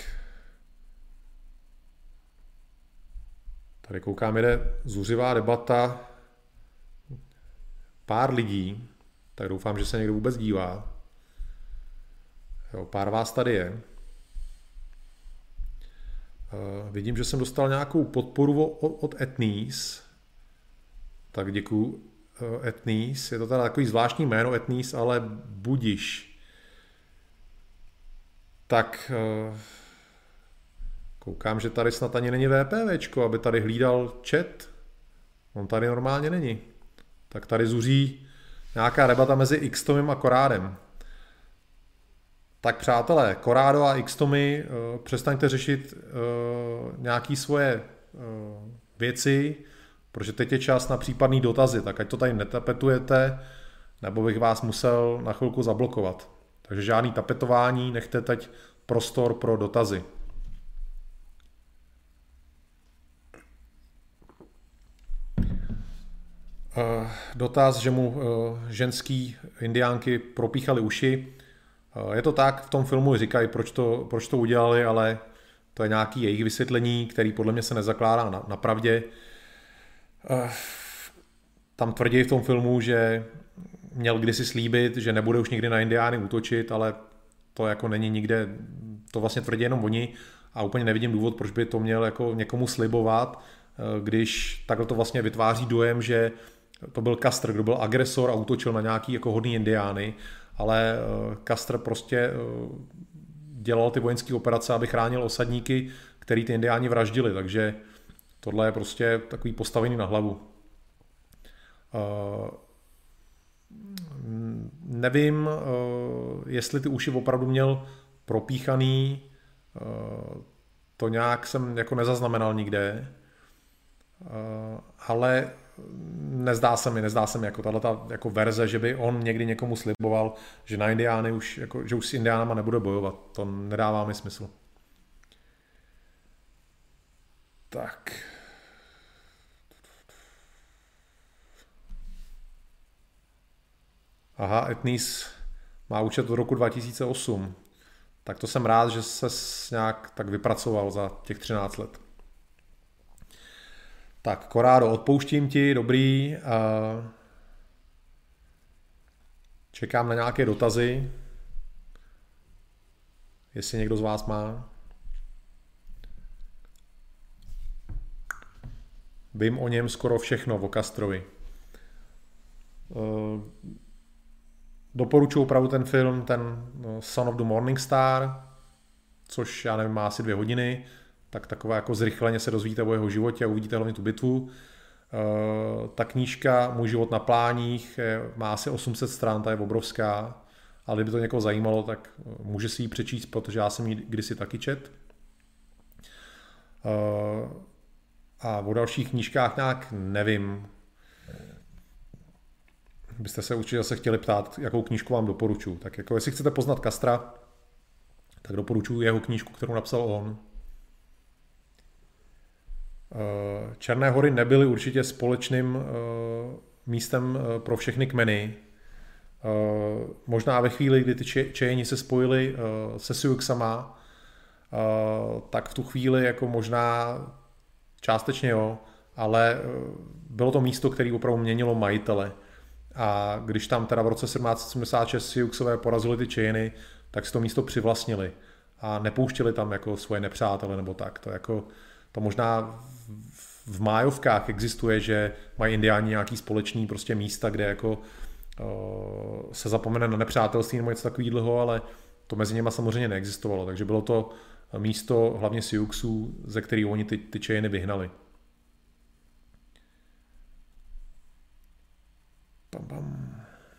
Tady koukám, jde zuřivá debata. Pár lidí, tak doufám, že se někdo vůbec dívá. Jo, pár vás tady je. Uh, vidím, že jsem dostal nějakou podporu od, od Etnies. Tak děkuju, uh, Etnies. Je to teda takový zvláštní jméno Etnies, ale budiš. Tak uh, koukám, že tady snad ani není VPVčko, aby tady hlídal chat. On tady normálně není. Tak tady zuří nějaká debata mezi Xtomem a Korádem. Tak přátelé, Korádo a Xtomy, uh, přestaňte řešit uh, nějaké svoje uh, věci, protože teď je čas na případný dotazy, tak ať to tady netapetujete, nebo bych vás musel na chvilku zablokovat. Takže žádný tapetování, nechte teď prostor pro dotazy. Uh, dotaz, že mu uh, ženský indiánky propíchaly uši. Uh, je to tak, v tom filmu říkají, proč to, proč to udělali, ale to je nějaké jejich vysvětlení, který podle mě se nezakládá na, na pravdě. Uh, tam tvrdí v tom filmu, že měl kdysi slíbit, že nebude už nikdy na indiány útočit, ale to jako není nikde, to vlastně tvrdí jenom oni a úplně nevidím důvod, proč by to měl jako někomu slibovat, když takhle to vlastně vytváří dojem, že to byl Custer, kdo byl agresor a útočil na nějaký jako hodný indiány, ale Custer prostě dělal ty vojenské operace, aby chránil osadníky, který ty indiáni vraždili, takže tohle je prostě takový postavený na hlavu. Uh, nevím, uh, jestli ty uši opravdu měl propíchaný, uh, to nějak jsem jako nezaznamenal nikde, uh, ale nezdá se mi, nezdá se mi jako tato jako verze, že by on někdy někomu sliboval, že na indiány už, jako, že už s indiánama nebude bojovat. To nedává mi smysl. Tak. Aha, Etnis má účet od roku dva tisíce osm. Tak to jsem rád, že se nějak tak vypracoval za těch třináct let. Tak, Korádo, odpouštím ti, dobrý. Čekám na nějaké dotazy. Jestli někdo z vás má. Vím o něm skoro všechno, o Castrovi. Doporučuji opravdu ten film, ten Son of the Morning Star, což já nevím, má asi dvě hodiny, tak takové jako zrychleně se dozvíte o jeho životě a uvidíte hlavně tu bitvu. Ta knížka Můj život na pláních má asi osm set stran, ta je obrovská, ale kdyby to někoho zajímalo, tak může si ji přečíst, protože já jsem ji kdysi taky čet. A o dalších knížkách nějak nevím. Byste se určitě zase chtěli ptát, jakou knížku vám doporučuji. Tak jako jestli chcete poznat Castra, tak doporučuji jeho knížku, kterou napsal on. Černé hory nebyly určitě společným místem pro všechny kmeny. Možná ve chvíli, kdy ty Čejeni se spojili se Siouxama, tak v tu chvíli jako možná částečně jo, ale bylo to místo, které opravdu měnilo majitele. A když tam teda v roce sedmnáct sedmdesát šest Siouxové porazili ty Cheyeny, tak si to místo přivlastnili a nepouštěli tam jako svoje nepřátele nebo tak. To, jako, to možná v májovkách existuje, že mají indiáni nějaký společný prostě místa, kde jako uh, se zapomene na nepřátelství nebo něco takového, ale to mezi nimi samozřejmě neexistovalo. Takže bylo to místo hlavně Siouxů, ze kterých oni ty, ty Cheyeny vyhnali. Bam, bam.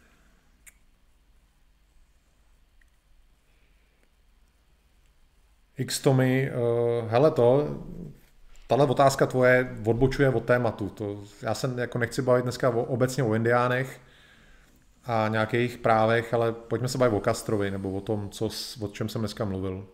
X-Tommy, uh, hele to, tahle otázka tvoje odbočuje od tématu. To, já se jako nechci bavit dneska o, obecně o indiánech a nějakých právech, ale pojďme se bavit o Castrovi nebo o tom, co, o čem jsem dneska mluvil.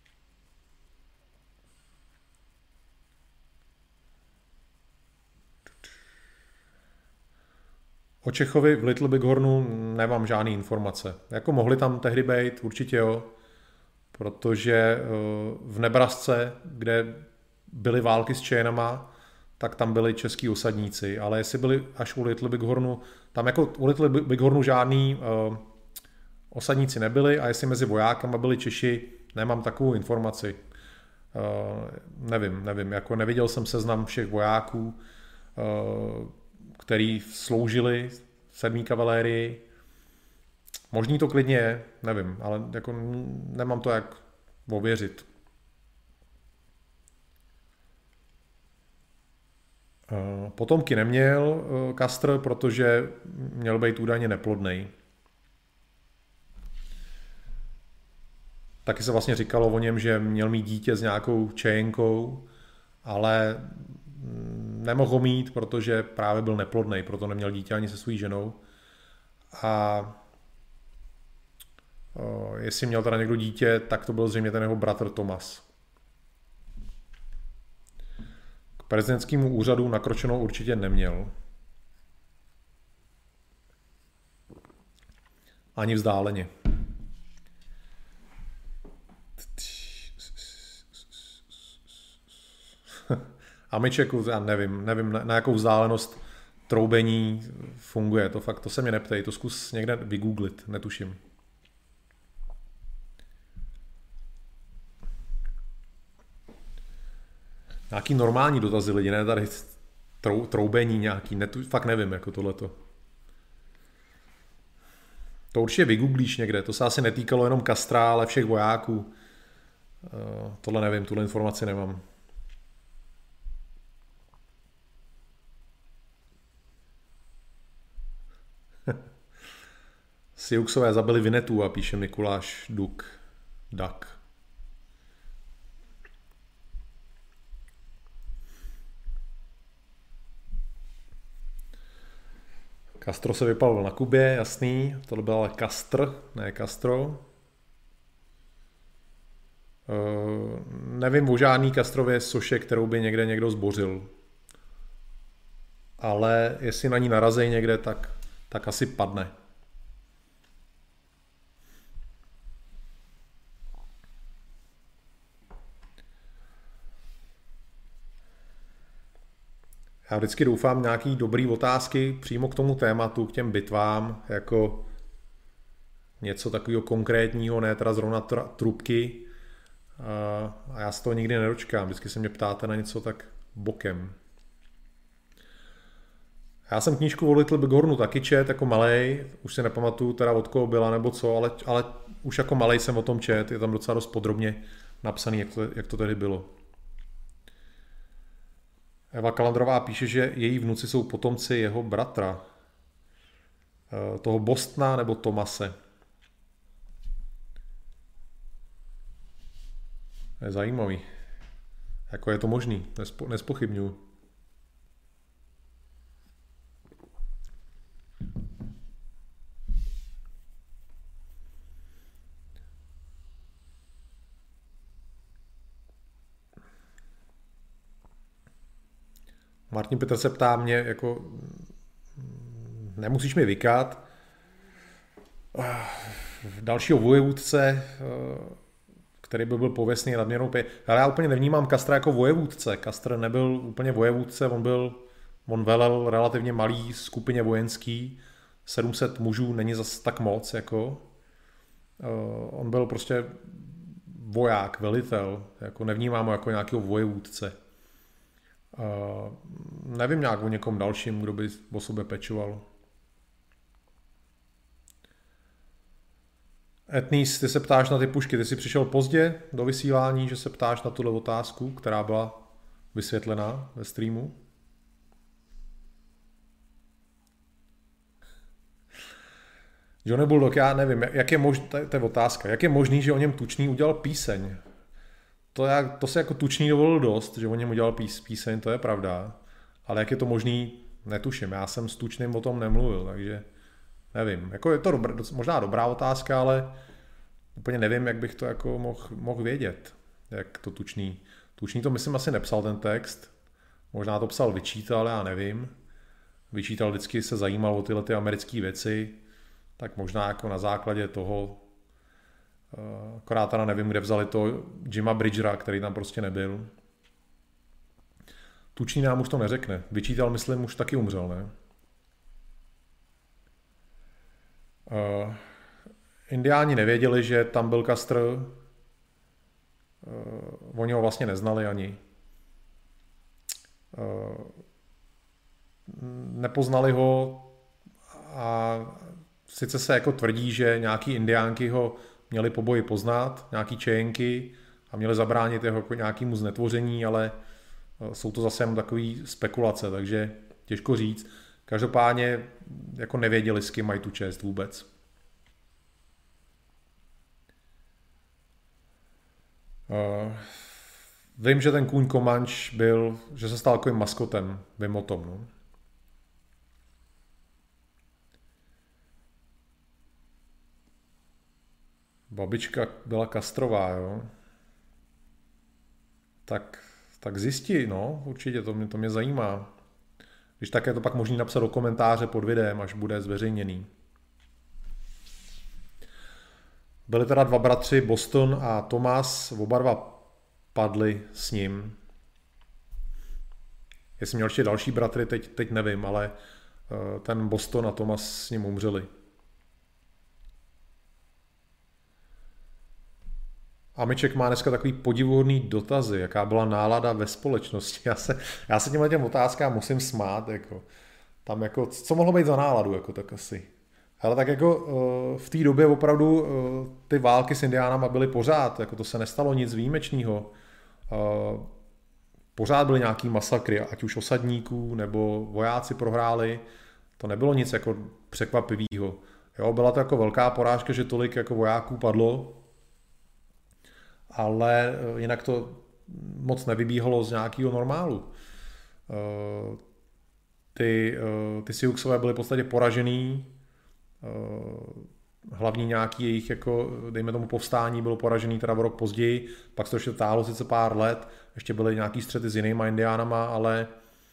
O Čechovi v Little Bighornu nemám žádný informace. Jako mohli tam tehdy být, určitě jo, protože v Nebrasce, kde byly války s Cheyenama, tak tam byli český osadníci, ale jestli byli až u Little Bighornu, tam jako u Little Bighornu žádný uh, osadníci nebyli a jestli mezi vojákama byli Češi, nemám takovou informaci. Uh, nevím, nevím, jako neviděl jsem seznam všech vojáků, uh, který sloužili v sedmý kavalérii. Možný to klidně je, nevím, ale jako nemám to jak ověřit. Potomky neměl Custer, protože měl být údajně neplodnej. Taky se vlastně říkalo o něm, že měl mít dítě s nějakou Cheyenkou, ale nemohl mít, protože právě byl neplodnej, proto neměl dítě ani se svou ženou. A o, jestli měl teda někdo dítě, tak to byl zřejmě ten jeho bratr Thomas. K prezidentskému úřadu nakročenou určitě neměl. Ani vzdáleně. Amičeku, já nevím, nevím na, na jakou vzdálenost troubení funguje, to fakt, to se mě neptej, to zkus někde vygooglit, netuším. Nějaký normální dotazy lidi, ne tady trou, troubení nějaký, ne, fakt nevím, jako tohleto. To určitě vygooglíš někde, to se asi netýkalo jenom Castra, ale všech vojáků. Uh, tohle nevím, tuhle informaci nemám. Siuxové zabili Vinetu a píše Mikuláš Duk. Dak. Castro se vypalil na Kubě, jasný. Tohle byl ale Castr, ne Castro. Uh, nevím o žádný Castrově soše, kterou by někde někdo zbořil. Ale jestli na ní narazí někde, tak, tak asi padne. Já vždycky doufám nějaký dobrý otázky přímo k tomu tématu, k těm bitvám, jako něco takového konkrétního, ne teda zrovna tr- trubky. A já se toho nikdy nedočkám. Vždycky se mě ptáte na něco tak bokem. Já jsem knížku o Little Bighornu taky čet jako malej, už si nepamatuju teda od koho byla nebo co, ale, ale už jako malej jsem o tom čet, je tam docela dost podrobně napsaný, jak to, jak to tedy bylo. Eva Kalandrová píše, že její vnuci jsou potomci jeho bratra, toho Bostona nebo Tomase. Je zajímavý. Jako je to možný, Nespo, nespochybňuju. Martin Petr se ptá mě, jako nemusíš mi vykat. Dalšího vojevůdce, který by byl pověstný nadměrnou pě... Ale já úplně nevnímám Castra jako vojevůdce. Castr nebyl úplně vojevůdce, on byl, on velel relativně malý skupině vojenský. sedm set mužů není zas tak moc, jako. On byl prostě voják, velitel, jako nevnímám ho jako nějakého vojevůdce. Uh, nevím nějak o někom dalším, kdo by o sobě pečoval. Etnis, ty se ptáš na ty pušky, ty jsi přišel pozdě do vysílání, že se ptáš na tuhle otázku, která byla vysvětlená ve streamu. Johnny Bulldog, já nevím, jak je možný, to je otázka, jak je možný, že o něm Tučný udělal píseň? To, já, to se jako Tučný dovolil dost, že o něm udělal pís, píseň, to je pravda. Ale jak je to možný, netuším. Já jsem s Tučným o tom nemluvil, takže nevím. Jako je to dobrá, možná dobrá otázka, ale úplně nevím, jak bych to jako mohl, mohl vědět. Jak to Tučný. Tučný to myslím asi nepsal ten text. Možná to psal Vyčítal, já nevím. Vyčítal vždycky se zajímal o tyhle ty americké věci. Tak možná jako na základě toho. Akorát teda nevím, kde vzali to Jima Bridgera, který tam prostě nebyl. Tučný nám už to neřekne. Vyčítal, myslím, už taky umřel, ne? Uh, Indiáni nevěděli, že tam byl Castr. Uh, oni ho vlastně neznali ani. Uh, nepoznali ho a sice se jako tvrdí, že nějaký indiánky ho měli po boji poznat, nějaký čejenky a měli zabránit jeho jako nějakému znetvoření, ale jsou to zase jen takové spekulace, takže těžko říct. Každopádně jako nevěděli, s kým mají tu čest vůbec. Uh, vím, že ten kůň Komanč byl, že se stal takovým maskotem, vím o tom. No. Babička byla Castrová, jo. Tak, tak zjistí, no, určitě, to mě, to mě zajímá. Když tak je to pak možný napsat do komentáře pod videem, až bude zveřejněný. Byli teda dva bratři, Boston a Thomas, oba dva padli s ním. Jestli měl ještě další bratry, teď, teď nevím, ale ten Boston a Thomas s ním umřeli. Amiček má dneska takový podivuhodný dotazy, jaká byla nálada ve společnosti. Já se, já se těmhle těm otázkám musím smát, jako. Tam jako, co mohlo být za náladu, jako tak asi. Ale tak jako eh, v té době opravdu eh, ty války s indiánama byly pořád, jako to se nestalo nic výjimečného. Eh, Pořád byly nějaký masakry, ať už osadníků nebo vojáci prohráli. To nebylo nic jako překvapivého. Jo, byla to jako velká porážka, že tolik jako vojáků padlo, ale jinak to moc nevybíhalo z nějakého normálu. Ty, ty Siouxové byly v podstatě poražený, hlavní nějaký jejich, jako, dejme tomu, povstání bylo poražený teda o rok později, pak se to ještě táhlo sice pár let, ještě byly nějaký střety s jinýma indiánama, ale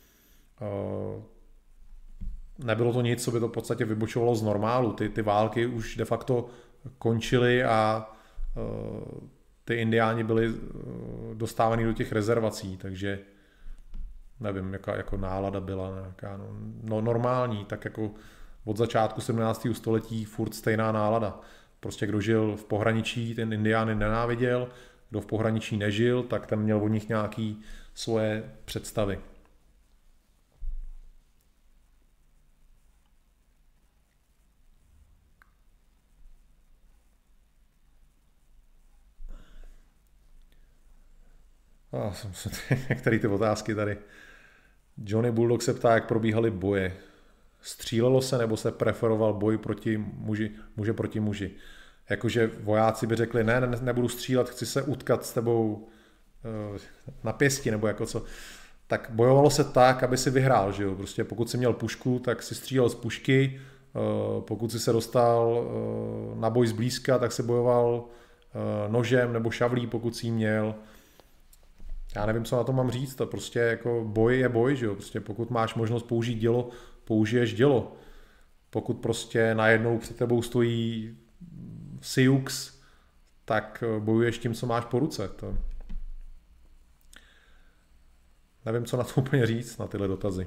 nebylo to nic, co by to v podstatě vybočovalo z normálu. Ty, ty války už de facto končily a ty indiáni byli dostávaný do těch rezervací, takže nevím, jaká jako nálada byla nějaká, no, no normální, tak jako od začátku sedmnáctého století furt stejná nálada. Prostě kdo žil v pohraničí, ten indiány nenáviděl, kdo v pohraničí nežil, tak ten měl od nich nějaký svoje představy. Ah, jsem se některé ty otázky tady. Johnny Bulldog se ptá, jak probíhaly boje. Střílelo se nebo se preferoval boj proti muži, muže proti muži? Jakože vojáci by řekli, ne, ne, nebudu střílet, chci se utkat s tebou na pěsti, nebo jako co. Tak bojovalo se tak, aby si vyhrál, že jo? Prostě pokud si měl pušku, tak si střílel z pušky, pokud si se dostal na boj zblízka, tak si bojoval nožem nebo šavlí, pokud si ji měl. Já nevím, co na to mám říct, to prostě jako boj je boj, že jo? Prostě pokud máš možnost použít dělo, použiješ dělo. Pokud prostě najednou před tebou stojí Sioux, tak bojuješ tím, co máš po ruce. To... Nevím, co na to úplně říct, na tyhle dotazy.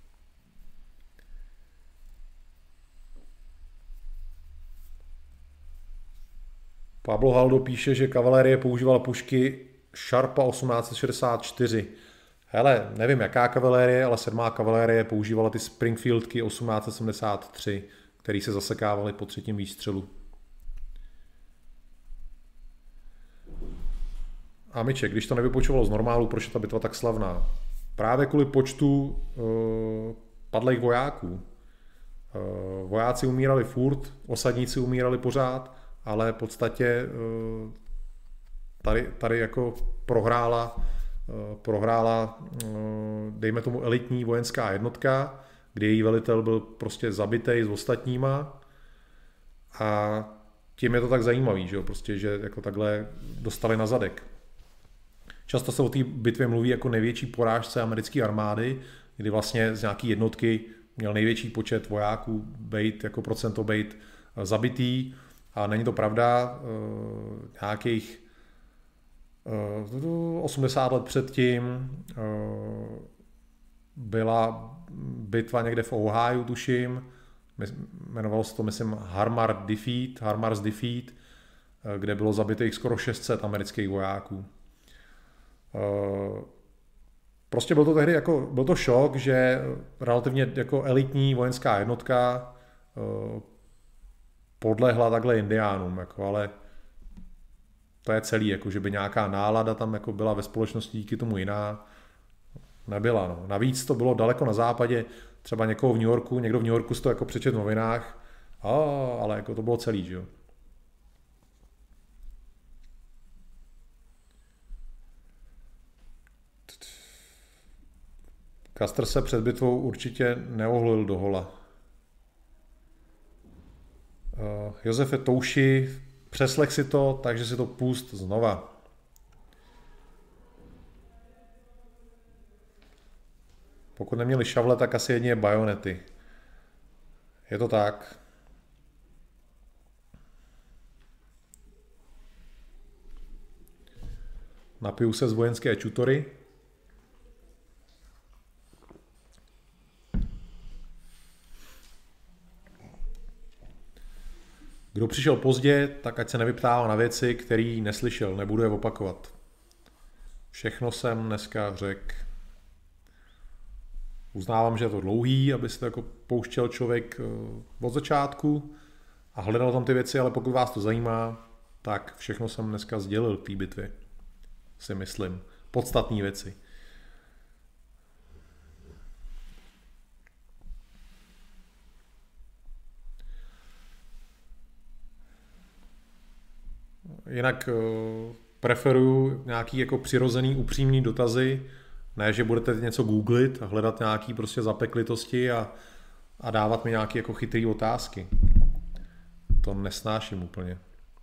Pablo Haldo píše, že kavalérie používala pušky Sharpa osmnáct set šedesát čtyři. Hele, nevím jaká kavalérie, ale sedmá kavalérie používala ty Springfieldky osmnáct set sedmdesát tři, které se zasekávaly po třetím výstřelu. Amiček, když to nevypočovalo z normálu, proč je ta bitva tak slavná? Právě kvůli počtu uh, padlých vojáků. Uh, vojáci umírali furt, osadníci umírali pořád, ale v podstatě uh, tady, tady jako prohrála, uh, prohrála uh, dejme tomu elitní vojenská jednotka, kde její velitel byl prostě zabitej s ostatníma a tím je to tak zajímavý, že jo? Prostě, že jako takhle dostali na zadek. Často se o té bitvě mluví jako největší porážce americké armády, kdy vlastně z nějaké jednotky měl největší počet vojáků bejt, jako procento bejt zabitý a není to pravda. Nějakých osmdesát let předtím byla bitva někde v Ohio, tuším, jmenovalo se to, myslím, Harmar Defeat, Harmar's Defeat, kde bylo zabitých skoro šest set amerických vojáků. Prostě byl to tehdy jako, byl to šok, že relativně jako elitní vojenská jednotka podlehla takhle indiánům, jako, ale to je celý, jako, že by nějaká nálada tam jako byla ve společnosti díky tomu jiná, nebyla. No. Navíc to bylo daleko na západě, třeba někoho v New Yorku, někdo v New Yorku si to jako přečet v novinách, a, ale jako to bylo celý, že jo. Custer se před bitvou určitě neohlil do hola. Uh, Josefe Touši, přeslech si to, takže si to pust znova. Pokud neměli šavle, tak asi jedině bajonety. Je to tak. Napiju se z vojenské čutory. Kdo přišel pozdě, tak ať se nevyptává na věci, který neslyšel, nebudu je opakovat. Všechno jsem dneska řekl. Uznávám, že je to dlouhý, aby se to jako pouštěl člověk od začátku a hledal tam ty věci, ale pokud vás to zajímá, tak všechno jsem dneska sdělil k té bitvě. Si myslím. Podstatné věci. Jinak preferuju nějaký jako přirozený, upřímný dotazy, ne, že budete něco googlit a hledat nějaký prostě zapeklitosti a, a dávat mi nějaké jako chytrý otázky. To nesnáším úplně.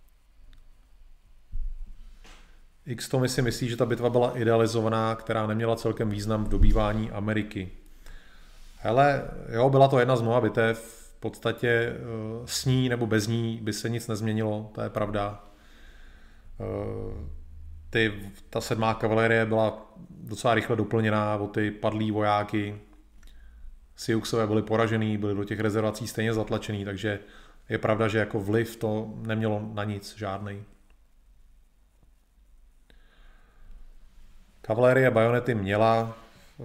X to mi si myslí, že ta bitva byla idealizovaná, která neměla celkem význam v dobývání Ameriky. Hele, jo, byla to jedna z mnoha bitev, v podstatě s ní nebo bez ní by se nic nezměnilo, to je pravda. Ty, ta sedmá kavalérie byla docela rychle doplněná o ty padlý vojáky. Siouxové byli poražený, byli do těch rezervací stejně zatlačený, takže je pravda, že jako vliv to nemělo na nic žádnej. Kavalérie bajonety měla,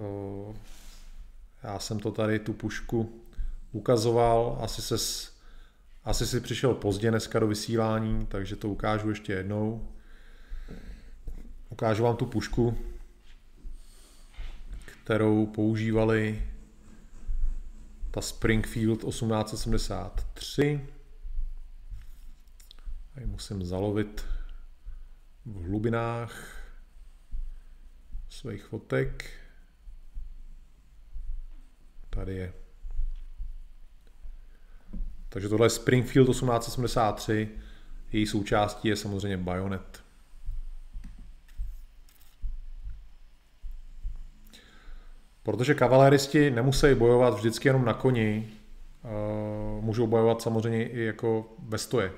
já jsem to tady, tu pušku ukazoval, asi, ses, asi si přišel pozdě dneska do vysílání, takže to ukážu ještě jednou. Ukážu vám tu pušku, kterou používali ta Springfield osmnáct sedmdesát tři. Tady musím zalovit v hlubinách svých fotek. Tady je. Takže tohle je Springfield osmnáct sedmdesát tři. Její součástí je samozřejmě bajonet. Protože kavaléristi nemusí bojovat vždycky jenom na koni, můžou bojovat samozřejmě i jako ve stoje.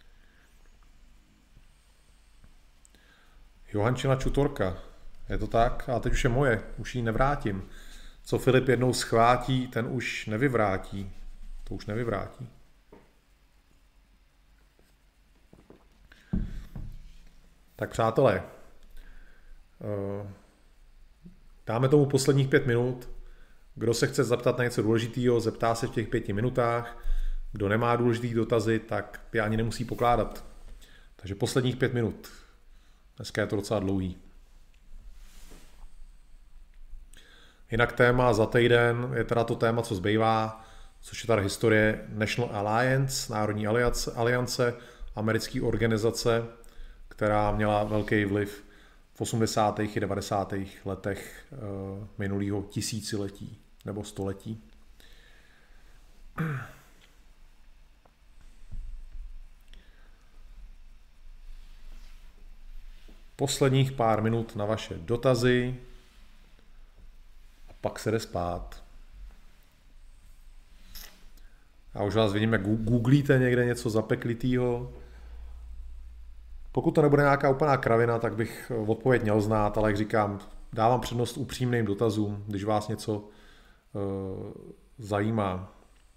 Johančina Čutorka, je to tak? A teď už je moje, už ji nevrátím. Co Filip jednou schvátí, ten už nevyvrátí. To už nevyvrátí. Tak přátelé, dáme tomu posledních pět minut. Kdo se chce zeptat na něco důležitého, zeptá se v těch pěti minutách. Kdo nemá důležitý dotazy, tak je ani nemusí pokládat. Takže posledních pět minut. Dneska je to docela dlouhý. Jinak téma za týden je teda to téma, co zbývá, což je tady historie National Alliance, Národní aliance, aliance, americké organizace, která měla velký vliv v osmdesátých i devadesátých letech uh, minulého tisíciletí nebo století. Posledních pár minut na vaše dotazy a pak se jde spát. Já už vás vidím, jak googlíte někde něco zapeklitýho. Pokud to nebude nějaká úplná kravina, tak bych odpověď měl znát, ale jak říkám, dávám přednost upřímným dotazům, když vás něco uh, zajímá.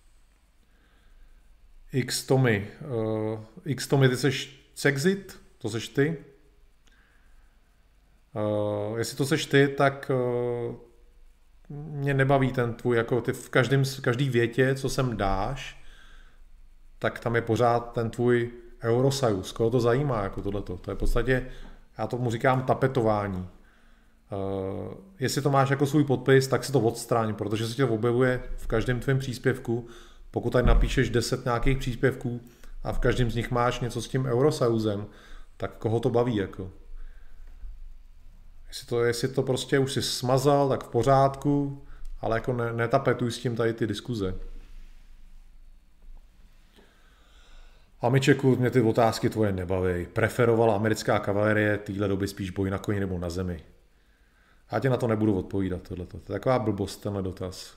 X Tommy. Uh, X Tommy, ty seš Cexit? To seš ty? Uh, jestli to seš ty, tak uh, mě nebaví ten tvůj, jako ty v každém, v každý větě, co sem dáš, tak tam je pořád ten tvůj Eurosajus. Koho to zajímá, jako tohleto? To je v podstatě, já tomu říkám tapetování. Uh, jestli to máš jako svůj podpis, tak si to odstráň, protože se tě objevuje v každém tvém příspěvku. Pokud tady napíšeš deset nějakých příspěvků a v každém z nich máš něco s tím Eurosajusem, tak koho to baví, jako? Jestli to, jestli to prostě už si smazal, tak v pořádku, ale jako ne, netapetuj s tím tady ty diskuze. Amičeku, mě ty otázky tvoje nebaví. Preferovala americká kavalérie téhle doby spíš boj na koni nebo na zemi? Já tě na to nebudu odpovídat, tohleto. To je taková blbost, tenhle dotaz.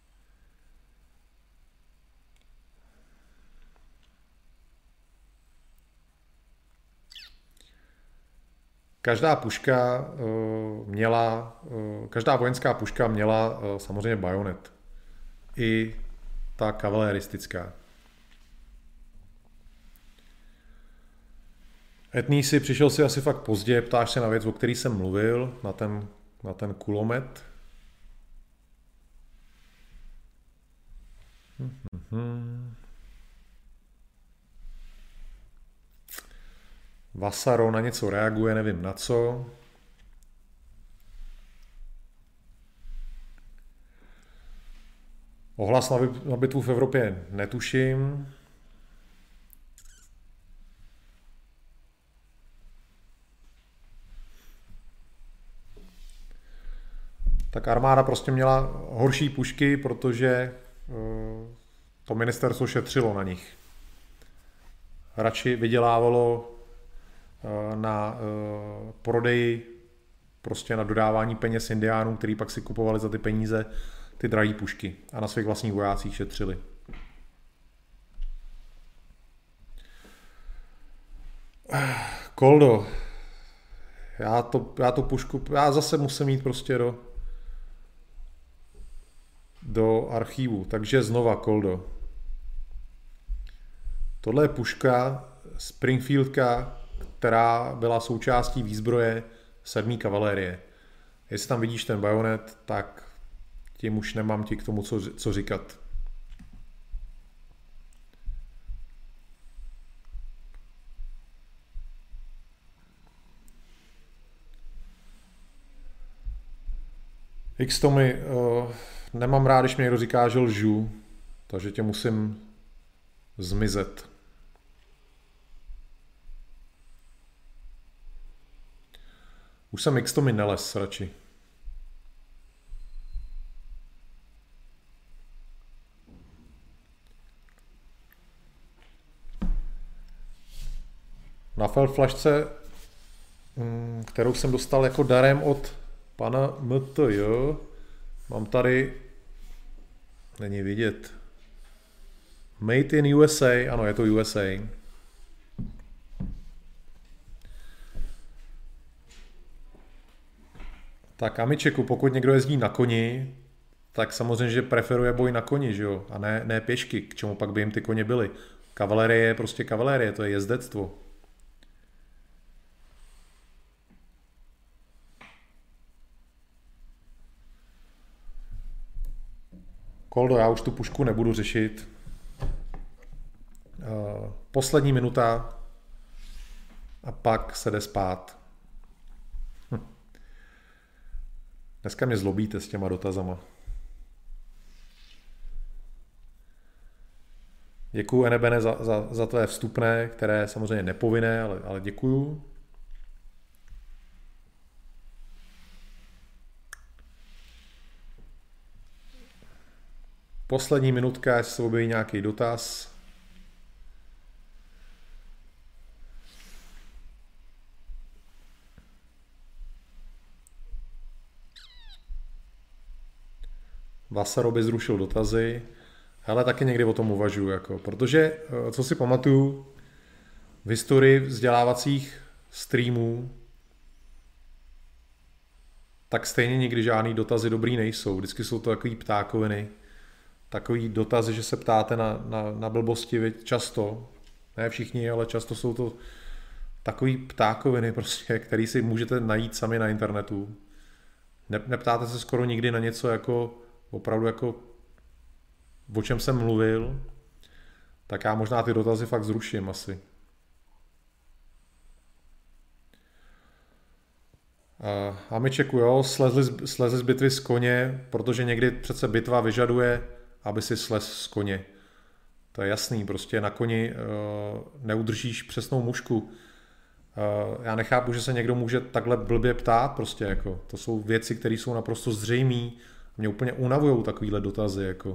Každá puška uh, měla, uh, každá vojenská puška měla uh, samozřejmě bajonet. I ta kavaleristická. Etnísi, přišel si asi fakt pozdě, ptáš se na věc, o který jsem mluvil, na ten, na ten kulomet. Hmm. Vasaro na něco reaguje, nevím na co. Ohlas na bitvu v Evropě netuším. Tak armáda prostě měla horší pušky, protože to ministerstvo šetřilo na nich. Radši vydělávalo na prodeji, prostě na dodávání peněz indiánům, který pak si kupovali za ty peníze ty drahé pušky a na svých vlastních vojácích šetřili. Koldo, já to, já to pušku, já zase musím jít prostě do do archivu, takže znova Koldo. Tohle je puška Springfieldka, která byla součástí výzbroje sedmé kavalérie. Jestli tam vidíš ten bajonet, tak tím už nemám ti k tomu co, co říkat. X Tommy, uh, nemám rád, když mě někdo říká, že lžu, takže tě musím zmizet. Už jsem X Tommy neles radši. Na felflašce, kterou jsem dostal jako darem od pana M T J, mám tady, není vidět, Made in U S A, ano, je to U S A. Tak Amičeku, pokud někdo jezdí na koni, tak samozřejmě, že preferuje boj na koni, že jo, a ne, ne pěšky, k čemu pak by jim ty koně byly. Kavalerie je prostě kavalerie, to je jezdectvo. Koldo, já už tu pušku nebudu řešit. Poslední minuta a pak se jde spát. Hm. Dneska mě zlobíte s těma dotazama. Děkuju, Enebene, za, za, za tvé vstupné, které je samozřejmě nepovinné, ale, ale děkuju. Poslední minutka, jestli se objeví nějaký dotaz. Vasaro by zrušil dotazy, ale taky někdy o tom uvažuji, jako, protože, co si pamatuju, v historii vzdělávacích streamů, tak stejně nikdy žádný dotazy dobrý nejsou. Vždycky jsou to takový ptákoviny, takový dotazy, že se ptáte na, na, na blbosti často, ne všichni, ale často jsou to takový ptákoviny, prostě, který si můžete najít sami na internetu. Ne, neptáte se skoro nikdy na něco jako opravdu jako o čem jsem mluvil, tak já možná ty dotazy fakt zruším asi. A my čeku, jo, slezli, slezli z bitvy z koně, protože někdy přece bitva vyžaduje, aby si slez z koně. To je jasný, prostě na koni uh, neudržíš přesnou mušku. Uh, já nechápu, že se někdo může takhle blbě ptát, prostě jako. To jsou věci, které jsou naprosto zřejmé. Mě úplně unavujou takovýhle dotazy, jako.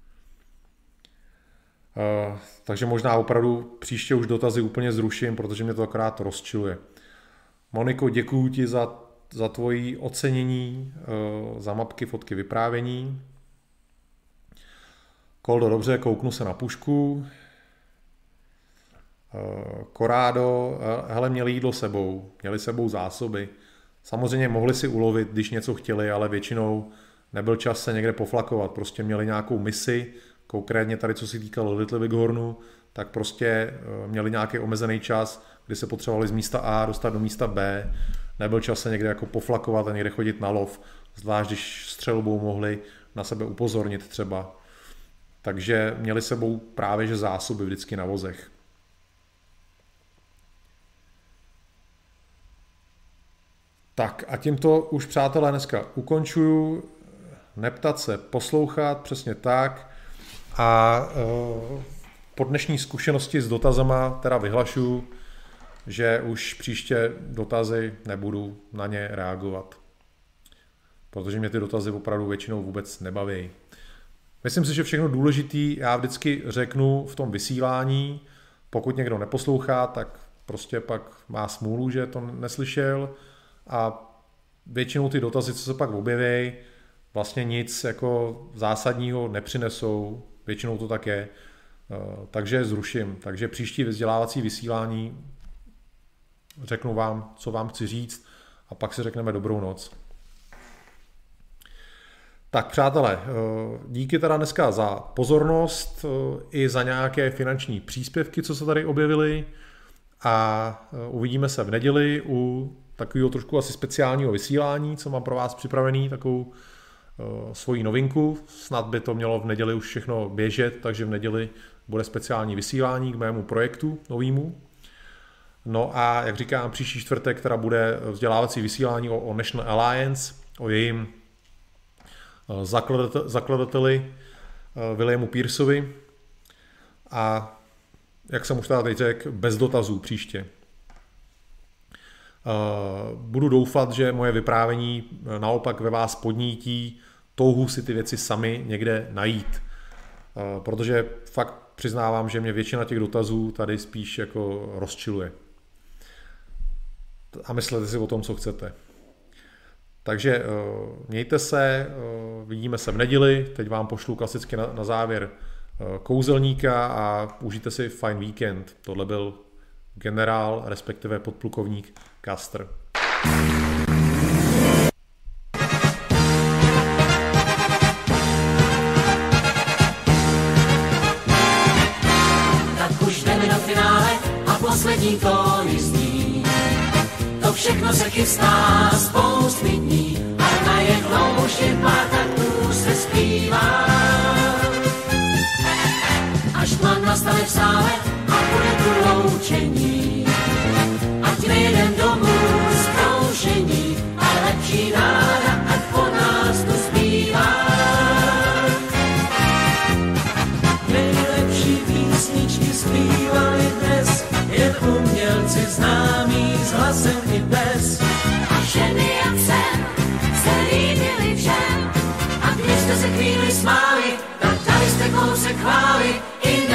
Uh, takže možná opravdu příště už dotazy úplně zruším, protože mě to akorát rozčiluje. Moniko, děkuju ti za, za tvoji ocenění, uh, za mapky, fotky, vyprávění. Koldo, dobře, kouknu se na pušku. Uh, Korádo, uh, hele, měli jídlo sebou, měli sebou zásoby. Samozřejmě mohli si ulovit, když něco chtěli, ale většinou nebyl čas se někde poflakovat. Prostě měli nějakou misi, konkrétně tady, co se týkalo Little Bighornu, tak prostě měli nějaký omezený čas, kdy se potřebovali z místa A dostat do místa B. Nebyl čas se někde jako poflakovat a někde chodit na lov, zvlášť když střelbou mohli na sebe upozornit třeba. Takže měli sebou právě že zásoby vždycky na vozech. Tak a tímto už, přátelé, dneska ukončuju. Neptat se, poslouchat, přesně tak. A e, po dnešní zkušenosti s dotazama teda vyhlašuju, že už příště dotazy nebudu na ně reagovat. Protože mě ty dotazy opravdu většinou vůbec nebaví. Myslím si, že všechno důležitý já vždycky řeknu v tom vysílání. Pokud někdo neposlouchá, tak prostě pak má smůlu, že to neslyšel. A většinou ty dotazy, co se pak objeví, vlastně nic jako zásadního nepřinesou. Většinou to tak je. Takže zruším. Takže příští vzdělávací vysílání řeknu vám, co vám chci říct a pak si řekneme dobrou noc. Tak přátelé, díky teda dneska za pozornost i za nějaké finanční příspěvky, co se tady objevily a uvidíme se v neděli u takového trošku asi speciálního vysílání, co mám pro vás připravený, takovou svoji novinku. Snad by to mělo v neděli už všechno běžet, takže v neděli bude speciální vysílání k mému projektu novýmu. No a jak říkám, příští čtvrtek teda bude vzdělávací vysílání o, o National Alliance, o jejím zakladateli Williamu Pearsovi a jak jsem už teda teď řekl, bez dotazů příště. Budu doufat, že moje vyprávění naopak ve vás podnítí touhu si ty věci sami někde najít. Protože fakt přiznávám, že mě většina těch dotazů tady spíš jako rozčiluje. A myslete si o tom, co chcete. Takže mějte se, vidíme se v neděli, teď vám pošlu klasicky na, na závěr kouzelníka a užijte si fajn víkend. Tohle byl generál, respektive podplukovník Kastr. Tak už jdeme do finále a poslední kóly zní. To všechno se chystá spousty dní, ale najednou už jen pár taktů se zpívá. Až tma nastane v sále a bude tu loučení, ať nejedem domů z kroužení, a lepší nálada, ať po nás tu zpívá. Nejlepší písničky zpívali dnes jen umělci známí s hlasem i bez. A ženy jak jsem se líbily všem, A když jste se chvíli smáli, tak dali jste kousek chvály i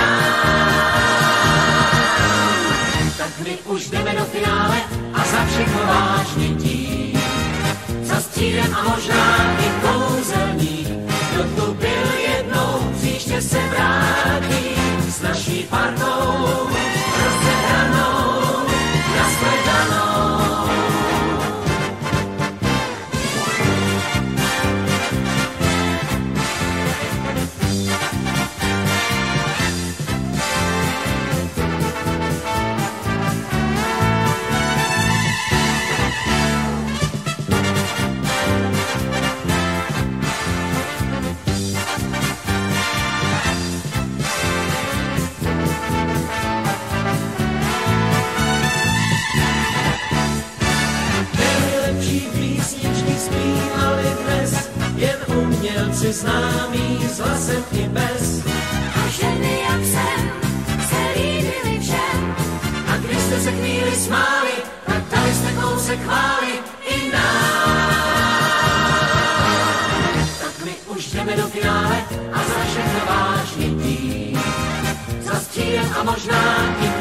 nám. Tak my už jdeme do finále a za všechno vážně dík. Za střídem a možná i kouzelník, kdo tu byl jednou, příště se vrátí s naší partou rozehranou, nashledanou. Umělci známí s hlasem i bez. a ženy jak jsem se líbily všem. A když jste se chvíli smáli, tak dali jste kousek chvály i nám. Tak my už jdeme do finále a za všechno vážně dík. Za střídem a možná i